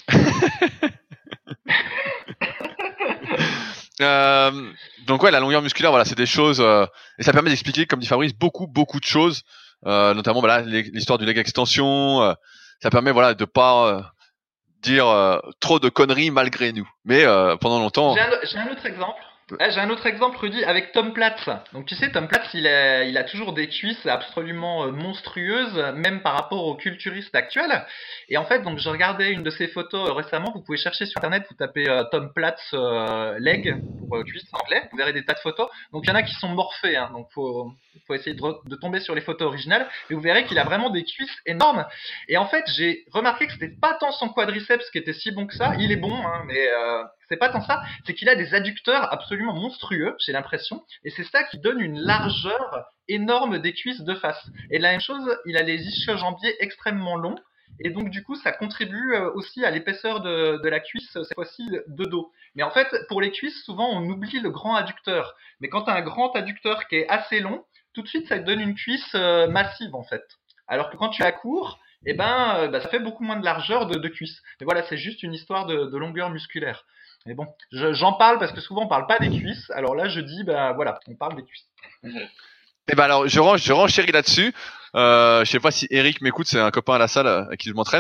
Euh, donc ouais, la longueur musculaire, voilà, c'est des choses euh, et ça permet d'expliquer, comme dit Fabrice, beaucoup beaucoup de choses, euh, notamment voilà l'histoire du leg extension. Euh, ça permet voilà de pas euh, dire euh, trop de conneries malgré nous. Mais euh, pendant longtemps. J'ai un, j'ai un autre exemple. Ah, j'ai un autre exemple, Rudy, avec Tom Platz. Donc tu sais, Tom Platz, il a, il a toujours des cuisses absolument monstrueuses, même par rapport aux culturistes actuels. Et en fait, donc je regardais une de ses photos récemment. Vous pouvez chercher sur internet, vous tapez euh, Tom Platz euh, leg pour euh, cuisses en anglais. Vous verrez des tas de photos. Donc il y en a qui sont morphées, hein, donc faut faut essayer de, re- de tomber sur les photos originales. Et vous verrez qu'il a vraiment des cuisses énormes. Et en fait, j'ai remarqué que c'était pas tant son quadriceps qui était si bon que ça. Il est bon, hein, mais euh, c'est pas tant ça. C'est qu'il a des adducteurs absolument monstrueux, j'ai l'impression, et c'est ça qui donne une largeur énorme des cuisses de face. Et de la même chose, il a les ischio-jambiers extrêmement longs, et donc du coup ça contribue aussi à l'épaisseur de, de la cuisse, cette fois-ci de dos. Mais en fait, pour les cuisses, souvent on oublie le grand adducteur. Mais quand tu as un grand adducteur qui est assez long, tout de suite ça te donne une cuisse massive en fait. Alors que quand tu la cours, eh ben, euh, bah, ça fait beaucoup moins de largeur de, de cuisse. Mais voilà, c'est juste une histoire de, de longueur musculaire. Mais bon, je, j'en parle parce que souvent on parle pas des cuisses. Alors là, je dis, bah voilà, on parle des cuisses. Et ben alors, je range, je renchéris là-dessus. Euh, je sais pas si Eric m'écoute, c'est un copain à la salle à qui je m'entraîne.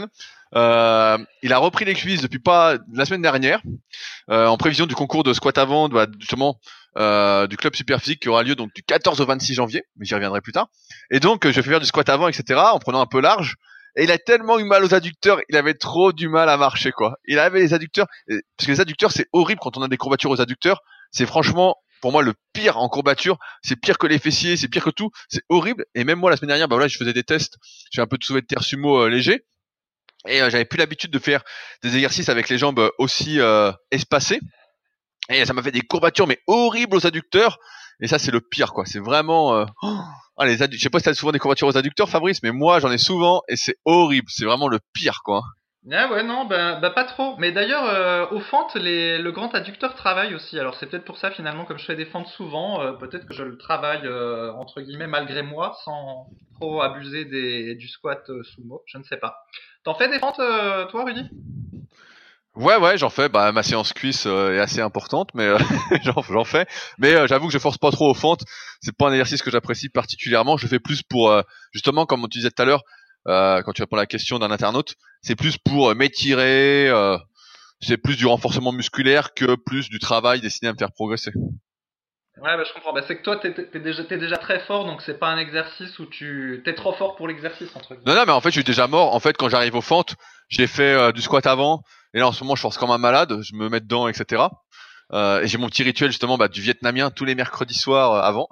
Euh, il a repris les cuisses depuis pas la semaine dernière, euh, en prévision du concours de squat avant, bah, justement euh, du club Superphysique qui aura lieu donc du quatorze au vingt-six janvier, mais j'y reviendrai plus tard. Et donc euh, je vais faire du squat avant, et cetera, en prenant un peu large. Et il a tellement eu mal aux adducteurs, il avait trop du mal à marcher, quoi. Il avait les adducteurs, parce que les adducteurs c'est horrible quand on a des courbatures aux adducteurs. C'est franchement pour moi le pire en courbature. C'est pire que les fessiers, c'est pire que tout. C'est horrible. Et même moi la semaine dernière, bah voilà, je faisais des tests. J'ai un peu de soulevé de terre sumo euh, léger. Et euh, j'avais plus l'habitude de faire des exercices avec les jambes aussi euh, espacées. Et ça m'a fait des courbatures mais horribles aux adducteurs. Et ça c'est le pire, quoi. C'est vraiment. Euh... Oh ah, les addu- je sais pas si t'as souvent des courbatures aux adducteurs, Fabrice, mais moi j'en ai souvent et c'est horrible. C'est vraiment le pire, quoi. Ah ouais, non, bah, bah pas trop. Mais d'ailleurs, euh, aux fentes, les, le grand adducteur travaille aussi. Alors c'est peut-être pour ça finalement, comme je fais des fentes souvent, euh, peut-être que je le travaille euh, entre guillemets malgré moi, sans trop abuser des, du squat euh, sumo. Je ne sais pas. T'en fais des fentes, euh, toi, Rudy? Ouais, ouais, j'en fais. Bah, ma séance cuisse euh, est assez importante, mais euh, j'en, j'en fais. Mais euh, j'avoue que je force pas trop aux fentes. C'est pas un exercice que j'apprécie particulièrement. Je fais plus pour, euh, justement, comme on disait tout à l'heure, euh, quand tu réponds à la question d'un internaute, c'est plus pour euh, m'étirer. Euh, c'est plus du renforcement musculaire que plus du travail destiné à me faire progresser. Ouais, bah je comprends. Bah c'est que toi, t'es, t'es déjà, t'es déjà très fort, donc c'est pas un exercice où tu t'es trop fort pour l'exercice entre Non, guillemets. non, mais en fait, je suis déjà mort. En fait, quand j'arrive aux fentes, j'ai fait euh, du squat avant. Et là, en ce moment, je force comme un malade. Je me mets dedans, et cetera. Euh, et j'ai mon petit rituel, justement, bah, du vietnamien tous les mercredis soirs euh, avant.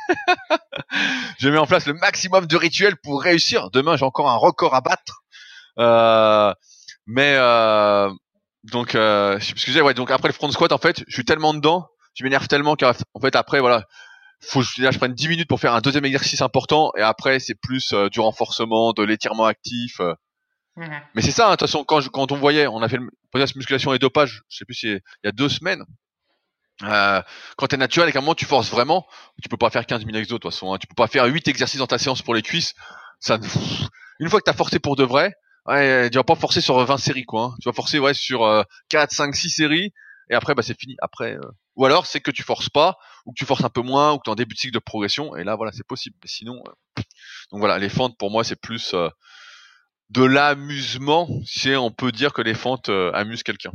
Je mets en place le maximum de rituels pour réussir. Demain, j'ai encore un record à battre. Euh, mais euh, donc, euh, excusez, ouais. Donc après le front squat, en fait, je suis tellement dedans, je m'énerve tellement qu'en fait après, voilà, faut que là, je prenne dix minutes pour faire un deuxième exercice important. Et après, c'est plus euh, du renforcement, de l'étirement actif. Euh. Mhm. Mais c'est ça, hein, de toute façon, quand, je, quand on voyait, on a fait le podcast musculation et dopage, je sais plus si il y a deux semaines. Euh, quand t'es naturel et qu'à un moment tu forces vraiment, tu peux pas faire quinze mille exos de toute façon, hein. Tu peux pas faire huit exercices dans ta séance pour les cuisses. Ça, pff, une fois que t'as forcé pour de vrai, ouais, tu vas pas forcer sur vingt séries, quoi, hein. Tu vas forcer, ouais, sur euh, quatre, cinq, six séries, et après, bah, c'est fini. Après, euh, ou alors, c'est que tu forces pas, ou que tu forces un peu moins, ou que t'es en début de cycle de progression, et là, voilà, c'est possible. Mais sinon, euh, donc voilà, les fentes, pour moi, c'est plus euh, de l'amusement, si on peut dire que les fentes euh, amusent quelqu'un.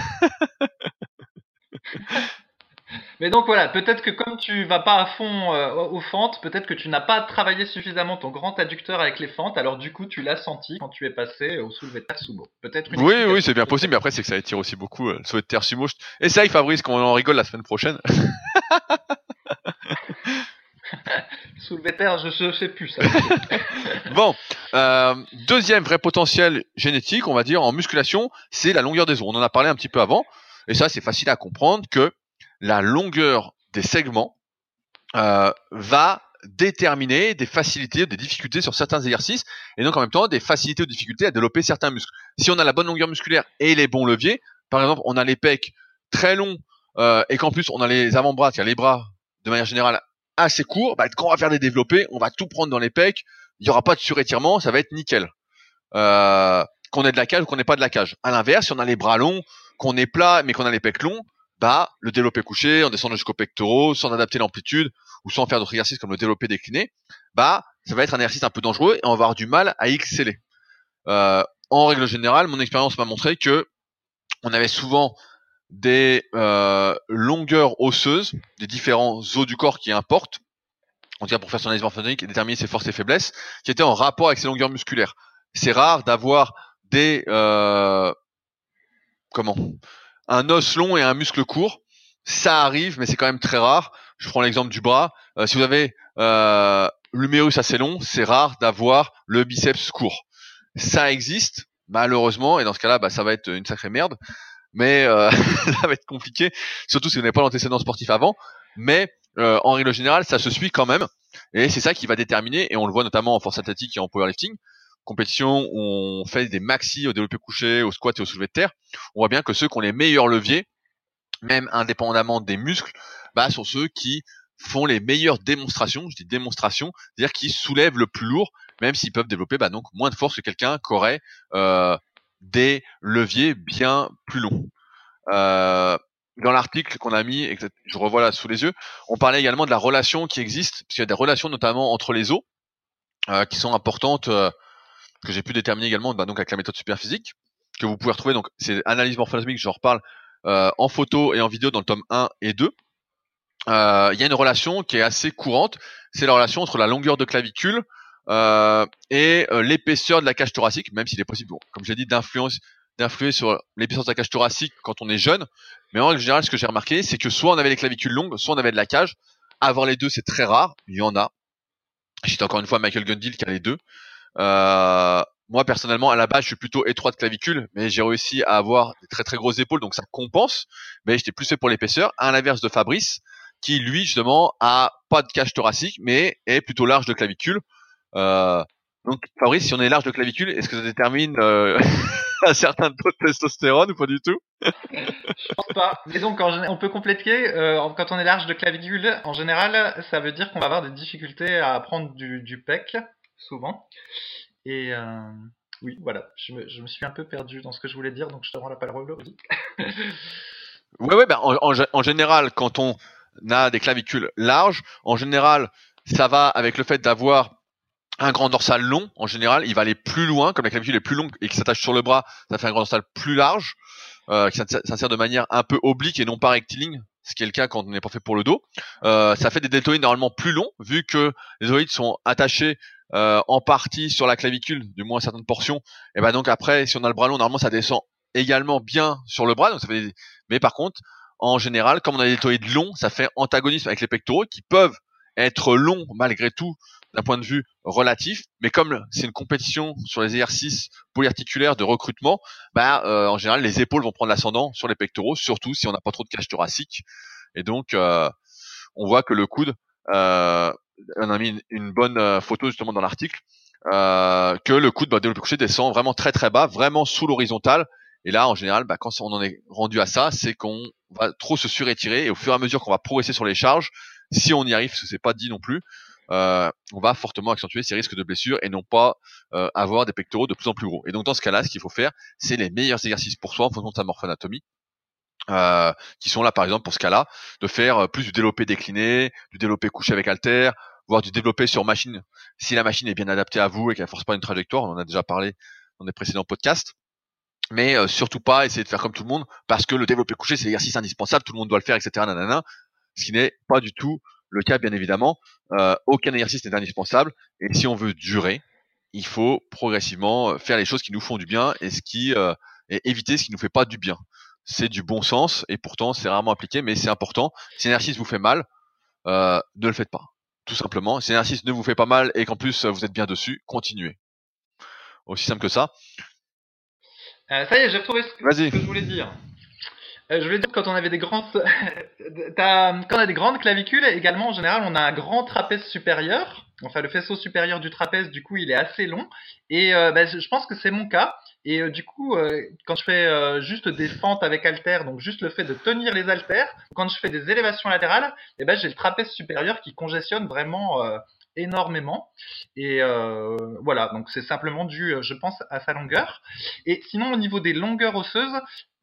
Mais donc voilà, peut-être que comme tu vas pas à fond euh, aux fentes, peut-être que tu n'as pas travaillé suffisamment ton grand adducteur avec les fentes, alors du coup tu l'as senti quand tu es passé au soulevé de terre sumo. Peut-être une Oui, oui, explication. c'est bien possible, mais après, c'est que ça étire aussi beaucoup euh, le souhait de terre sumo. Essaye, Fabrice, qu'on en rigole la semaine prochaine. Soulevé de terre, je, je sais plus ça. Bon, euh, deuxième vrai potentiel génétique, on va dire, en musculation, c'est la longueur des os. On en a parlé un petit peu avant, et ça, c'est facile à comprendre que la longueur des segments euh, va déterminer des facilités ou des difficultés sur certains exercices, et donc en même temps des facilités ou difficultés à développer certains muscles. Si on a la bonne longueur musculaire et les bons leviers, par exemple, on a les pecs très longs, euh, et qu'en plus on a les avant-bras, c'est-à-dire les bras, de manière générale, assez courts, bah, quand on va faire des développés, on va tout prendre dans les pecs, il n'y aura pas de surétirement, ça va être nickel. Euh, qu'on ait de la cage ou qu'on n'ait pas de la cage. À l'inverse, si on a les bras longs, qu'on est plat mais qu'on a les pecs longs, bah le développé couché, en descendant jusqu'aux pectoraux, sans adapter l'amplitude ou sans faire d'autres exercices comme le développé décliné, bah ça va être un exercice un peu dangereux et on va avoir du mal à exceller. Euh, en règle générale, mon expérience m'a montré que on avait souvent des euh, longueurs osseuses, des différents os du corps qui importent, en tout cas pour faire son analyse morphologique et déterminer ses forces et faiblesses, qui étaient en rapport avec ses longueurs musculaires. C'est rare d'avoir des euh, comment un os long et un muscle court. Ça arrive, mais c'est quand même très rare. Je prends l'exemple du bras. Euh, si vous avez euh, l'humérus assez long, c'est rare d'avoir le biceps court. Ça existe, malheureusement, et dans ce cas-là, bah, ça va être une sacrée merde. Mais euh, ça va être compliqué, surtout si vous n'avez pas l'antécédent sportif avant. Mais euh, en règle générale, ça se suit quand même. Et c'est ça qui va déterminer, et on le voit notamment en force athlétique et en powerlifting, compétition où on fait des maxi au développé couché, au squat et au soulevé de terre. On voit bien que ceux qui ont les meilleurs leviers, même indépendamment des muscles, bah, sont ceux qui font les meilleures démonstrations, je dis démonstrations, c'est-à-dire qui soulèvent le plus lourd, même s'ils peuvent développer bah, donc moins de force que quelqu'un qui aurait euh, des leviers bien plus longs. Euh, dans l'article qu'on a mis, je revois là sous les yeux, on parlait également de la relation qui existe, parce qu'il y a des relations notamment entre les os, euh, qui sont importantes euh, que j'ai pu déterminer également bah, donc avec la méthode Superphysique, que vous pouvez retrouver, donc c'est analyse morphologique, j'en reparle euh, en photo et en vidéo dans le tome un et deux. Euh, il y a une relation qui est assez courante, c'est la relation entre la longueur de clavicule euh, et euh, l'épaisseur de la cage thoracique, même s'il est possible, bon, comme j'ai dit, d'influence, d'influer sur l'épaisseur de la cage thoracique quand on est jeune. Mais en général, ce que j'ai remarqué, c'est que soit on avait les clavicules longues, soit on avait de la cage. Avoir les deux, c'est très rare. Il y en a. J'étais encore une fois Michael Gundil qui a les deux. Euh, moi, personnellement, à la base, je suis plutôt étroit de clavicule, mais j'ai réussi à avoir des très très grosses épaules, donc ça compense. Mais j'étais plus fait pour l'épaisseur, à l'inverse de Fabrice, qui lui, justement, a pas de cage thoracique, mais est plutôt large de clavicule. Euh, donc, Fabrice, si on est large de clavicule, est-ce que ça détermine euh, un certain taux de testostérone ou pas du tout? Je pense pas. Mais donc, en gé- on peut compléter, euh, quand on est large de clavicule, en général, ça veut dire qu'on va avoir des difficultés à prendre du, du pec, souvent. Et euh, oui, voilà, je me, je me suis un peu perdu dans ce que je voulais dire, donc je te rends la parole, Rudy. Ouais, ouais, ben, en, en, gé- en général, quand on a des clavicules larges, en général, ça va avec le fait d'avoir un grand dorsal long. En général, il va aller plus loin, comme la clavicule est plus longue et qui s'attache sur le bras, ça fait un grand dorsal plus large, euh, qui s'ins- s'insère de manière un peu oblique et non pas rectiligne, ce qui est le cas quand on n'est pas fait pour le dos. Euh, ça fait des deltoïdes normalement plus longs, vu que les deltoïdes sont attachés euh, en partie sur la clavicule, du moins certaines portions. Et ben donc après, si on a le bras long, normalement ça descend également bien sur le bras. Donc ça fait des... Mais par contre, en général, comme on a des deltoïdes longs, ça fait antagonisme avec les pectoraux qui peuvent être longs malgré tout d'un point de vue relatif, mais comme c'est une compétition sur les exercices polyarticulaires de recrutement, bah euh, en général les épaules vont prendre l'ascendant sur les pectoraux, surtout si on n'a pas trop de cage thoracique. Et donc euh, on voit que le coude, euh, on a mis une, une bonne euh, photo justement dans l'article, euh, que le coude bah, développé couché descend vraiment très très bas, vraiment sous l'horizontale. Et là en général, bah, quand on en est rendu à ça, c'est qu'on va trop se surétirer et au fur et à mesure qu'on va progresser sur les charges, si on y arrive, parce que c'est pas dit non plus, euh, on va fortement accentuer ces risques de blessures et non pas euh, avoir des pectoraux de plus en plus gros. Et donc dans ce cas-là, ce qu'il faut faire, c'est les meilleurs exercices pour soi en fonction de sa morphoanatomie, euh, qui sont là par exemple pour ce cas-là, de faire euh, plus du développé décliné, du développé couché avec haltère, voire du développé sur machine, si la machine est bien adaptée à vous et qu'elle force pas une trajectoire, on en a déjà parlé dans des précédents podcasts. Mais euh, surtout pas essayer de faire comme tout le monde, parce que le développé couché c'est l'exercice indispensable, tout le monde doit le faire, et cetera. Nanana, ce qui n'est pas du tout le cas, bien évidemment. Euh, aucun exercice n'est indispensable, et si on veut durer, il faut progressivement faire les choses qui nous font du bien et ce qui euh, et éviter ce qui nous fait pas du bien. C'est du bon sens et pourtant c'est rarement appliqué, mais c'est important. Si un exercice vous fait mal, euh, ne le faites pas. Tout simplement. Si un exercice ne vous fait pas mal et qu'en plus vous êtes bien dessus, continuez. Aussi simple que ça. Euh, ça y est, j'ai retrouvé ce que, Vas-y. ce que je voulais dire. Euh, je voulais dire que quand on avait des grandes, t'as- quand on a des grandes clavicules, également en général, on a un grand trapèze supérieur. Enfin, le faisceau supérieur du trapèze, du coup, il est assez long. Et euh, bah, je je pense que c'est mon cas. Et euh, du coup, euh, quand je fais euh, juste des fentes avec haltères, donc juste le fait de tenir les haltères, quand je fais des élévations latérales, eh ben, j'ai le trapèze supérieur qui congestionne vraiment euh, énormément. Et euh, voilà, donc c'est simplement dû, euh, je pense, à sa longueur. Et sinon, au niveau des longueurs osseuses,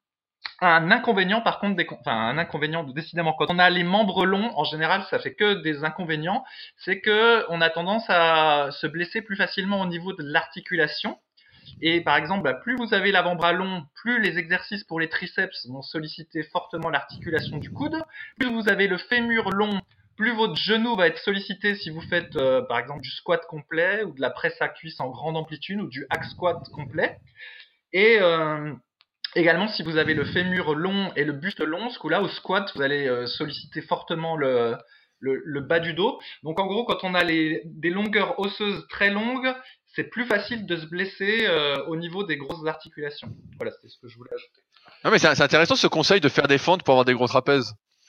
un inconvénient, par contre, des, enfin un inconvénient décidément quand on a les membres longs, en général, ça fait que des inconvénients. C'est que on a tendance à se blesser plus facilement au niveau de l'articulation. Et par exemple, bah, plus vous avez l'avant-bras long, plus les exercices pour les triceps vont solliciter fortement l'articulation du coude. Plus vous avez le fémur long, plus votre genou va être sollicité si vous faites euh, par exemple du squat complet ou de la presse à cuisse en grande amplitude ou du hack squat complet. Et euh, également, si vous avez le fémur long et le buste long, ce coup-là, au squat, vous allez euh, solliciter fortement le, le, le bas du dos. Donc, en gros, quand on a les, des longueurs osseuses très longues, c'est plus facile de se blesser euh, au niveau des grosses articulations. Voilà, c'était ce que je voulais ajouter. Non mais c'est c'est intéressant ce conseil de faire des fentes pour avoir des gros trapèzes.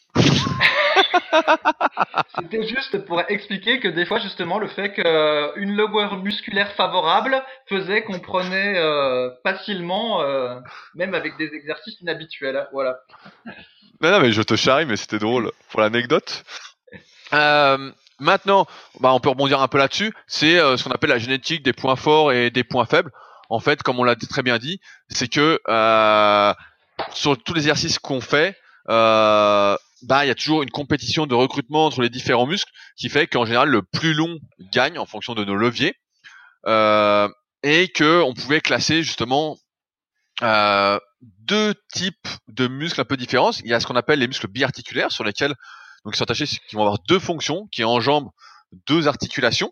C'était juste pour expliquer que des fois, justement, le fait qu'une longueur musculaire favorable faisait qu'on prenait euh, facilement, euh, même avec des exercices inhabituels. Voilà. Non, non mais je te charrie, mais c'était drôle pour l'anecdote. Euh, maintenant, bah, on peut rebondir un peu là-dessus. C'est euh, ce qu'on appelle la génétique des points forts et des points faibles. En fait, comme on l'a très bien dit, c'est que euh, sur tous les exercices qu'on fait, euh, bah il y a toujours une compétition de recrutement entre les différents muscles, qui fait qu'en général le plus long gagne en fonction de nos leviers. Euh, et que on pouvait classer justement euh, deux types de muscles un peu différents. Il y a ce qu'on appelle les muscles biarticulaires, sur lesquels donc ils sont attachés, qui vont avoir deux fonctions, qui enjambent deux articulations.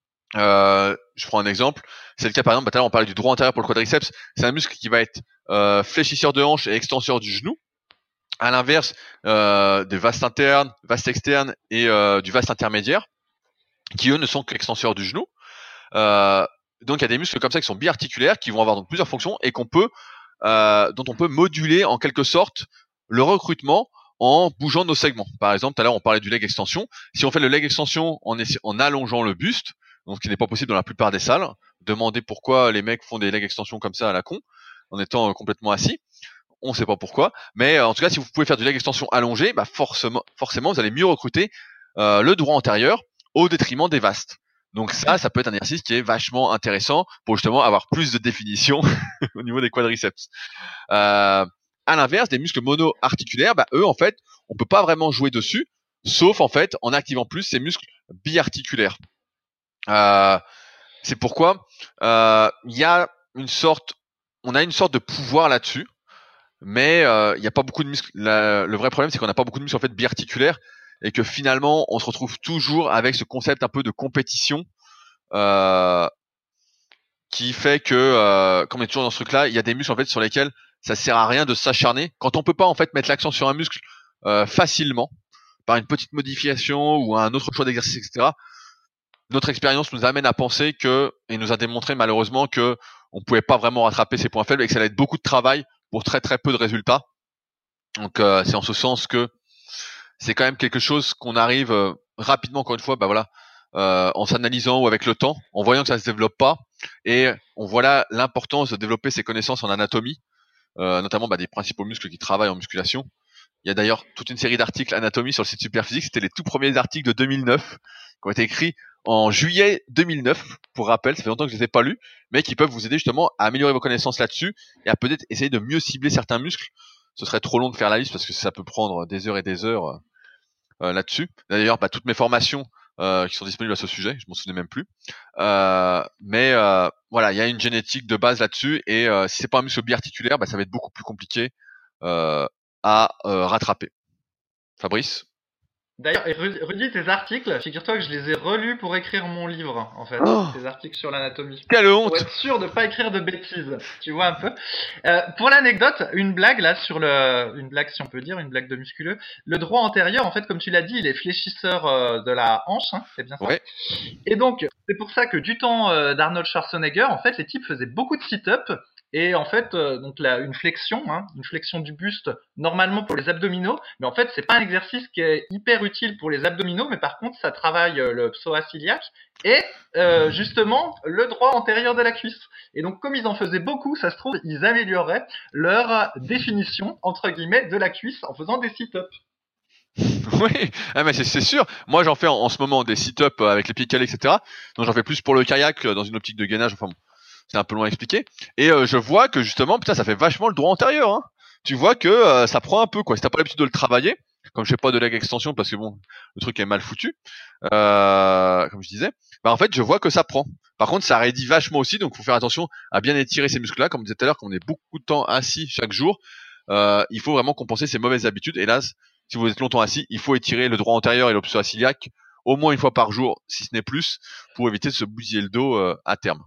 Euh, je prends un exemple. C'est le cas par exemple, bah, tout à l'heure on parlait du droit antérieur pour le quadriceps. C'est un muscle qui va être euh, fléchisseur de hanche et extenseur du genou. À l'inverse, euh, des vastes internes, vastes externes et euh, du vaste intermédiaire, qui eux ne sont qu'extenseurs du genou. Euh, donc il y a des muscles comme ça qui sont biarticulaires, qui vont avoir donc plusieurs fonctions et qu'on peut, euh, dont on peut moduler en quelque sorte le recrutement en bougeant nos segments. Par exemple, tout à l'heure on parlait du leg extension. Si on fait le leg extension en, en allongeant le buste, donc ce qui n'est pas possible dans la plupart des salles, demandez pourquoi les mecs font des leg extensions comme ça à la con, en étant euh, complètement assis. On ne sait pas pourquoi, mais euh, en tout cas, si vous pouvez faire du leg extension allongé, bah forcément, forcément, vous allez mieux recruter euh, le droit antérieur au détriment des vastes. Donc ça, ça peut être un exercice qui est vachement intéressant pour justement avoir plus de définition au niveau des quadriceps. Euh, à l'inverse, des muscles mono-articulaires, bah eux, en fait, on peut pas vraiment jouer dessus, sauf en fait en activant plus ces muscles biarticulaires. Euh, c'est pourquoi il euh, y a une sorte, on a une sorte de pouvoir là-dessus. Mais il euh, n'y a pas beaucoup de muscles. La, le vrai problème, c'est qu'on n'a pas beaucoup de muscles en fait biarticulaires et que finalement, on se retrouve toujours avec ce concept un peu de compétition euh, qui fait que, euh, comme on est toujours dans ce truc-là, il y a des muscles en fait sur lesquels ça sert à rien de s'acharner quand on peut pas en fait mettre l'accent sur un muscle euh, facilement par une petite modification ou un autre choix d'exercice, et cetera. Notre expérience nous amène à penser que, et nous a démontré malheureusement que on pouvait pas vraiment rattraper ces points faibles et que ça allait être beaucoup de travail pour très très peu de résultats. Donc euh, c'est en ce sens que c'est quand même quelque chose qu'on arrive euh, rapidement, encore une fois, bah voilà, euh, en s'analysant ou avec le temps, en voyant que ça se développe pas, et on voit là l'importance de développer ses connaissances en anatomie, euh, notamment bah, des principaux muscles qui travaillent en musculation. Il y a d'ailleurs toute une série d'articles anatomie sur le site Superphysique. C'était les tout premiers articles de deux mille neuf qui ont été écrits en juillet deux mille neuf, pour rappel, ça fait longtemps que je les ai pas lus, mais qui peuvent vous aider justement à améliorer vos connaissances là-dessus et à peut-être essayer de mieux cibler certains muscles. Ce serait trop long de faire la liste parce que ça peut prendre des heures et des heures euh, là-dessus. D'ailleurs, bah, toutes mes formations euh, qui sont disponibles à ce sujet, je m'en souvenais même plus. Euh, mais euh, voilà, il y a une génétique de base là-dessus et euh, si c'est pas un muscle biarticulaire, bah, ça va être beaucoup plus compliqué euh, à euh, rattraper. Fabrice? D'ailleurs, redis tes articles, figure-toi que je les ai relus pour écrire mon livre, en fait, oh, tes articles sur l'anatomie. Quelle honte! Pour être sûr de pas écrire de bêtises, tu vois un peu. Euh, pour l'anecdote, une blague là sur le, une blague si on peut dire, une blague de musculeux. Le droit antérieur, en fait, comme tu l'as dit, il est fléchisseur euh, de la hanche, hein, c'est bien ça. Ouais. Et donc, c'est pour ça que du temps euh, d'Arnold Schwarzenegger, en fait, les types faisaient beaucoup de sit-up. Et en fait, euh, donc là, une flexion, hein, une flexion du buste, normalement pour les abdominaux, mais en fait, c'est pas un exercice qui est hyper utile pour les abdominaux, mais par contre, ça travaille euh, le psoas iliaque et euh, justement le droit antérieur de la cuisse. Et donc, comme ils en faisaient beaucoup, ça se trouve, ils amélioreraient leur définition entre guillemets de la cuisse en faisant des sit-ups. Oui, ah, mais c'est, c'est sûr. Moi, j'en fais en, en ce moment des sit-ups avec les pieds calés, et cetera. Donc, j'en fais plus pour le kayak dans une optique de gainage. Enfin bon. C'est un peu loin à expliquer. Et euh, je vois que justement, putain, ça fait vachement le droit antérieur. Hein. Tu vois que euh, ça prend un peu, quoi. Si t'as pas l'habitude de le travailler, comme je fais pas de leg extension parce que bon, le truc est mal foutu, euh, comme je disais, bah en fait, je vois que ça prend. Par contre, ça raidit vachement aussi, donc faut faire attention à bien étirer ces muscles-là. Comme je disais tout à l'heure, quand on est beaucoup de temps assis chaque jour, euh, il faut vraiment compenser ces mauvaises habitudes. Et là, si vous êtes longtemps assis, il faut étirer le droit antérieur et le psoas iliaque au moins une fois par jour, si ce n'est plus, pour éviter de se bousiller le dos euh, à terme.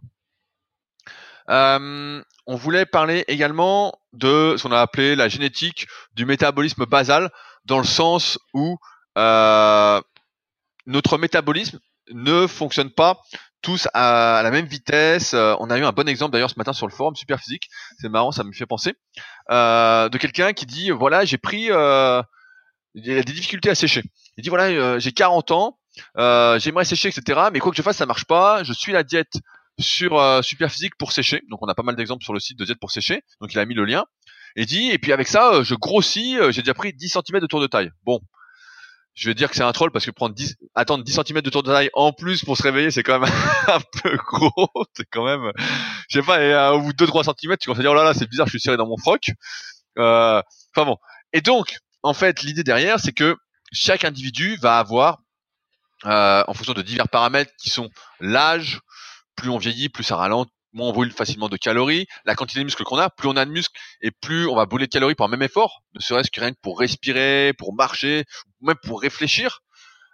Euh, on voulait parler également de ce qu'on a appelé la génétique du métabolisme basal, dans le sens où euh, notre métabolisme ne fonctionne pas tous à la même vitesse. Euh, on a eu un bon exemple d'ailleurs ce matin sur le forum Superphysique, c'est marrant, ça me fait penser, euh, de quelqu'un qui dit voilà, j'ai pris euh, il a des difficultés à sécher. Il dit voilà, euh, j'ai quarante ans, euh, j'aimerais sécher, et cetera. Mais quoi que je fasse, ça marche pas. Je suis la diète sur euh, Superphysique pour sécher. Donc on a pas mal d'exemples sur le site de diète pour sécher. Donc il a mis le lien. Et dit, et puis avec ça, euh, je grossis, euh, j'ai déjà pris dix centimètres de tour de taille. Bon, je vais dire que c'est un troll parce que prendre dix, attendre dix centimètres de tour de taille en plus pour se réveiller, c'est quand même un peu gros. C'est quand même, je sais pas, et, euh, au bout de deux trois centimètres, tu commences à dire, oh là là, c'est bizarre, je suis serré dans mon froc. Euh, enfin bon. Et donc, en fait, l'idée derrière, c'est que chaque individu va avoir, euh, en fonction de divers paramètres qui sont l'âge, plus on vieillit, plus ça ralentit, moins on brûle facilement de calories. La quantité de muscles qu'on a, plus on a de muscles et plus on va brûler de calories par le même effort, ne serait-ce que rien que pour respirer, pour marcher, ou même pour réfléchir.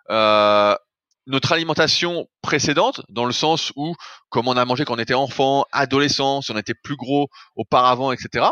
Euh, notre alimentation précédente, dans le sens où, comme on a mangé quand on était enfant, adolescent, si on était plus gros auparavant, et cetera.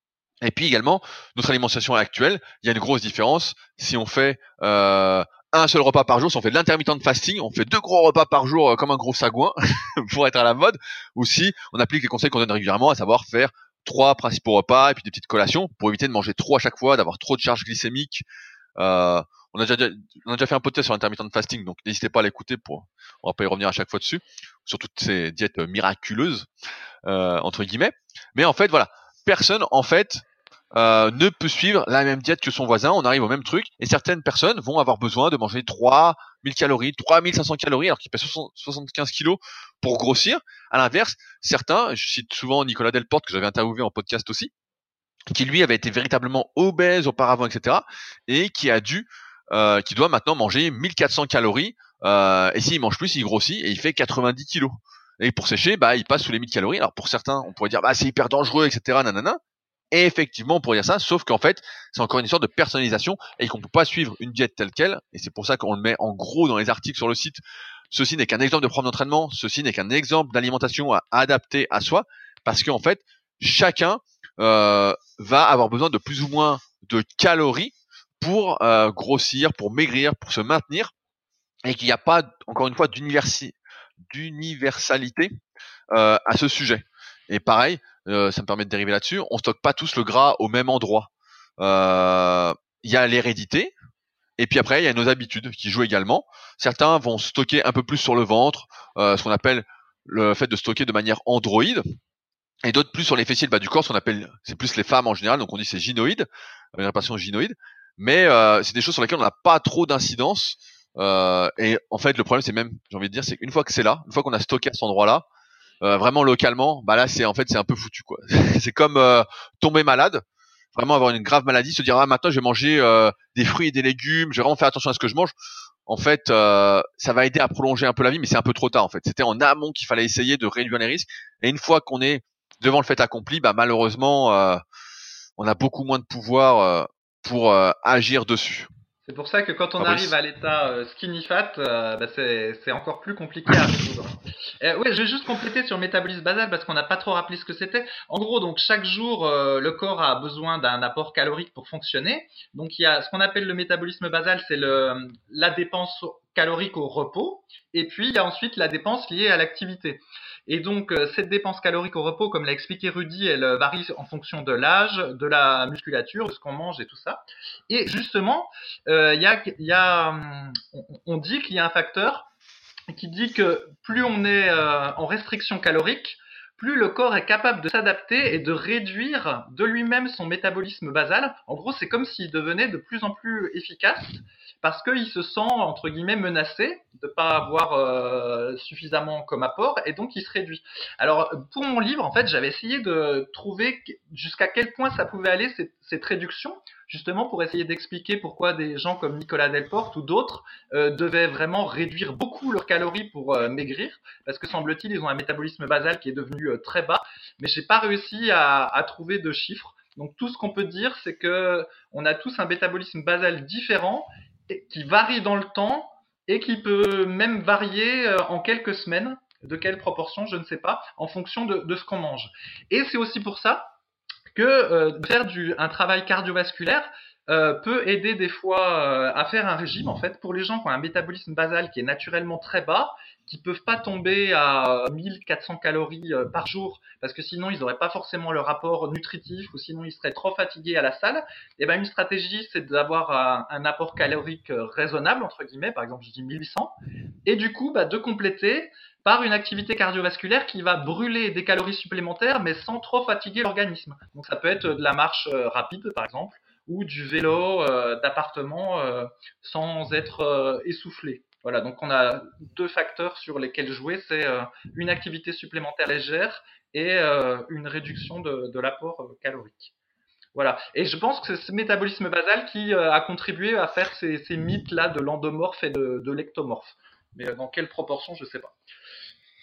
Et puis également, notre alimentation actuelle, il y a une grosse différence. Si on fait euh, un seul repas par jour, si on fait de l'intermittent fasting, on fait deux gros repas par jour euh, comme un gros sagouin pour être à la mode, ou si on applique les conseils qu'on donne régulièrement, à savoir faire trois principaux repas et puis des petites collations pour éviter de manger trop à chaque fois, d'avoir trop de charge glycémique. Euh, on a déjà on a déjà fait un podcast sur l'intermittent fasting, donc n'hésitez pas à l'écouter pour on va pas y revenir à chaque fois dessus, sur toutes ces diètes miraculeuses euh, entre guillemets. Mais en fait voilà, personne en fait euh, ne peut suivre la même diète que son voisin, on arrive au même truc, et certaines personnes vont avoir besoin de manger trois mille calories, trois mille cinq cents calories, alors qu'ils pèsent soixante-quinze kilos pour grossir. À l'inverse, certains, je cite souvent Nicolas Delporte, que j'avais interviewé en podcast aussi, qui lui avait été véritablement obèse auparavant, et cetera, et qui a dû, euh, qui doit maintenant manger mille quatre cents calories, euh, et s'il mange plus, il grossit, et il fait quatre-vingt-dix kilos. Et pour sécher, bah, il passe sous les mille calories. Alors pour certains, on pourrait dire, bah, c'est hyper dangereux, et cetera, nanana. Et effectivement, on pourrait dire ça, sauf qu'en fait, c'est encore une histoire de personnalisation et qu'on ne peut pas suivre une diète telle quelle. Et c'est pour ça qu'on le met en gros dans les articles sur le site. Ceci n'est qu'un exemple de programme d'entraînement, ceci n'est qu'un exemple d'alimentation à adapter à soi, parce qu'en fait, chacun euh, va avoir besoin de plus ou moins de calories pour euh, grossir, pour maigrir, pour se maintenir, et qu'il n'y a pas, encore une fois, d'universi- d'universalité euh, à ce sujet. Et pareil, euh, ça me permet de dériver là-dessus, on stocke pas tous le gras au même endroit. Il euh, y a l'hérédité, et puis après il y a nos habitudes qui jouent également. Certains vont stocker un peu plus sur le ventre, euh, ce qu'on appelle le fait de stocker de manière androïde, et d'autres plus sur les fessiers, le bas du corps, ce qu'on appelle, c'est plus les femmes en général, donc on dit c'est gynoïde, une répartition gynoïde, mais euh, c'est des choses sur lesquelles on n'a pas trop d'incidence. Euh, et en fait le problème c'est même, j'ai envie de dire, c'est qu'une fois que c'est là, une fois qu'on a stocké à cet endroit-là, Euh, vraiment localement, bah là c'est en fait c'est un peu foutu quoi. C'est comme euh, tomber malade, vraiment avoir une grave maladie, se dire ah maintenant je vais manger euh, des fruits et des légumes, je vais vraiment faire attention à ce que je mange. En fait, euh, ça va aider à prolonger un peu la vie, mais c'est un peu trop tard en fait. C'était en amont qu'il fallait essayer de réduire les risques. Et une fois qu'on est devant le fait accompli, bah malheureusement, euh, on a beaucoup moins de pouvoir euh, pour euh, agir dessus. C'est pour ça que quand on Fabrice. arrive à l'état euh, skinny fat, euh, bah c'est, c'est encore plus compliqué à résoudre. Euh, ouais, je vais juste compléter sur le métabolisme basal parce qu'on n'a pas trop rappelé ce que c'était. En gros, donc chaque jour, euh, le corps a besoin d'un apport calorique pour fonctionner. Donc il y a ce qu'on appelle le métabolisme basal, c'est le, la dépense calorique au repos. Et puis il y a ensuite la dépense liée à l'activité. Et donc, euh, cette dépense calorique au repos, comme l'a expliqué Rudy, elle euh, varie en fonction de l'âge, de la musculature, de ce qu'on mange et tout ça. Et justement, euh, y a, y a, hum, on, on dit qu'il y a un facteur qui dit que plus on est euh, en restriction calorique, plus le corps est capable de s'adapter et de réduire de lui-même son métabolisme basal. En gros, c'est comme s'il devenait de plus en plus efficace parce qu'il se sent, entre guillemets, menacé de ne pas avoir euh, suffisamment comme apport et donc il se réduit. Alors, pour mon livre, en fait, j'avais essayé de trouver jusqu'à quel point ça pouvait aller, cette, cette réduction, justement pour essayer d'expliquer pourquoi des gens comme Nicolas Delporte ou d'autres euh, devaient vraiment réduire beaucoup leurs calories pour euh, maigrir, parce que semble-t-il, ils ont un métabolisme basal qui est devenu euh, très bas, mais j'ai pas réussi à, à trouver de chiffres. Donc tout ce qu'on peut dire, c'est que on a tous un métabolisme basal différent, et, qui varie dans le temps et qui peut même varier euh, en quelques semaines. De quelle proportion, je ne sais pas, en fonction de, de ce qu'on mange. Et c'est aussi pour ça que euh, faire du, un travail cardiovasculaire euh, peut aider des fois euh, à faire un régime en fait pour les gens qui ont un métabolisme basal qui est naturellement très bas, qui peuvent pas tomber à mille quatre cents calories euh, par jour parce que sinon ils n'auraient pas forcément le rapport nutritif ou sinon ils seraient trop fatigués à la salle. Et ben une stratégie c'est d'avoir un, un apport calorique raisonnable entre guillemets, par exemple je dis mille huit cents, et du coup bah, de compléter par une activité cardiovasculaire qui va brûler des calories supplémentaires mais sans trop fatiguer l'organisme. Donc ça peut être de la marche euh, rapide par exemple ou du vélo euh, d'appartement euh, sans être euh, essoufflé. Voilà, donc on a deux facteurs sur lesquels jouer, c'est euh, une activité supplémentaire légère et euh, une réduction de, de l'apport euh, calorique. Voilà, et je pense que c'est ce métabolisme basal qui euh, a contribué à faire ces, ces mythes-là de l'endomorphe et de, de l'ectomorphe. Mais dans quelle proportion, je ne sais pas.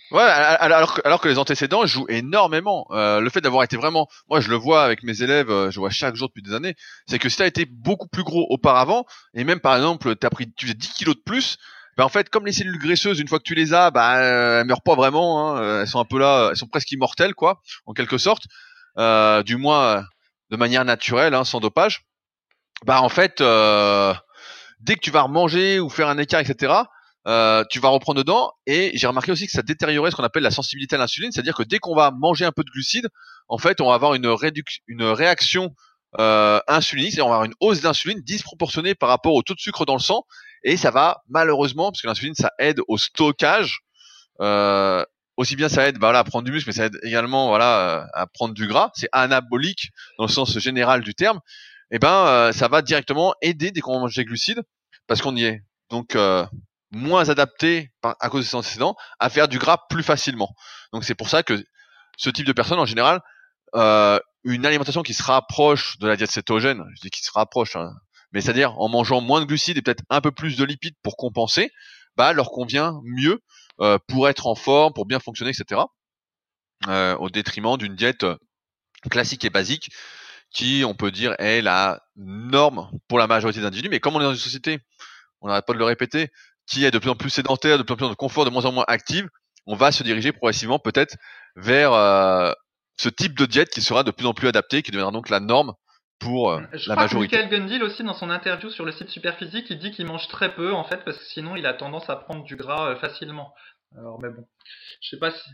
Ouais, alors que, alors que les antécédents jouent énormément. Euh, le fait d'avoir été vraiment, moi je le vois avec mes élèves, euh, je vois chaque jour depuis des années, c'est que si t'as été beaucoup plus gros auparavant, et même par exemple t'as pris, tu faisais dix kilos de plus, bah en fait comme les cellules graisseuses, une fois que tu les as, bah euh, elles meurent pas vraiment, hein, euh, elles sont un peu là, elles sont presque immortelles quoi, en quelque sorte, euh, du moins euh, de manière naturelle, hein, sans dopage. Bah en fait, euh, dès que tu vas remanger ou faire un écart, et cetera, euh, tu vas reprendre dedans. Et j'ai remarqué aussi que ça détériorait ce qu'on appelle la sensibilité à l'insuline, c'est-à-dire que dès qu'on va manger un peu de glucides, en fait, on va avoir une, réduc- une réaction euh, insulinique, c'est-à-dire on va avoir une hausse d'insuline disproportionnée par rapport au taux de sucre dans le sang, et ça va malheureusement, parce que l'insuline ça aide au stockage. Euh, aussi bien ça aide bah, voilà, à prendre du muscle, mais ça aide également voilà, à prendre du gras. C'est anabolique dans le sens général du terme. Et ben euh, ça va directement aider dès qu'on mange des glucides parce qu'on y est donc euh, moins adapté par, à cause de ses antécédents à faire du gras plus facilement. Donc c'est pour ça que ce type de personnes en général, euh, une alimentation qui se rapproche de la diète cétogène, je dis qui se rapproche, hein, mais c'est-à-dire en mangeant moins de glucides et peut-être un peu plus de lipides pour compenser, bah leur convient mieux euh, pour être en forme, pour bien fonctionner, et cetera. Euh, au détriment d'une diète classique et basique qui, on peut dire, est la norme pour la majorité des individus. Mais comme on est dans une société, on n'arrête pas de le répéter, qui est de plus en plus sédentaire, de plus en plus de confort, de moins en moins active, on va se diriger progressivement peut-être vers euh, ce type de diète qui sera de plus en plus adapté, qui deviendra donc la norme pour euh, Je la crois que majorité. Michael Gundil aussi dans son interview sur le site Superphysique, il dit qu'il mange très peu en fait parce que sinon il a tendance à prendre du gras euh, facilement. Alors mais bon, je sais pas si.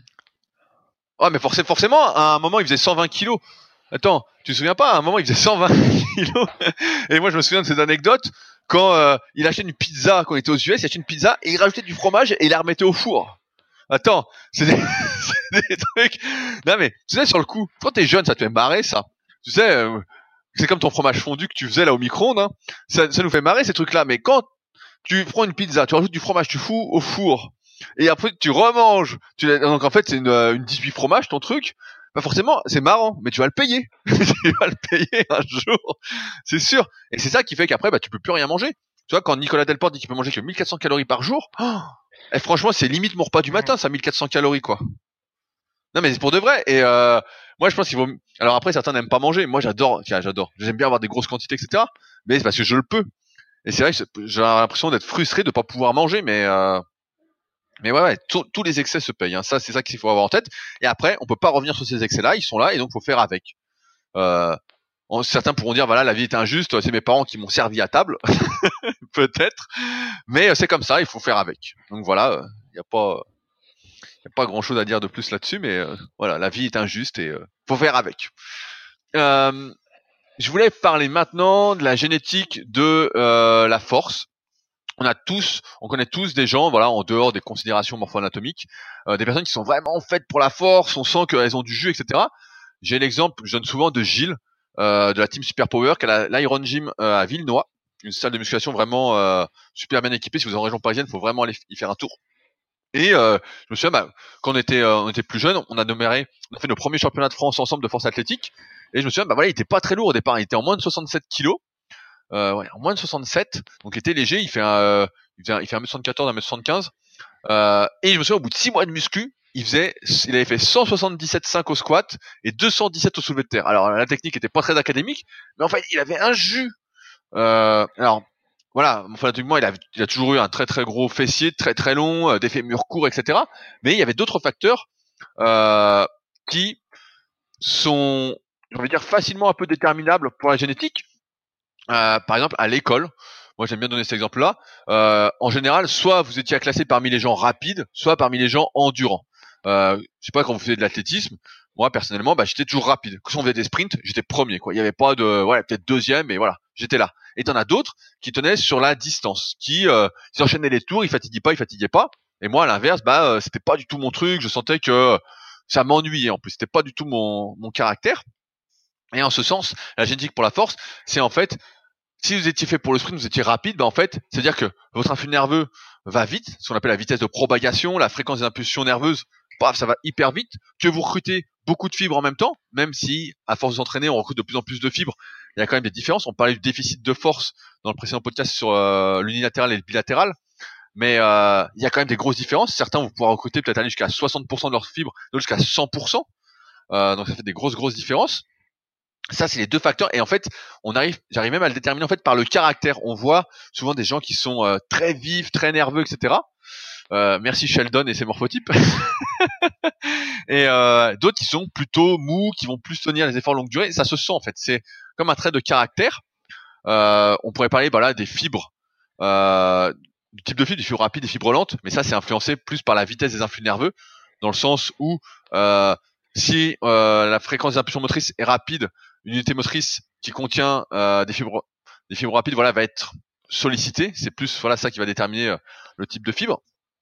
Oh, mais forcément, forcément, à un moment, il faisait cent vingt kilos. Attends, tu te souviens pas, à un moment, il faisait cent vingt kilos. Et moi, je me souviens de cette anecdote quand euh, il achetait une pizza, quand il était aux U S, il achetait une pizza et il rajoutait du fromage et il la remettait au four. Attends, c'est des, c'est des trucs. Non mais, tu sais, sur le coup, quand t'es jeune, ça te fait marrer, ça. Tu sais, euh, c'est comme ton fromage fondu que tu faisais là au micro-ondes, hein. Ça, ça nous fait marrer ces trucs-là. Mais quand tu prends une pizza, tu rajoutes du fromage, tu fous au four, et après tu remanges. Tu, donc en fait, c'est une, une dix-huit fromage ton truc. Bah forcément, c'est marrant, mais tu vas le payer. tu vas le payer un jour, c'est sûr. Et c'est ça qui fait qu'après, bah tu peux plus rien manger. Tu vois, quand Nicolas Delporte dit qu'il peut manger que mille quatre cents calories par jour, oh, et franchement, c'est limite mon repas du matin, ça, mille quatre cents calories, quoi. Non, mais c'est pour de vrai. Et euh, moi, je pense qu'il vaut. Alors après, certains n'aiment pas manger. Moi, j'adore. Tiens, j'adore. J'aime bien avoir des grosses quantités, et cetera. Mais c'est parce que je le peux. Et c'est vrai que j'ai l'impression d'être frustré de pas pouvoir manger, mais euh, mais ouais, ouais, tous les excès se payent. Hein. Ça, c'est ça qu'il faut avoir en tête. Et après, on peut pas revenir sur ces excès-là. Ils sont là, et donc faut faire avec. Euh, certains pourront dire, voilà, la vie est injuste. C'est mes parents qui m'ont servi à table, peut-être. Mais c'est comme ça. Il faut faire avec. Donc voilà, il y a pas. Il n'y a pas grand chose à dire de plus là-dessus, mais euh, voilà, la vie est injuste et euh, faut faire avec. Euh, je voulais parler maintenant de la génétique de euh, la force. On a tous, on connaît tous des gens, voilà, en dehors des considérations morpho-anatomiques, euh, des personnes qui sont vraiment faites pour la force, on sent qu'elles ont du jus, et cetera. J'ai l'exemple que je donne souvent de Gilles, euh, de la team Superpower, qui a l'Iron Gym euh, à Villenoix, une salle de musculation vraiment euh, super bien équipée. Si vous êtes en région parisienne, il faut vraiment aller y faire un tour. Et euh, je me souviens, bah, quand on était, euh, on était plus jeune, on a nommé, on a fait nos premiers championnats de France ensemble de force athlétique. Et je me souviens, bah voilà, il était pas très lourd au départ, il était en moins de soixante-sept kilos, euh, ouais, en moins de soixante-sept, donc il était léger, il fait un, euh, il fait, il fait un mètre soixante-quatorze, un mètre soixante-quinze. Euh, et je me souviens, au bout de six mois de muscu, il faisait, il avait fait cent soixante-dix-sept virgule cinq au squat et deux cent dix-sept au soulevé de terre. Alors la technique était pas très académique, mais en fait, il avait un jus. Euh, alors voilà, fanatiquement, il a, il a toujours eu un très très gros fessier, très très long, euh, des fémurs courts, et cetera. Mais il y avait d'autres facteurs euh, qui sont, on va dire, facilement un peu déterminables pour la génétique. Euh, par exemple, à l'école, moi j'aime bien donner cet exemple-là. Euh, en général, soit vous étiez classé parmi les gens rapides, soit parmi les gens endurants. Euh, je sais pas, quand vous faisiez de l'athlétisme, moi personnellement, bah, j'étais toujours rapide. Quand on faisait des sprints, j'étais premier, quoi. Il y avait pas de, ouais, peut-être deuxième, mais voilà, j'étais là. Et t'en as d'autres qui tenaient sur la distance, qui euh, ils enchaînaient les tours, ils fatiguaient pas, ils fatiguaient pas. Et moi, à l'inverse, bah, euh, c'était pas du tout mon truc. Je sentais que ça m'ennuyait. En plus, c'était pas du tout mon mon caractère. Et en ce sens, la génétique pour la force, c'est en fait, si vous étiez fait pour le sprint, vous étiez rapide, bah en fait, c'est-à-dire que votre influx nerveux va vite, ce qu'on appelle la vitesse de propagation, la fréquence des impulsions nerveuses, paf, ça va hyper vite, que vous recrutez beaucoup de fibres en même temps, même si, à force de s'entraîner, on recrute de plus en plus de fibres, il y a quand même des différences. On parlait du déficit de force dans le précédent podcast sur euh, l'unilatéral et le bilatéral. mais euh, il y a quand même des grosses différences. Certains vont pouvoir recruter peut-être aller jusqu'à soixante pour cent de leurs fibres, d'autres jusqu'à cent pour cent. Euh, donc ça fait des grosses grosses différences. Ça, c'est les deux facteurs. Et en fait, on arrive, j'arrive même à le déterminer en fait par le caractère. On voit souvent des gens qui sont euh, très vifs, très nerveux, et cetera. Euh, merci Sheldon et ses morphotypes. Et euh, d'autres qui sont plutôt mous, qui vont plus tenir les efforts longue durée. Ça se sent en fait. C'est comme un trait de caractère. Euh, on pourrait parler, bah là, des fibres, euh, du type de fibres, des fibres rapides, des fibres lentes. Mais ça, c'est influencé plus par la vitesse des influx nerveux, dans le sens où euh, si euh, la fréquence des impulsions motrices est rapide, une unité motrice qui contient euh, des fibres, des fibres rapides, voilà, va être sollicitée. C'est plus, voilà, ça qui va déterminer euh, le type de fibre.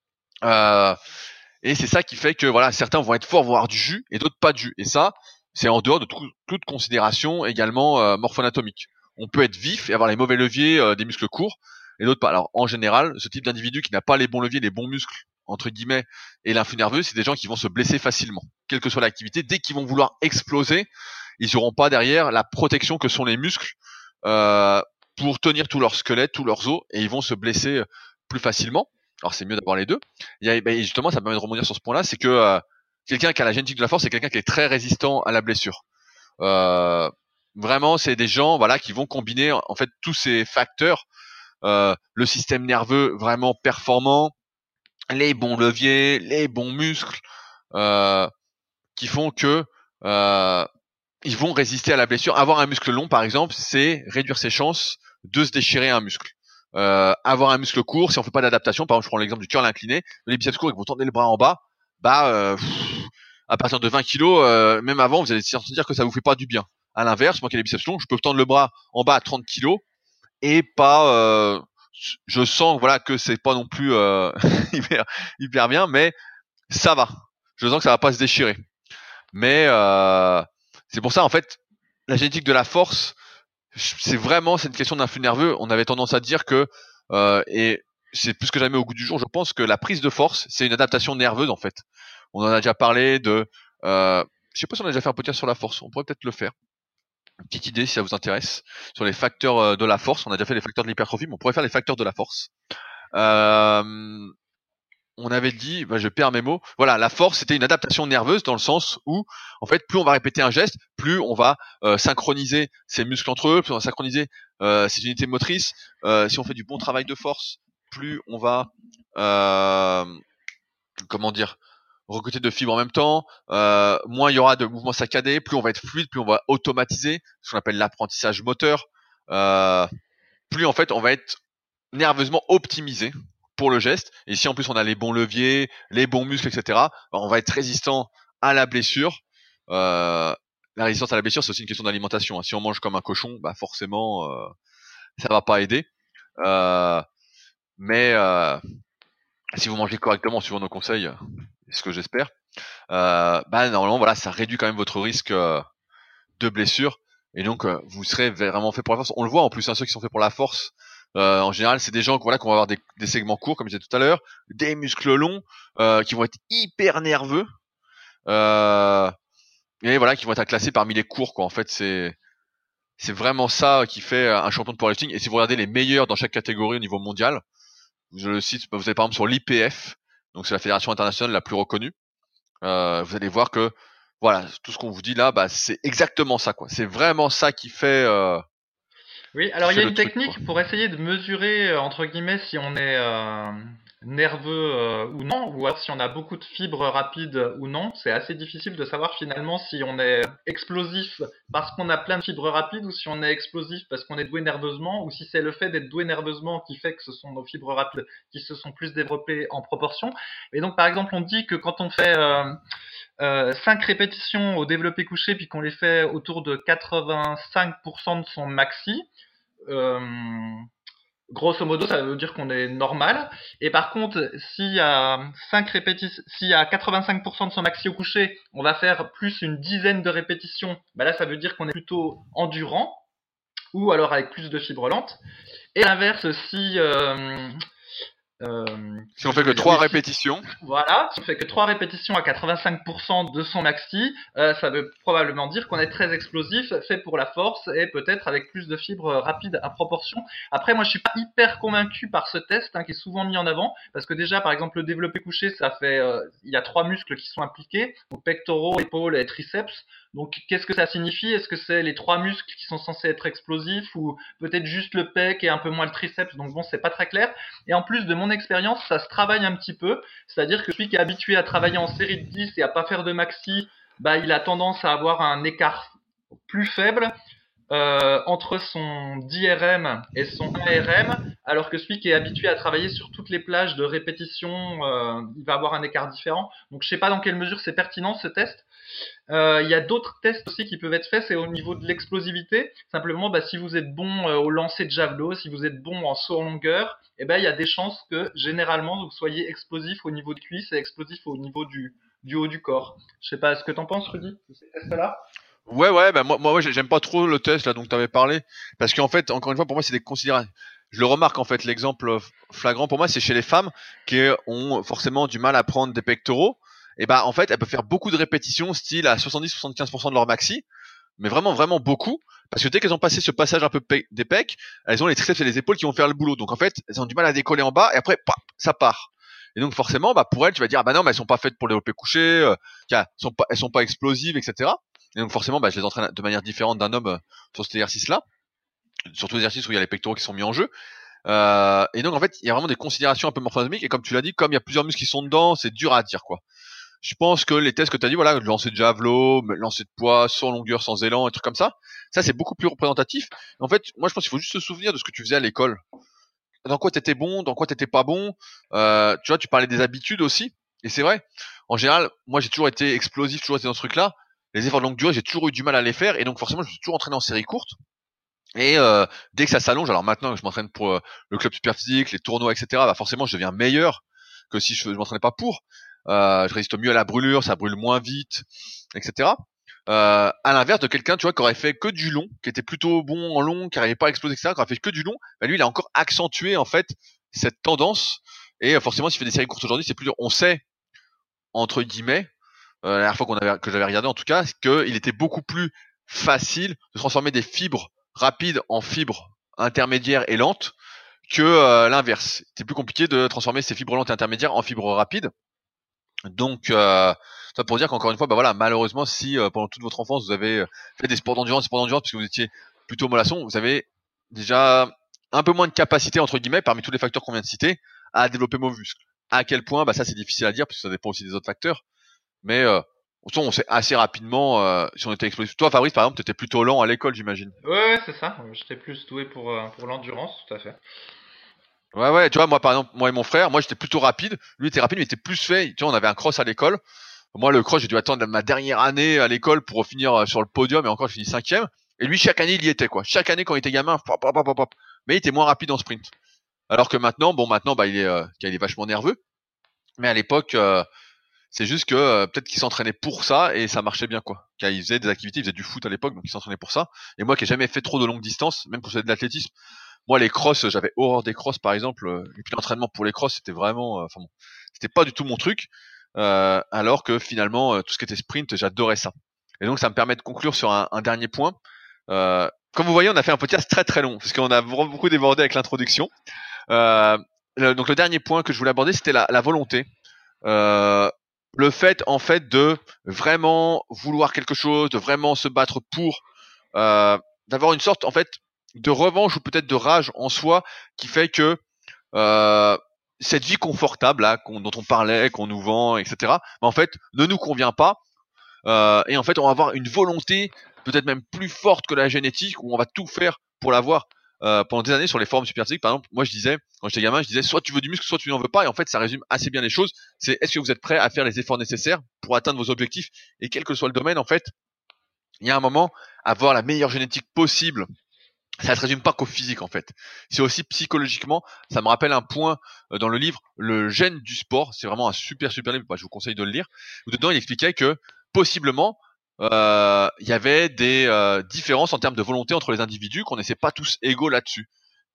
Euh, et c'est ça qui fait que, voilà, certains vont être forts, vont avoir du jus, et d'autres pas de jus. Et ça, c'est en dehors de tout, toute considération également euh, morpho-anatomique. On peut être vif et avoir les mauvais leviers euh, des muscles courts, et d'autres pas. Alors, en général, ce type d'individu qui n'a pas les bons leviers, les bons muscles, entre guillemets, et l'influx nerveux, c'est des gens qui vont se blesser facilement. Quelle que soit l'activité, dès qu'ils vont vouloir exploser, ils n'auront pas derrière la protection que sont les muscles euh, pour tenir tout leur squelette, tous leurs os, et ils vont se blesser plus facilement. Alors c'est mieux d'avoir les deux. Il y a, ben justement, ça me permet de rebondir sur ce point-là, c'est que euh, quelqu'un qui a la génétique de la force, c'est quelqu'un qui est très résistant à la blessure. Euh, vraiment, c'est des gens, voilà, qui vont combiner en fait tous ces facteurs, euh, le système nerveux vraiment performant, les bons leviers, les bons muscles, euh, qui font que euh, ils vont résister à la blessure. Avoir un muscle long, par exemple, c'est réduire ses chances de se déchirer un muscle. Euh, avoir un muscle court, si on fait pas d'adaptation, par exemple, je prends l'exemple du curl incliné, les biceps courts et que vous tendez le bras en bas, bah, euh, pff, à partir de vingt kilos, euh, même avant, vous allez sentir que ça vous fait pas du bien. À l'inverse, moi qui ai les biceps longs, je peux tendre le bras en bas à trente kilos et pas, euh, je sens, voilà, que c'est pas non plus euh, hyper, hyper bien, mais ça va. Je sens que ça va pas se déchirer. Mais euh, c'est pour ça, en fait, la génétique de la force, c'est vraiment, c'est une question d'influx nerveux. On avait tendance à dire que, euh, et c'est plus que jamais au goût du jour, je pense que la prise de force, c'est une adaptation nerveuse en fait. On en a déjà parlé de, euh, je sais pas si on a déjà fait un podcast sur la force, on pourrait peut-être le faire. Une petite idée si ça vous intéresse sur les facteurs de la force. On a déjà fait les facteurs de l'hypertrophie, mais on pourrait faire les facteurs de la force. Euh, on avait dit, bah, je perds mes mots. Voilà, la force, c'était une adaptation nerveuse dans le sens où, en fait, plus on va répéter un geste, plus on va euh, synchroniser ses muscles entre eux, plus on va synchroniser euh, ses unités motrices. Euh, si on fait du bon travail de force, plus on va, euh, comment dire, recruter de fibres en même temps. Euh, moins il y aura de mouvements saccadés, plus on va être fluide, plus on va automatiser, ce qu'on appelle l'apprentissage moteur. Euh, plus en fait, on va être nerveusement optimisé pour le geste. Et si en plus on a les bons leviers, les bons muscles, et cetera, on va être résistant à la blessure. Euh, la résistance à la blessure, c'est aussi une question d'alimentation. Si on mange comme un cochon, bah forcément, euh, ça va pas aider. Euh, mais euh, si vous mangez correctement, suivant nos conseils, c'est ce que j'espère, euh, bah normalement, voilà, ça réduit quand même votre risque euh, de blessure. Et donc, euh, vous serez vraiment fait pour la force. On le voit en plus, hein, ceux qui sont faits pour la force, euh, en général, c'est des gens voilà, qui vont avoir des, des segments courts, comme je disais tout à l'heure, des muscles longs, euh, qui vont être hyper nerveux, euh, et voilà, qui vont être classés parmi les courts, quoi. En fait, c'est c'est vraiment ça qui fait un champion de powerlifting. Et si vous regardez les meilleurs dans chaque catégorie au niveau mondial, je le cite, vous avez par exemple sur l'I P F, donc c'est la fédération internationale la plus reconnue, euh, vous allez voir que voilà, tout ce qu'on vous dit là, bah, c'est exactement ça, quoi. C'est vraiment ça qui fait. Euh, Oui, alors il y a une truc, technique quoi. pour essayer de mesurer, euh, entre guillemets, si on est euh, nerveux euh, ou non, ou alors si on a beaucoup de fibres rapides ou non. C'est assez difficile de savoir finalement si on est explosif parce qu'on a plein de fibres rapides ou si on est explosif parce qu'on est doué nerveusement ou si c'est le fait d'être doué nerveusement qui fait que ce sont nos fibres rapides qui se sont plus développées en proportion. Et donc par exemple, on dit que quand on fait euh, euh, cinq répétitions au développé couché puis qu'on les fait autour de quatre-vingt-cinq pour cent de son maxi, euh, grosso modo, ça veut dire qu'on est normal. Et par contre, s'il y a cinq répétitions, s'il y a quatre-vingt-cinq pour cent de son maxi au coucher, on va faire plus une dizaine de répétitions. Bah là, ça veut dire qu'on est plutôt endurant, ou alors avec plus de fibres lentes. Et à l'inverse, si euh, Euh, si on fait que trois répétitions. Voilà, si on fait que trois répétitions à quatre-vingt-cinq pour cent de son maxi, euh, ça veut probablement dire qu'on est très explosif, fait pour la force et peut-être avec plus de fibres rapides à proportion. Après, moi, je suis pas hyper convaincu par ce test hein, qui est souvent mis en avant, parce que déjà, par exemple, le développé couché, ça fait, euh, il y a trois muscles qui sont impliqués, donc pectoraux, épaules et triceps. Donc, qu'est-ce que ça signifie? Est-ce que c'est les trois muscles qui sont censés être explosifs ou peut-être juste le pec et un peu moins le triceps? Donc bon, c'est pas très clair. Et en plus de mon expérience, ça se travaille un petit peu. C'est-à-dire que celui qui est habitué à travailler en série de dix et à pas faire de maxi, bah, il a tendance à avoir un écart plus faible euh, entre son dix R M et son un R M, alors que celui qui est habitué à travailler sur toutes les plages de répétition, euh, il va avoir un écart différent. Donc je sais pas dans quelle mesure c'est pertinent ce test. Euh, il y a d'autres tests aussi qui peuvent être faits, c'est au niveau de l'explosivité. Simplement, bah, si vous êtes bon euh, au lancer de javelot, si vous êtes bon en saut en longueur, eh ben, il y a des chances que généralement vous soyez explosif au niveau de cuisse et explosif au niveau du, du haut du corps. Je sais pas, ce que t'en penses, Rudy, de ces tests-là? Ouais, ouais, bah moi, moi, ouais, j'aime pas trop le test là dont tu avais parlé, parce qu'en fait, encore une fois, pour moi, c'est des considérations. Je le remarque en fait, l'exemple flagrant pour moi, c'est chez les femmes qui ont forcément du mal à prendre des pectoraux. Et bah, en fait, elles peuvent faire beaucoup de répétitions, style à soixante-dix à soixante-quinze pour cent de leur maxi, mais vraiment, vraiment beaucoup, parce que dès qu'elles ont passé ce passage un peu pe- des pecs, elles ont les triceps et les épaules qui vont faire le boulot. Donc en fait, elles ont du mal à décoller en bas, et après, paf, ça part. Et donc forcément, bah pour elles, tu vas dire, ah bah non, mais elles sont pas faites pour les développé couché, euh, elles sont pas, elles sont pas explosives, et cetera. Et donc forcément, bah, je les entraîne de manière différente d'un homme euh, sur cet exercice-là, surtout les exercices où il y a les pectoraux qui sont mis en jeu. Euh, et donc en fait, il y a vraiment des considérations un peu morphologiques. Et comme tu l'as dit, comme il y a plusieurs muscles qui sont dedans, c'est dur à dire quoi. Je pense que les tests que tu as dit, voilà, le lancer de javelot, le lancer de poids, sans longueur, sans élan, et trucs comme ça, ça c'est beaucoup plus représentatif. En fait, moi je pense qu'il faut juste se souvenir de ce que tu faisais à l'école. Dans quoi t'étais bon, dans quoi t'étais pas bon. Euh, tu vois, tu parlais des habitudes aussi. Et c'est vrai. En général, moi j'ai toujours été explosif, toujours été dans ce truc-là. Les efforts de longue durée, j'ai toujours eu du mal à les faire. Et donc forcément, je me suis toujours entraîné en série courte. Et euh, dès que ça s'allonge, alors maintenant que je m'entraîne pour euh, le club super physique, les tournois, et cetera, bah forcément je deviens meilleur que si je, je m'entraînais pas pour. Euh, je résiste mieux à la brûlure, ça brûle moins vite, et cetera. Euh, à l'inverse de quelqu'un, tu vois, qui aurait fait que du long, qui était plutôt bon en long, qui n'arrivait pas à exploser, et cetera, qui aurait fait que du long, bah lui, il a encore accentué en fait cette tendance. Et euh, forcément, s'il fait des séries courtes aujourd'hui, c'est plus dur. On sait, entre guillemets, euh, la dernière fois qu'on avait, que j'avais regardé en tout cas, qu'il était beaucoup plus facile de transformer des fibres rapides en fibres intermédiaires et lentes que euh, l'inverse. C'est plus compliqué de transformer ces fibres lentes et intermédiaires en fibres rapides. Donc, euh, ça pour dire qu'encore une fois, bah voilà, malheureusement, si euh, pendant toute votre enfance vous avez fait des sports d'endurance, des sports d'endurance, parce que vous étiez plutôt mollasson, vous avez déjà un peu moins de capacité entre guillemets, parmi tous les facteurs qu'on vient de citer, à développer vos muscles. À quel point, bah ça c'est difficile à dire, parce que ça dépend aussi des autres facteurs. Mais euh, on sait assez rapidement euh, si on était explosif. Toi, Fabrice, par exemple, t'étais plutôt lent à l'école, j'imagine. Ouais, ouais, c'est ça. J'étais plus doué pour, euh, pour l'endurance, tout à fait. Ouais, ouais, tu vois, moi, par exemple, moi et mon frère, moi, j'étais plutôt rapide. Lui était rapide, mais il était plus fait. Tu vois, on avait un cross à l'école. Moi, le cross, j'ai dû attendre ma dernière année à l'école pour finir euh, sur le podium, et encore, je finis cinquième. Et lui, chaque année, il y était, quoi. Chaque année, quand il était gamin, pop, pop, pop, pop. Mais il était moins rapide en sprint. Alors que maintenant, bon, maintenant, bah, il est, euh, il est vachement nerveux. Mais à l'époque, euh, c'est juste que euh, peut-être qu'il s'entraînait pour ça et ça marchait bien, quoi. Car il faisait des activités, il faisait du foot à l'époque, donc il s'entraînait pour ça. Et moi, qui ai jamais fait trop de longue distance, même pour faire de l'athlétisme, moi, les crosses, j'avais horreur des crosses, par exemple. euh, Et puis l'entraînement pour les crosses, c'était vraiment, euh, enfin bon, c'était pas du tout mon truc. Euh, alors que finalement, euh, tout ce qui était sprint, j'adorais ça. Et donc, ça me permet de conclure sur un, un dernier point. Euh, comme vous voyez, on a fait un podcast très très long, parce qu'on a beaucoup débordé avec l'introduction. Euh, le- donc, le dernier point que je voulais aborder, c'était la, la volonté. Euh, le fait, en fait, de vraiment vouloir quelque chose, de vraiment se battre pour, euh, d'avoir une sorte, en fait, de revanche ou peut-être de rage en soi qui fait que euh, cette vie confortable là, qu'on, dont on parlait, qu'on nous vend, et cetera, bah, en fait, ne nous convient pas. Euh, et en fait, on va avoir une volonté peut-être même plus forte que la génétique, où on va tout faire pour l'avoir. Euh, pendant des années sur les forums super physiques, par exemple, moi je disais, quand j'étais gamin, je disais soit tu veux du muscle, soit tu n'en veux pas. Et en fait, ça résume assez bien les choses. C'est est-ce que vous êtes prêt à faire les efforts nécessaires pour atteindre vos objectifs? Et quel que soit le domaine, en fait, il y a un moment, avoir la meilleure génétique possible, ça ne se résume pas qu'au physique en fait. C'est aussi psychologiquement. Ça me rappelle un point euh, dans le livre Le gène du sport. C'est vraiment un super super livre. Bah, je vous conseille de le lire. Où dedans il expliquait que possiblement euh, il y avait des euh, différences en termes de volonté entre les individus, qu'on n'était pas tous égaux là-dessus.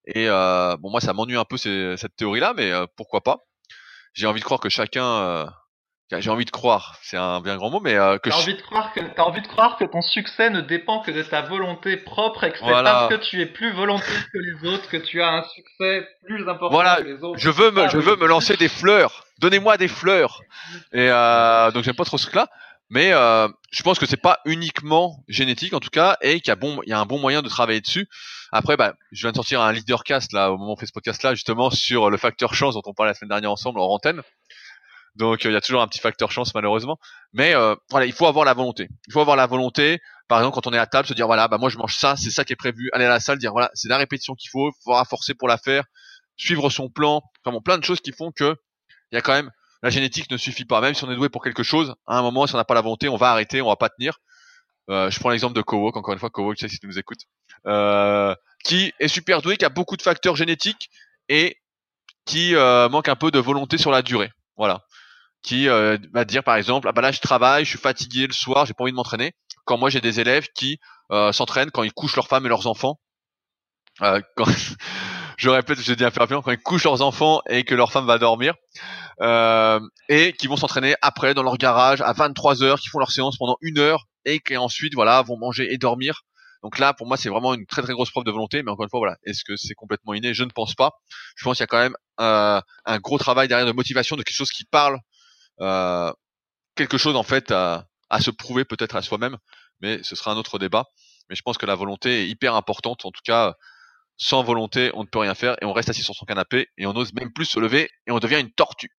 Et euh, bon, moi, ça m'ennuie un peu ces, cette théorie-là, mais euh, pourquoi pas. J'ai envie de croire que chacun... Euh, j'ai envie de croire, c'est un bien grand mot, mais euh, que... T'as ch- envie de croire que t'as envie de croire que ton succès ne dépend que de ta volonté propre et que c'est parce Voilà, que tu es plus volontaire que les autres que tu as un succès plus important voilà, que les autres. je veux me, Ah je oui. veux me lancer des fleurs. Donnez-moi des fleurs. Et euh, donc j'aime pas trop ce truc-là, mais euh, je pense que c'est pas uniquement génétique en tout cas, et qu'il y a bon, il y a un bon moyen de travailler dessus. Après, bah, je viens de sortir un leadercast là au moment où on fait ce podcast-là, justement sur le facteur chance dont on parlait la semaine dernière ensemble en antenne. Donc euh, il y a toujours un petit facteur chance malheureusement, mais euh, voilà, il faut avoir la volonté. Il faut avoir la volonté. Par exemple, quand on est à table, se dire voilà, bah moi je mange ça, c'est ça qui est prévu. Aller à la salle, dire voilà, c'est la répétition qu'il faut, il faudra forcer pour la faire, suivre son plan. Enfin bon, plein de choses qui font que il y a quand même la génétique ne suffit pas. Même si on est doué pour quelque chose, à un moment, si on n'a pas la volonté, on va arrêter, on va pas tenir. Euh, je prends l'exemple de Kowok, encore une fois, Kowok, tu sais si tu nous écoutes, euh, qui est super doué, qui a beaucoup de facteurs génétiques et qui euh, manque un peu de volonté sur la durée. Voilà. Qui euh, va dire par exemple, ah bah là je travaille, je suis fatigué le soir, j'ai pas envie de m'entraîner. Quand moi j'ai des élèves qui euh, s'entraînent quand ils couchent leurs femmes et leurs enfants. Euh, quand... je répète, je dis un peu rapidement, quand ils couchent leurs enfants et que leur femme va dormir. Euh, et qui vont s'entraîner après dans leur garage à vingt-trois heures, qui font leur séance pendant une heure et qui ensuite voilà vont manger et dormir. Donc là, pour moi, c'est vraiment une très très grosse preuve de volonté. Mais encore une fois, voilà, est-ce que c'est complètement inné? Je ne pense pas. Je pense qu'il y a quand même euh, un gros travail derrière de motivation, de quelque chose qui parle, euh, quelque chose en fait à, à se prouver peut-être à soi-même. Mais ce sera un autre débat. Mais je pense que la volonté est hyper importante. En tout cas, sans volonté, on ne peut rien faire et on reste assis sur son canapé et on n'ose même plus se lever et on devient une tortue.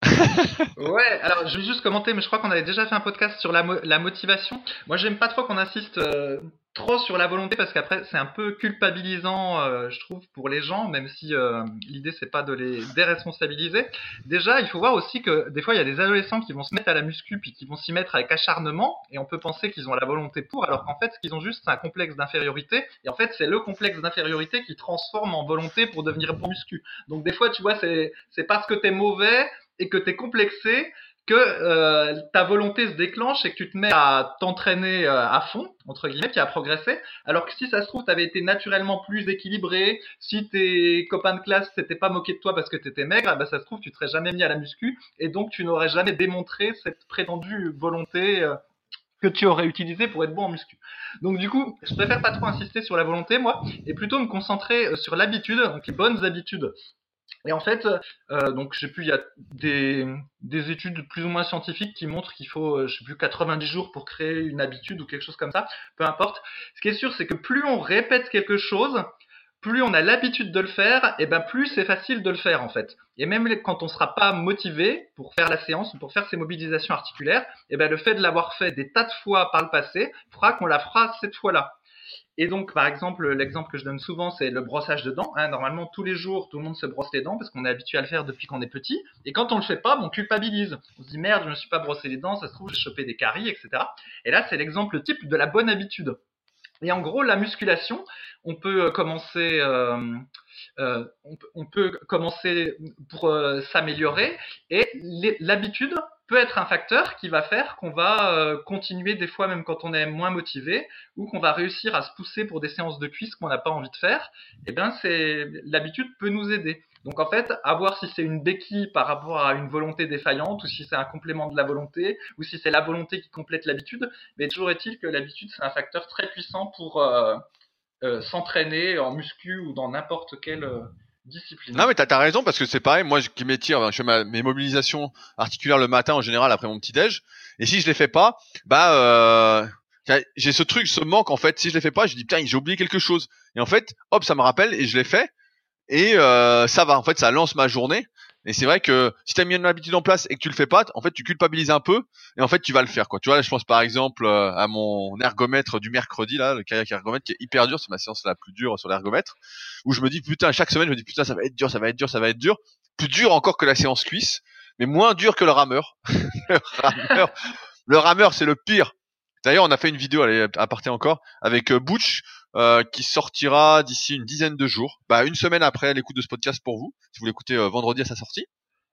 Ouais, alors je vais juste commenter, mais je crois qu'on avait déjà fait un podcast sur la, mo- la motivation. Moi, j'aime pas trop qu'on insiste euh, trop sur la volonté parce qu'après, c'est un peu culpabilisant, euh, je trouve, pour les gens, même si euh, l'idée, c'est pas de les déresponsabiliser. Déjà, il faut voir aussi que des fois, il y a des adolescents qui vont se mettre à la muscu puis qui vont s'y mettre avec acharnement et on peut penser qu'ils ont la volonté pour, alors qu'en fait, ce qu'ils ont juste, c'est un complexe d'infériorité. Et en fait, c'est le complexe d'infériorité qui transforme en volonté pour devenir bon muscu. Donc des fois, tu vois, c'est c'est parce que t'es mauvais et que tu es complexé, que euh, ta volonté se déclenche et que tu te mets à t'entraîner euh, à fond, entre guillemets, puis à progresser, alors que si ça se trouve, tu avais été naturellement plus équilibré, si tes copains de classe s'étaient pas moqués de toi parce que tu étais maigre, bah, ça se trouve, tu te serais jamais mis à la muscu, et donc tu n'aurais jamais démontré cette prétendue volonté euh, que tu aurais utilisée pour être bon en muscu. Donc du coup, je préfère pas trop insister sur la volonté, moi, et plutôt me concentrer euh, sur l'habitude, donc les bonnes habitudes. Et en fait, euh, donc je sais plus, il y a des, des études plus ou moins scientifiques qui montrent qu'il faut, euh, je sais plus, quatre-vingt-dix jours pour créer une habitude ou quelque chose comme ça, peu importe. Ce qui est sûr, c'est que plus on répète quelque chose, plus on a l'habitude de le faire, et ben plus c'est facile de le faire en fait. Et même quand on sera pas motivé pour faire la séance ou pour faire ces mobilisations articulaires, et ben le fait de l'avoir fait des tas de fois par le passé fera qu'on la fera cette fois-là. Et donc, par exemple, l'exemple que je donne souvent, c'est le brossage de dents. Hein. Normalement, tous les jours, tout le monde se brosse les dents parce qu'on est habitué à le faire depuis qu'on est petit. Et quand on le fait pas, on culpabilise. On se dit merde, je me suis pas brossé les dents, ça se trouve, j'ai chopé des caries, et cetera. Et là, c'est l'exemple type de la bonne habitude. Et en gros, la musculation, on peut commencer, euh, euh, on, peut, on peut commencer pour euh, s'améliorer. Et les, l'habitude peut être un facteur qui va faire qu'on va euh, continuer des fois même quand on est moins motivé ou qu'on va réussir à se pousser pour des séances de cuisses qu'on n'a pas envie de faire. Et bien, c'est l'habitude peut nous aider. Donc en fait, à voir si c'est une béquille par rapport à une volonté défaillante ou si c'est un complément de la volonté ou si c'est la volonté qui complète l'habitude. Mais toujours est-il que l'habitude, c'est un facteur très puissant pour euh, euh, s'entraîner en muscu ou dans n'importe quelle euh, discipline. Non mais t'as, t'as raison parce que c'est pareil, moi je- qui m'étire, je fais ma, mes mobilisations articulaires le matin en général après mon petit déj, et si je les fais pas, bah euh, j'ai ce truc, ce manque en fait. Si je les fais pas, je dis putain j'ai oublié quelque chose, et en fait hop ça me rappelle et je les fais et euh, ça va en fait, ça lance ma journée. Et c'est vrai que si t'as mis une habitude en place et que tu le fais pas, en fait tu culpabilises un peu et en fait tu vas le faire quoi. Tu vois là, je pense par exemple euh, à mon ergomètre du mercredi là, le kayak ergomètre qui est hyper dur, c'est ma séance la plus dure sur l'ergomètre, où je me dis putain chaque semaine je me dis putain ça va être dur, ça va être dur, ça va être dur, plus dur encore que la séance cuisse, mais moins dur que le rameur. le rameur, le rameur c'est le pire. D'ailleurs on a fait une vidéo, allez à partir encore, avec euh, Butch. Euh, qui sortira d'ici une dizaine de jours, bah une semaine après l'écoute de ce podcast pour vous, si vous l'écoutez euh, vendredi à sa sortie,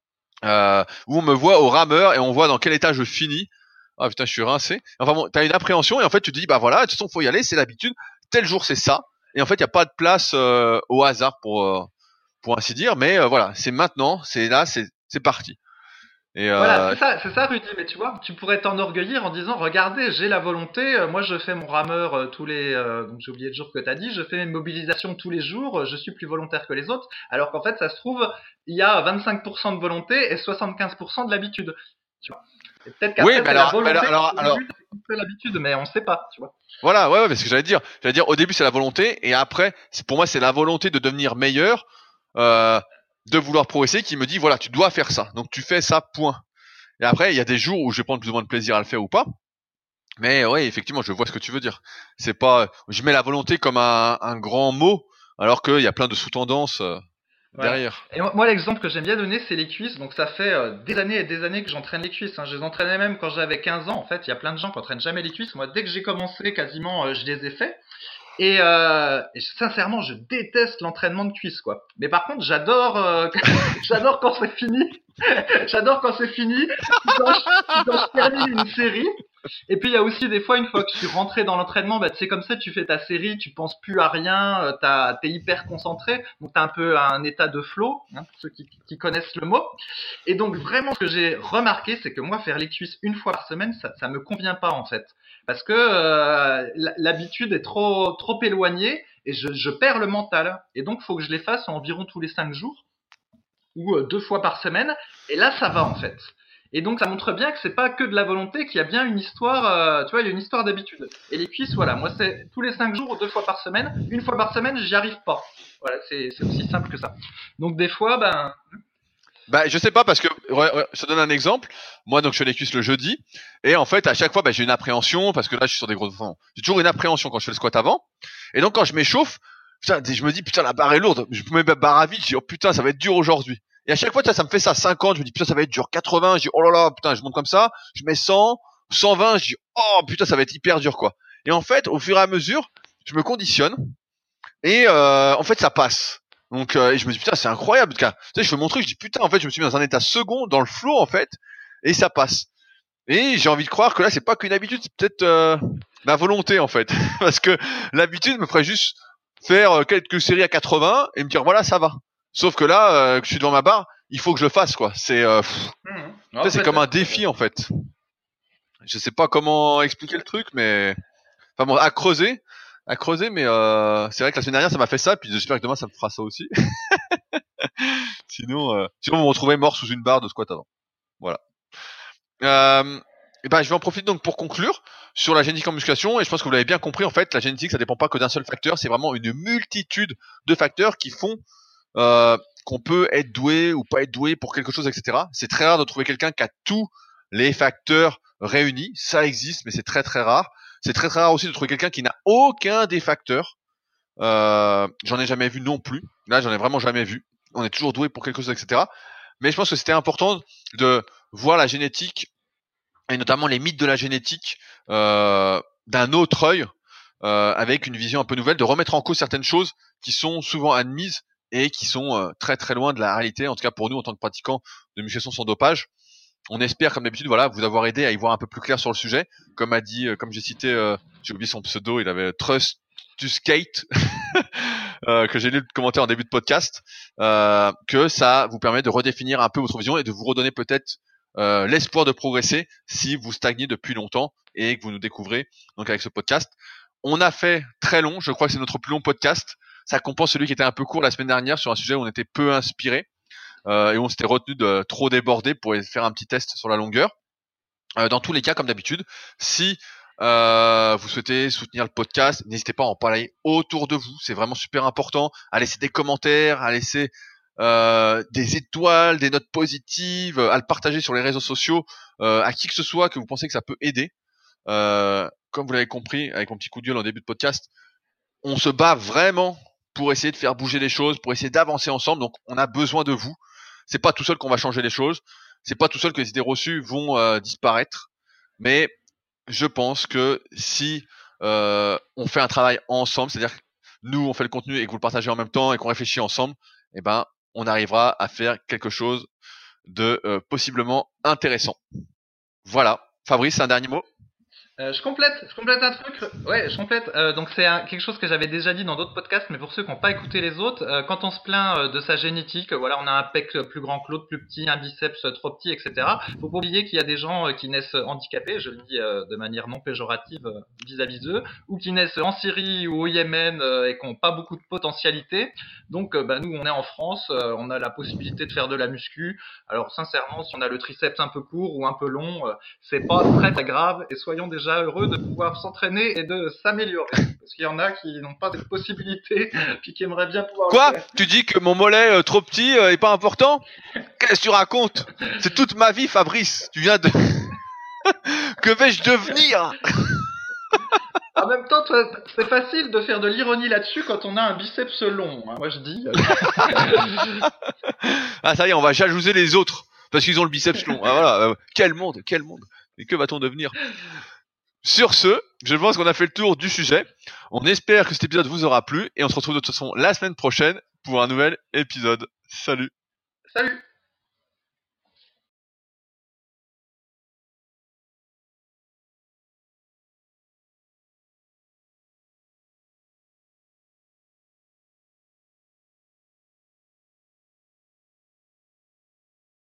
euh, où on me voit au rameur et on voit dans quel état je finis. Ah putain, je suis rincé. Enfin bon, t'as une appréhension et en fait tu te dis bah voilà, de toute façon faut y aller, c'est l'habitude. Tel jour c'est ça. Et en fait, il n'y a pas de place euh, au hasard pour euh, pour ainsi dire. Mais euh, voilà, c'est maintenant, c'est là, c'est c'est parti. Et Voilà, euh, c'est ça, c'est ça, Rudy. Mais tu vois, tu pourrais t'enorgueillir en disant, regardez, j'ai la volonté. euh, Moi, je fais mon rameur euh, tous les. euh, donc, j'ai oublié le jour que t'as dit. Je fais mes mobilisations tous les jours. euh, Je suis plus volontaire que les autres. Alors qu'en fait, ça se trouve, il y a vingt-cinq pour cent de volonté et soixante-quinze pour cent de l'habitude. Tu vois. Et peut-être oui, qu'après, mais c'est la alors, mais volonté. alors, Au alors, début, c'est fait l'habitude, mais on sait pas. Tu vois. voilà, ouais, ouais, parce que j'allais dire, j'allais dire, au début c'est la volonté, et après, c'est pour moi c'est la volonté de devenir meilleur, euh, de vouloir progresser, qui me dit voilà, tu dois faire ça, donc tu fais ça, point. Et après, il y a des jours où je vais prendre plus ou moins de plaisir à le faire ou pas. Mais ouais, effectivement, je vois ce que tu veux dire. C'est pas, je mets la volonté comme un, un grand mot, alors qu'il y a plein de sous-tendances euh, Voilà. derrière. Et moi, moi, l'exemple que j'aime bien donner, c'est les cuisses. Donc, ça fait euh, des années et des années que j'entraîne les cuisses. Hein. Je les entraînais même quand j'avais quinze ans. En fait, il y a plein de gens qui entraînent jamais les cuisses. Moi, dès que j'ai commencé, quasiment, euh, je les ai fait. Et, euh, et sincèrement, je déteste l'entraînement de cuisses, quoi. Mais par contre, j'adore, euh, j'adore quand c'est fini. J'adore quand c'est fini. Quand je, quand je termine une série. Et puis il y a aussi des fois, une fois que je suis rentré dans l'entraînement, bah, c'est comme ça, tu fais ta série, tu penses plus à rien, euh, t'as- t'es hyper concentré, donc t'as un peu un état de flow, hein, pour ceux qui, qui connaissent le mot. Et donc vraiment, ce que j'ai remarqué, c'est que moi, faire les cuisses une fois par semaine, ça, ça me convient pas en fait, parce que euh, l- l'habitude est trop trop éloignée et je, je perds le mental. Et donc, faut que je les fasse environ tous les cinq jours ou euh, deux fois par semaine. Et là, ça va en fait. Et donc, ça montre bien que c'est pas que de la volonté, qu'il y a bien une histoire. Euh, tu vois, il y a une histoire d'habitude. Et les cuisses, voilà, moi, c'est tous les cinq jours ou deux fois par semaine. Une fois par semaine, j'y arrive pas. Voilà, c'est c'est aussi simple que ça. Donc, des fois, ben, Bah, je sais pas parce que ouais, ouais, je te donne un exemple. Moi, donc, je fais les cuisses le jeudi, et en fait, à chaque fois, bah, j'ai une appréhension parce que là, je suis sur des gros. Enfin, j'ai toujours une appréhension quand je fais le squat avant, et donc quand je m'échauffe, putain, je me dis putain, la barre est lourde. Je mets ma barre à vide, je dis oh putain, ça va être dur aujourd'hui. Et à chaque fois, ça, ça me fait ça. cinquante, je me dis putain, ça va être dur. quatre-vingts, je dis oh là là, putain, je monte comme ça. Je mets cent, cent vingt, je dis oh putain, ça va être hyper dur quoi. Et en fait, au fur et à mesure, je me conditionne. Et euh, en fait, ça passe. Donc, euh, et je me dis putain, c'est incroyable. Tu sais, je fais mon truc, je dis putain, en fait, je me suis mis dans un état second, dans le flow, en fait, et ça passe. Et j'ai envie de croire que là, c'est pas qu'une habitude, c'est peut-être euh, ma volonté, en fait, parce que l'habitude me ferait juste faire euh, quelques séries à quatre-vingts et me dire voilà, ça va. Sauf que là, euh, que je suis devant ma barre, il faut que je le fasse, quoi. C'est, euh, pff, hmm, tu sais, non, c'est comme un peut-être. défi, en fait. Je sais pas comment expliquer le truc, mais enfin bon, à creuser, à creuser, mais euh, c'est vrai que la semaine dernière, ça m'a fait ça, puis j'espère que demain, ça me fera ça aussi. Sinon, euh, sinon, vous me retrouvez mort sous une barre de squat avant. Voilà. Euh, et ben, je vais en profiter donc pour conclure sur la génétique en musculation. Et je pense que vous l'avez bien compris. En fait, la génétique, ça dépend pas que d'un seul facteur. C'est vraiment une multitude de facteurs qui font euh, qu'on peut être doué ou pas être doué pour quelque chose, et cetera. C'est très rare de trouver quelqu'un qui a tous les facteurs réunis. Ça existe, mais c'est très très rare. C'est très très rare aussi de trouver quelqu'un qui n'a aucun des facteurs. Euh, j'en ai jamais vu non plus. Là, j'en ai vraiment jamais vu. On est toujours doué pour quelque chose, et cetera. Mais je pense que c'était important de voir la génétique et notamment les mythes de la génétique euh, d'un autre œil, euh, avec une vision un peu nouvelle, de remettre en cause certaines choses qui sont souvent admises et qui sont euh, très très loin de la réalité. En tout cas pour nous en tant que pratiquants de musculation sans dopage. On espère, comme d'habitude, voilà, vous avoir aidé à y voir un peu plus clair sur le sujet. Comme a dit, euh, comme j'ai cité, euh, j'ai oublié son pseudo, il avait Trust to Skate, euh, que j'ai lu le commentaire en début de podcast, euh, que ça vous permet de redéfinir un peu votre vision et de vous redonner peut-être euh, l'espoir de progresser si vous stagnez depuis longtemps et que vous nous découvrez donc avec ce podcast. On a fait très long, je crois que c'est notre plus long podcast. Ça compense celui qui était un peu court la semaine dernière sur un sujet où on était peu inspiré. Euh, et on s'était retenu de trop déborder pour faire un petit test sur la longueur. Euh, dans tous les cas, comme d'habitude, si euh, vous souhaitez soutenir le podcast, n'hésitez pas à en parler autour de vous. C'est vraiment super important. À laisser des commentaires, à laisser euh, des étoiles, des notes positives, à le partager sur les réseaux sociaux, euh, à qui que ce soit que vous pensez que ça peut aider. Euh, comme vous l'avez compris avec mon petit coup de gueule en début de podcast, on se bat vraiment pour essayer de faire bouger les choses, pour essayer d'avancer ensemble. Donc, on a besoin de vous. C'est pas tout seul qu'on va changer les choses. C'est pas tout seul que les idées reçues vont euh, disparaître. Mais je pense que si euh, on fait un travail ensemble, c'est-à-dire que nous on fait le contenu et que vous le partagez en même temps et qu'on réfléchit ensemble, eh ben on arrivera à faire quelque chose de euh, possiblement intéressant. Voilà. Fabrice, un dernier mot? Euh, je complète, je complète un truc. Ouais, je complète. Euh, donc c'est un- quelque chose que j'avais déjà dit dans d'autres podcasts, mais pour ceux qui n'ont pas écouté les autres, euh, quand on se plaint euh, de sa génétique, euh, voilà, on a un pec plus grand que l'autre, plus petit, un biceps trop petit, et cetera. Faut pas oublier qu'il y a des gens euh, qui naissent handicapés, je le dis euh, de manière non péjorative euh, vis-à-vis d'eux, ou qui naissent en Syrie ou au Yémen euh, et qui n'ont pas beaucoup de potentialité. Donc, euh, bah, nous, on est en France, euh, on a la possibilité de faire de la muscu. Alors, sincèrement, si on a le triceps un peu court ou un peu long, euh, c'est pas très très grave et soyons déjà heureux de pouvoir s'entraîner et de s'améliorer parce qu'il y en a qui n'ont pas cette possibilité puis qui aimeraient bien pouvoir Quoi? le faire. Tu dis que mon mollet euh, trop petit euh, est pas important? Qu'est-ce que tu racontes? C'est toute ma vie, Fabrice. Tu viens de... Que vais-je devenir? En même temps, toi, c'est facile de faire de l'ironie là-dessus quand on a un biceps long, hein, moi je dis. Ah ça y est, on va jalouser les autres parce qu'ils ont le biceps long. Ah voilà, euh, quel monde, quel monde. Et que va-t-on devenir? Sur ce, je pense qu'on a fait le tour du sujet. On espère que cet épisode vous aura plu et on se retrouve de toute façon la semaine prochaine pour un nouvel épisode. Salut. Salut.